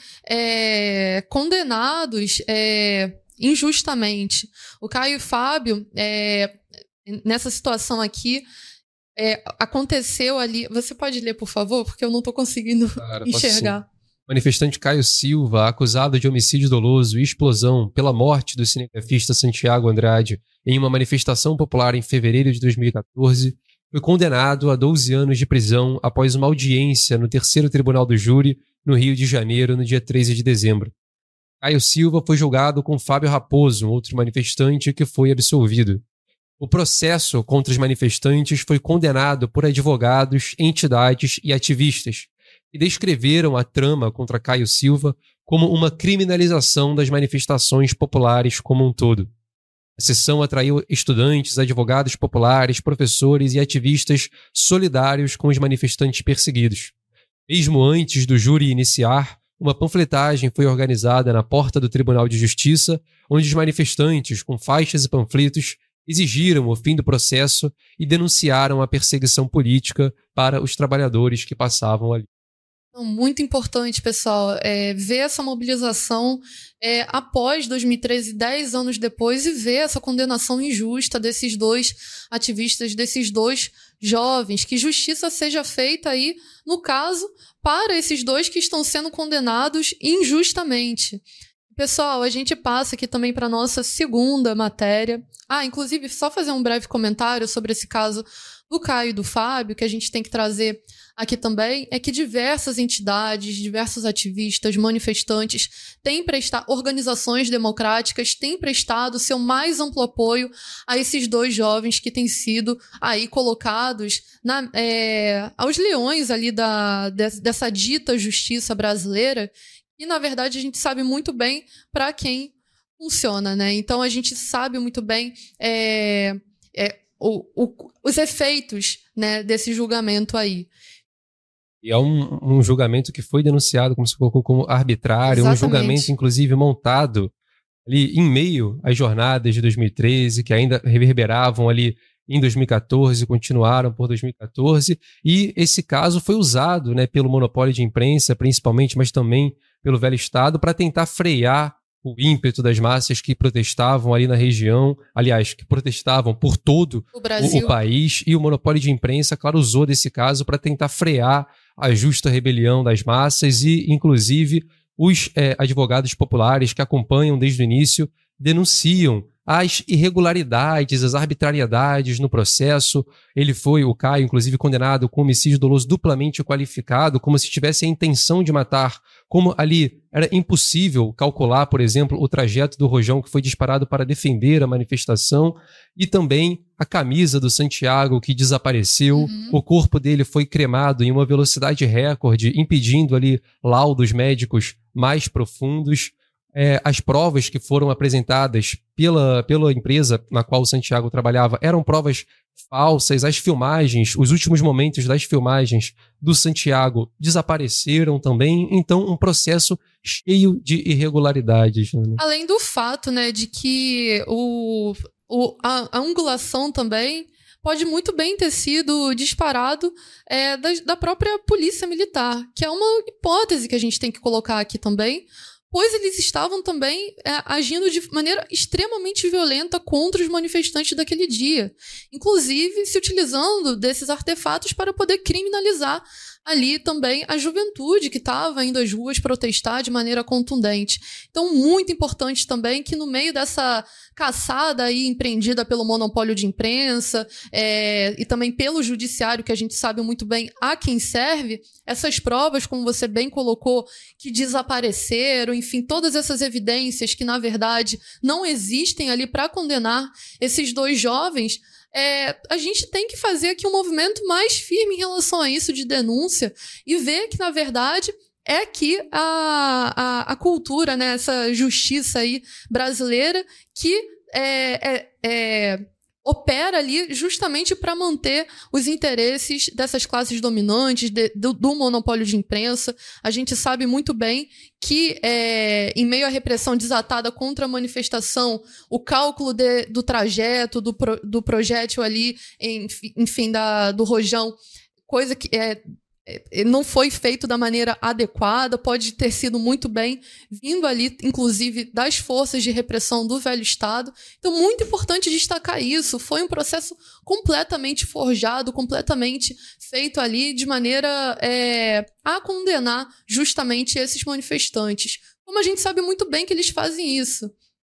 é, condenados é, injustamente. O Caio e Fábio, é, nessa situação aqui, é, aconteceu ali... Você pode ler, por favor? Porque eu não estou conseguindo Cara, enxergar. Manifestante Caio Silva, acusado de homicídio doloso e explosão pela morte do cinegrafista Santiago Andrade em uma manifestação popular em fevereiro de dois mil e quatorze, foi condenado a doze anos de prisão após uma audiência no terceiro Tribunal do Júri, no Rio de Janeiro, no dia treze de dezembro. Caio Silva foi julgado com Fábio Raposo, outro manifestante que foi absolvido. O processo contra os manifestantes foi condenado por advogados, entidades e ativistas, que descreveram a trama contra Caio Silva como uma criminalização das manifestações populares como um todo. A sessão atraiu estudantes, advogados populares, professores e ativistas solidários com os manifestantes perseguidos. Mesmo antes do júri iniciar, uma panfletagem foi organizada na porta do Tribunal de Justiça, onde os manifestantes, com faixas e panfletos, exigiram o fim do processo e denunciaram a perseguição política para os trabalhadores que passavam ali. Muito importante, pessoal, é, ver essa mobilização é, após dois mil e treze, dez anos depois, e ver essa condenação injusta desses dois ativistas, desses dois jovens, que justiça seja feita aí, no caso, para esses dois que estão sendo condenados injustamente. Pessoal, a gente passa aqui também para a nossa segunda matéria. Ah, inclusive, só fazer um breve comentário sobre esse caso do Caio e do Fábio, que a gente tem que trazer aqui também, é que diversas entidades, diversos ativistas, manifestantes, têm prestado, organizações democráticas, têm prestado seu mais amplo apoio a esses dois jovens que têm sido aí colocados na, é, aos leões ali da, dessa dita justiça brasileira, e, na verdade, a gente sabe muito bem para quem funciona, né? Então, a gente sabe muito bem é, é, o, o, os efeitos, né, desse julgamento aí. E é um, um julgamento que foi denunciado, como se colocou, como arbitrário, Exatamente. um julgamento, inclusive, montado ali em meio às jornadas de dois mil e treze, que ainda reverberavam ali em dois mil e quatorze, continuaram por dois mil e quatorze, e esse caso foi usado, né, pelo monopólio de imprensa, principalmente, mas também pelo velho Estado, para tentar frear o ímpeto das massas que protestavam ali na região, aliás, que protestavam por todo o, o, o país, e o monopólio de imprensa, claro, usou desse caso para tentar frear a justa rebelião das massas e, inclusive, os é, advogados populares que acompanham desde o início denunciam as irregularidades, as arbitrariedades no processo. Ele foi, o Caio, inclusive, condenado com homicídio doloso duplamente qualificado, como se tivesse a intenção de matar, como ali era impossível calcular, por exemplo, o trajeto do rojão que foi disparado para defender a manifestação, e também a camisa do Santiago que desapareceu, uhum. o corpo dele foi cremado em uma velocidade recorde, impedindo ali laudos médicos mais profundos. É, as provas que foram apresentadas pela, pela empresa na qual o Santiago trabalhava eram provas falsas. As filmagens, os últimos momentos das filmagens do Santiago desapareceram também. Então, um processo cheio de irregularidades. Né? Além do fato, né, de que o, o, a, a angulação também pode muito bem ter sido disparado é, da, da própria polícia militar, que é uma hipótese que a gente tem que colocar aqui também, pois eles estavam também é, agindo de maneira extremamente violenta contra os manifestantes daquele dia, inclusive se utilizando desses artefatos para poder criminalizar ali também a juventude que estava indo às ruas protestar de maneira contundente. Então, muito importante também que no meio dessa caçada aí empreendida pelo monopólio de imprensa é, e também pelo judiciário, que a gente sabe muito bem a quem serve, essas provas, como você bem colocou, que desapareceram, enfim, todas essas evidências que, na verdade, não existem ali para condenar esses dois jovens, É, a gente tem que fazer aqui um movimento mais firme em relação a isso de denúncia e ver que, na verdade, é que a, a, a cultura, né, essa justiça aí brasileira que é, é, é, opera ali justamente para manter os interesses dessas classes dominantes, de, do, do monopólio de imprensa. A gente sabe muito bem que, é, em meio à repressão desatada contra a manifestação, o cálculo de, do trajeto, do, pro, do projétil ali, enfim, da, do rojão, coisa que é, é, não foi feito da maneira adequada, pode ter sido muito bem vindo ali, inclusive, das forças de repressão do velho Estado. Então, muito importante destacar isso. Foi um processo completamente forjado, completamente feito ali de maneira é, a condenar justamente esses manifestantes. Como a gente sabe muito bem que eles fazem isso.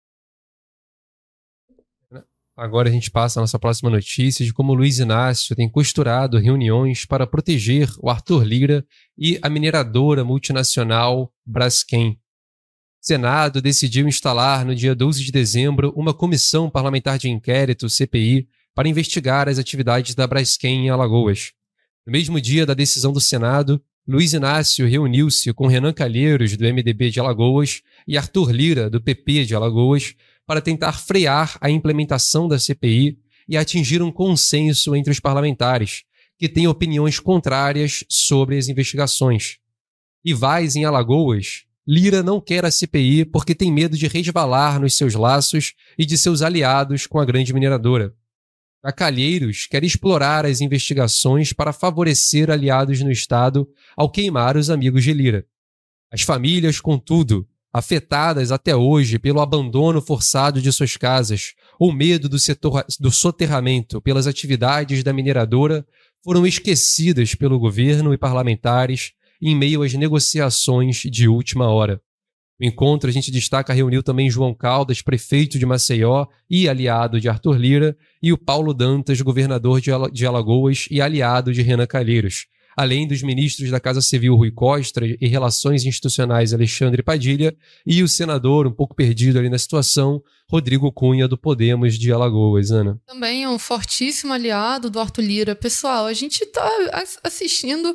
Agora a gente passa a nossa próxima notícia de como o Luiz Inácio tem costurado reuniões para proteger o Arthur Lira e a mineradora multinacional Braskem. Senado decidiu instalar no dia doze de dezembro uma comissão parlamentar de inquérito, C P I, para investigar as atividades da Braskem em Alagoas. No mesmo dia da decisão do Senado, Luiz Inácio reuniu-se com Renan Calheiros, do M D B de Alagoas, e Arthur Lira, do P P de Alagoas, para tentar frear a implementação da C P I e atingir um consenso entre os parlamentares, que têm opiniões contrárias sobre as investigações. E Vaz, em Alagoas, Lira não quer a C P I porque tem medo de resvalar nos seus laços e de seus aliados com a grande mineradora. A Calheiros quer explorar as investigações para favorecer aliados no Estado ao queimar os amigos de Lira. As famílias, contudo, afetadas até hoje pelo abandono forçado de suas casas ou medo do, setor, do soterramento pelas atividades da mineradora, foram esquecidas pelo governo e parlamentares em meio às negociações de última hora. No encontro, a gente destaca, reuniu também João Caldas, prefeito de Maceió e aliado de Arthur Lira, e o Paulo Dantas, governador de Alagoas e aliado de Renan Calheiros, além dos ministros da Casa Civil Rui Costa e Relações Institucionais Alexandre Padilha e o senador, um pouco perdido ali na situação, Rodrigo Cunha, do Podemos de Alagoas. Ana. Também é um fortíssimo aliado do Arthur Lira. Pessoal, a gente está assistindo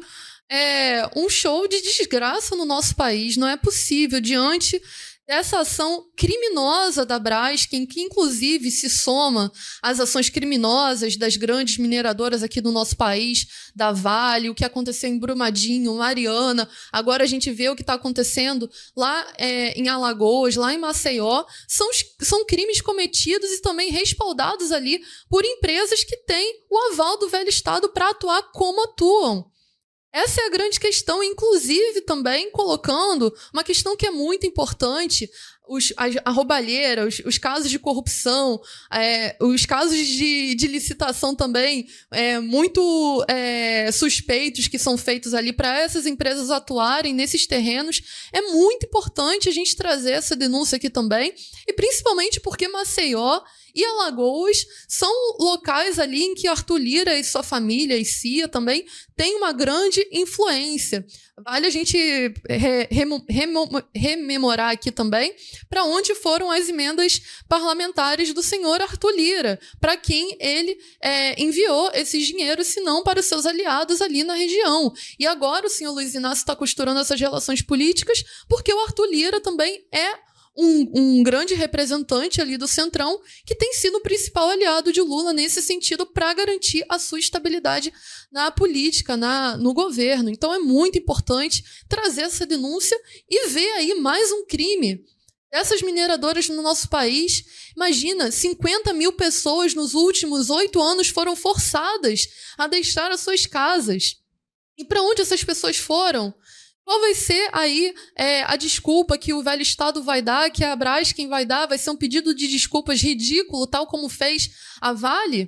é, um show de desgraça no nosso país. Não é possível, diante dessa ação criminosa da Braskem, que inclusive se soma às ações criminosas das grandes mineradoras aqui do nosso país, da Vale, o que aconteceu em Brumadinho, Mariana, agora a gente vê o que está acontecendo lá é, em Alagoas, lá em Maceió, são, são crimes cometidos e também respaldados ali por empresas que têm o aval do velho Estado para atuar como atuam. Essa é a grande questão, inclusive também colocando uma questão que é muito importante, os, a, a roubalheira, os, os casos de corrupção, é, os casos de, de licitação também é, muito é, suspeitos que são feitos ali para essas empresas atuarem nesses terrenos. É muito importante a gente trazer essa denúncia aqui também, e principalmente porque Maceió e Alagoas são locais ali em que Arthur Lira e sua família e Cia também têm uma grande influência. Vale a gente re, remo, remo, rememorar aqui também para onde foram as emendas parlamentares do senhor Arthur Lira, para quem ele é, enviou esses dinheiros, se não para os seus aliados ali na região. E agora o senhor Luiz Inácio está costurando essas relações políticas porque o Arthur Lira também é Um, um grande representante ali do Centrão, que tem sido o principal aliado de Lula nesse sentido para garantir a sua estabilidade na política, na, no governo. Então é muito importante trazer essa denúncia e ver aí mais um crime dessas mineradoras no nosso país. Imagina, cinquenta mil pessoas nos últimos oito anos foram forçadas a deixar as suas casas. E para onde essas pessoas foram? Qual vai ser aí é, a desculpa que o velho Estado vai dar, que a Braskem vai dar? Vai ser um pedido de desculpas ridículo, tal como fez a Vale?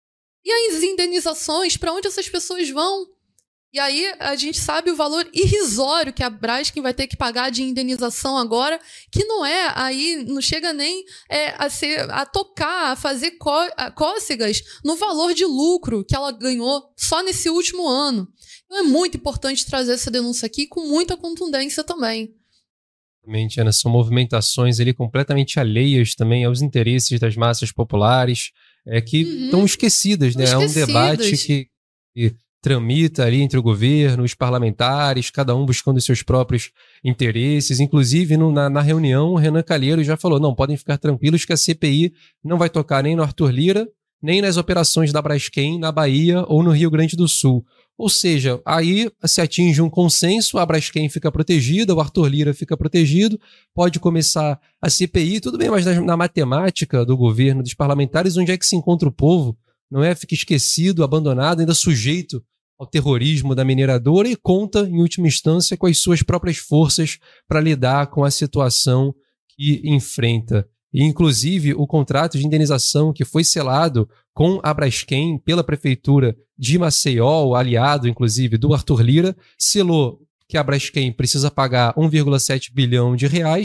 E as indenizações, para onde essas pessoas vão? E aí a gente sabe o valor irrisório que a Braskem vai ter que pagar de indenização agora, que não é aí, não chega nem é, a, ser, a tocar, a fazer có, a cócegas no valor de lucro que ela ganhou só nesse último ano. Então é muito importante trazer essa denúncia aqui com muita contundência também. Realmente, Ana, são movimentações ali completamente alheias também aos interesses das massas populares, é, que uhum. estão esquecidas, né? Esquecidas. É um debate que, que tramita ali entre o governo, os parlamentares, cada um buscando os seus próprios interesses. Inclusive, no, na, na reunião, o Renan Calheiros já falou, não, podem ficar tranquilos que a C P I não vai tocar nem no Arthur Lira, nem nas operações da Braskem na Bahia ou no Rio Grande do Sul. Ou seja, aí se atinge um consenso, a Braskem fica protegida, o Arthur Lira fica protegido, pode começar a C P I, tudo bem, mas na, na matemática do governo, dos parlamentares, onde é que se encontra o povo? Não é? Fica esquecido, abandonado, ainda sujeito ao terrorismo da mineradora e conta, em última instância, com as suas próprias forças para lidar com a situação que enfrenta. E, inclusive, o contrato de indenização que foi selado com a Braskem pela prefeitura de Maceió, o aliado, inclusive, do Arthur Lira, selou que a Braskem precisa pagar um vírgula sete bilhão de reais,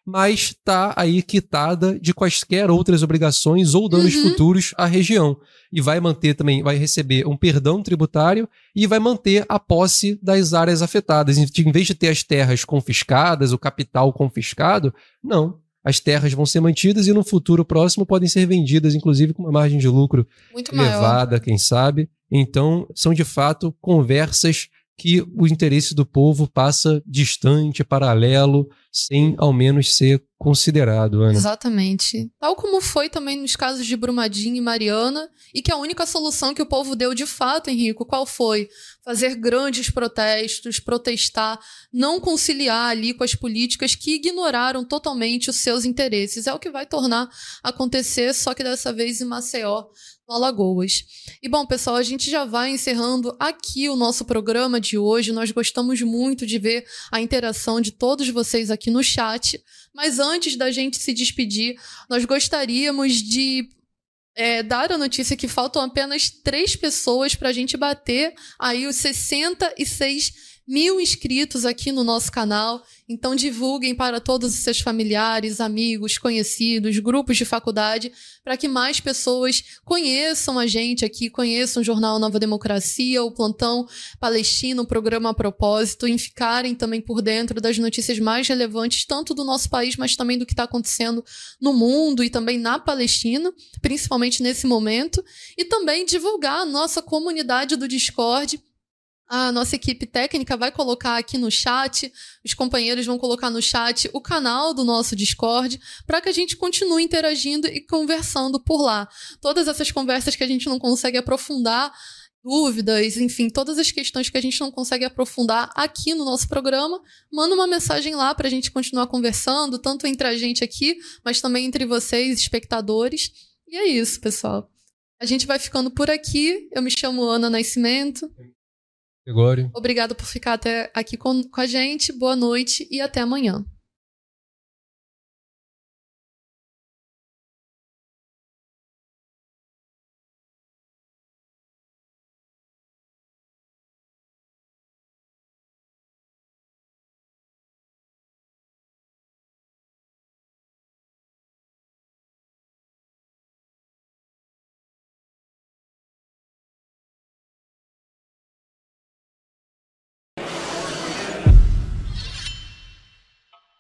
mas está aí quitada de quaisquer outras obrigações ou danos Uhum. futuros à região. E vai manter também, vai receber um perdão tributário e vai manter a posse das áreas afetadas. Em em vez de ter as terras confiscadas, o capital confiscado, não. As terras vão ser mantidas e no futuro próximo podem ser vendidas, inclusive com uma margem de lucro Muito maior. elevada, quem sabe. Então, são de fato conversas que o interesse do povo passa distante, paralelo, sem ao menos ser considerado, Ana. Exatamente. Tal como foi também nos casos de Brumadinho e Mariana, e que a única solução que o povo deu de fato, Henrico, qual foi? Fazer grandes protestos, protestar, não conciliar ali com as políticas que ignoraram totalmente os seus interesses. É o que vai tornar acontecer, só que dessa vez em Maceió, no Alagoas. E bom, pessoal, a gente já vai encerrando aqui o nosso programa de hoje. Nós gostamos muito de ver a interação de todos vocês aqui no chat, mas antes da gente se despedir, nós gostaríamos de é, dar a notícia que faltam apenas três pessoas para a gente bater aí os sessenta e seis mil inscritos aqui no nosso canal. Então divulguem para todos os seus familiares, amigos, conhecidos, grupos de faculdade, para que mais pessoas conheçam a gente aqui, conheçam o Jornal Nova Democracia, o Plantão Palestino, o programa A Propósito, e ficarem também por dentro das notícias mais relevantes, tanto do nosso país, mas também do que está acontecendo no mundo e também na Palestina, principalmente nesse momento, e também divulgar a nossa comunidade do Discord. A nossa equipe técnica vai colocar aqui no chat, os companheiros vão colocar no chat o canal do nosso Discord, para que a gente continue interagindo e conversando por lá. Todas essas conversas que a gente não consegue aprofundar, dúvidas, enfim, todas as questões que a gente não consegue aprofundar aqui no nosso programa, manda uma mensagem lá para a gente continuar conversando, tanto entre a gente aqui, mas também entre vocês, espectadores. E é isso, pessoal. A gente vai ficando por aqui. Eu me chamo Ana Nascimento. Gregório. Obrigado por ficar até aqui com, com a gente. Boa noite e até amanhã.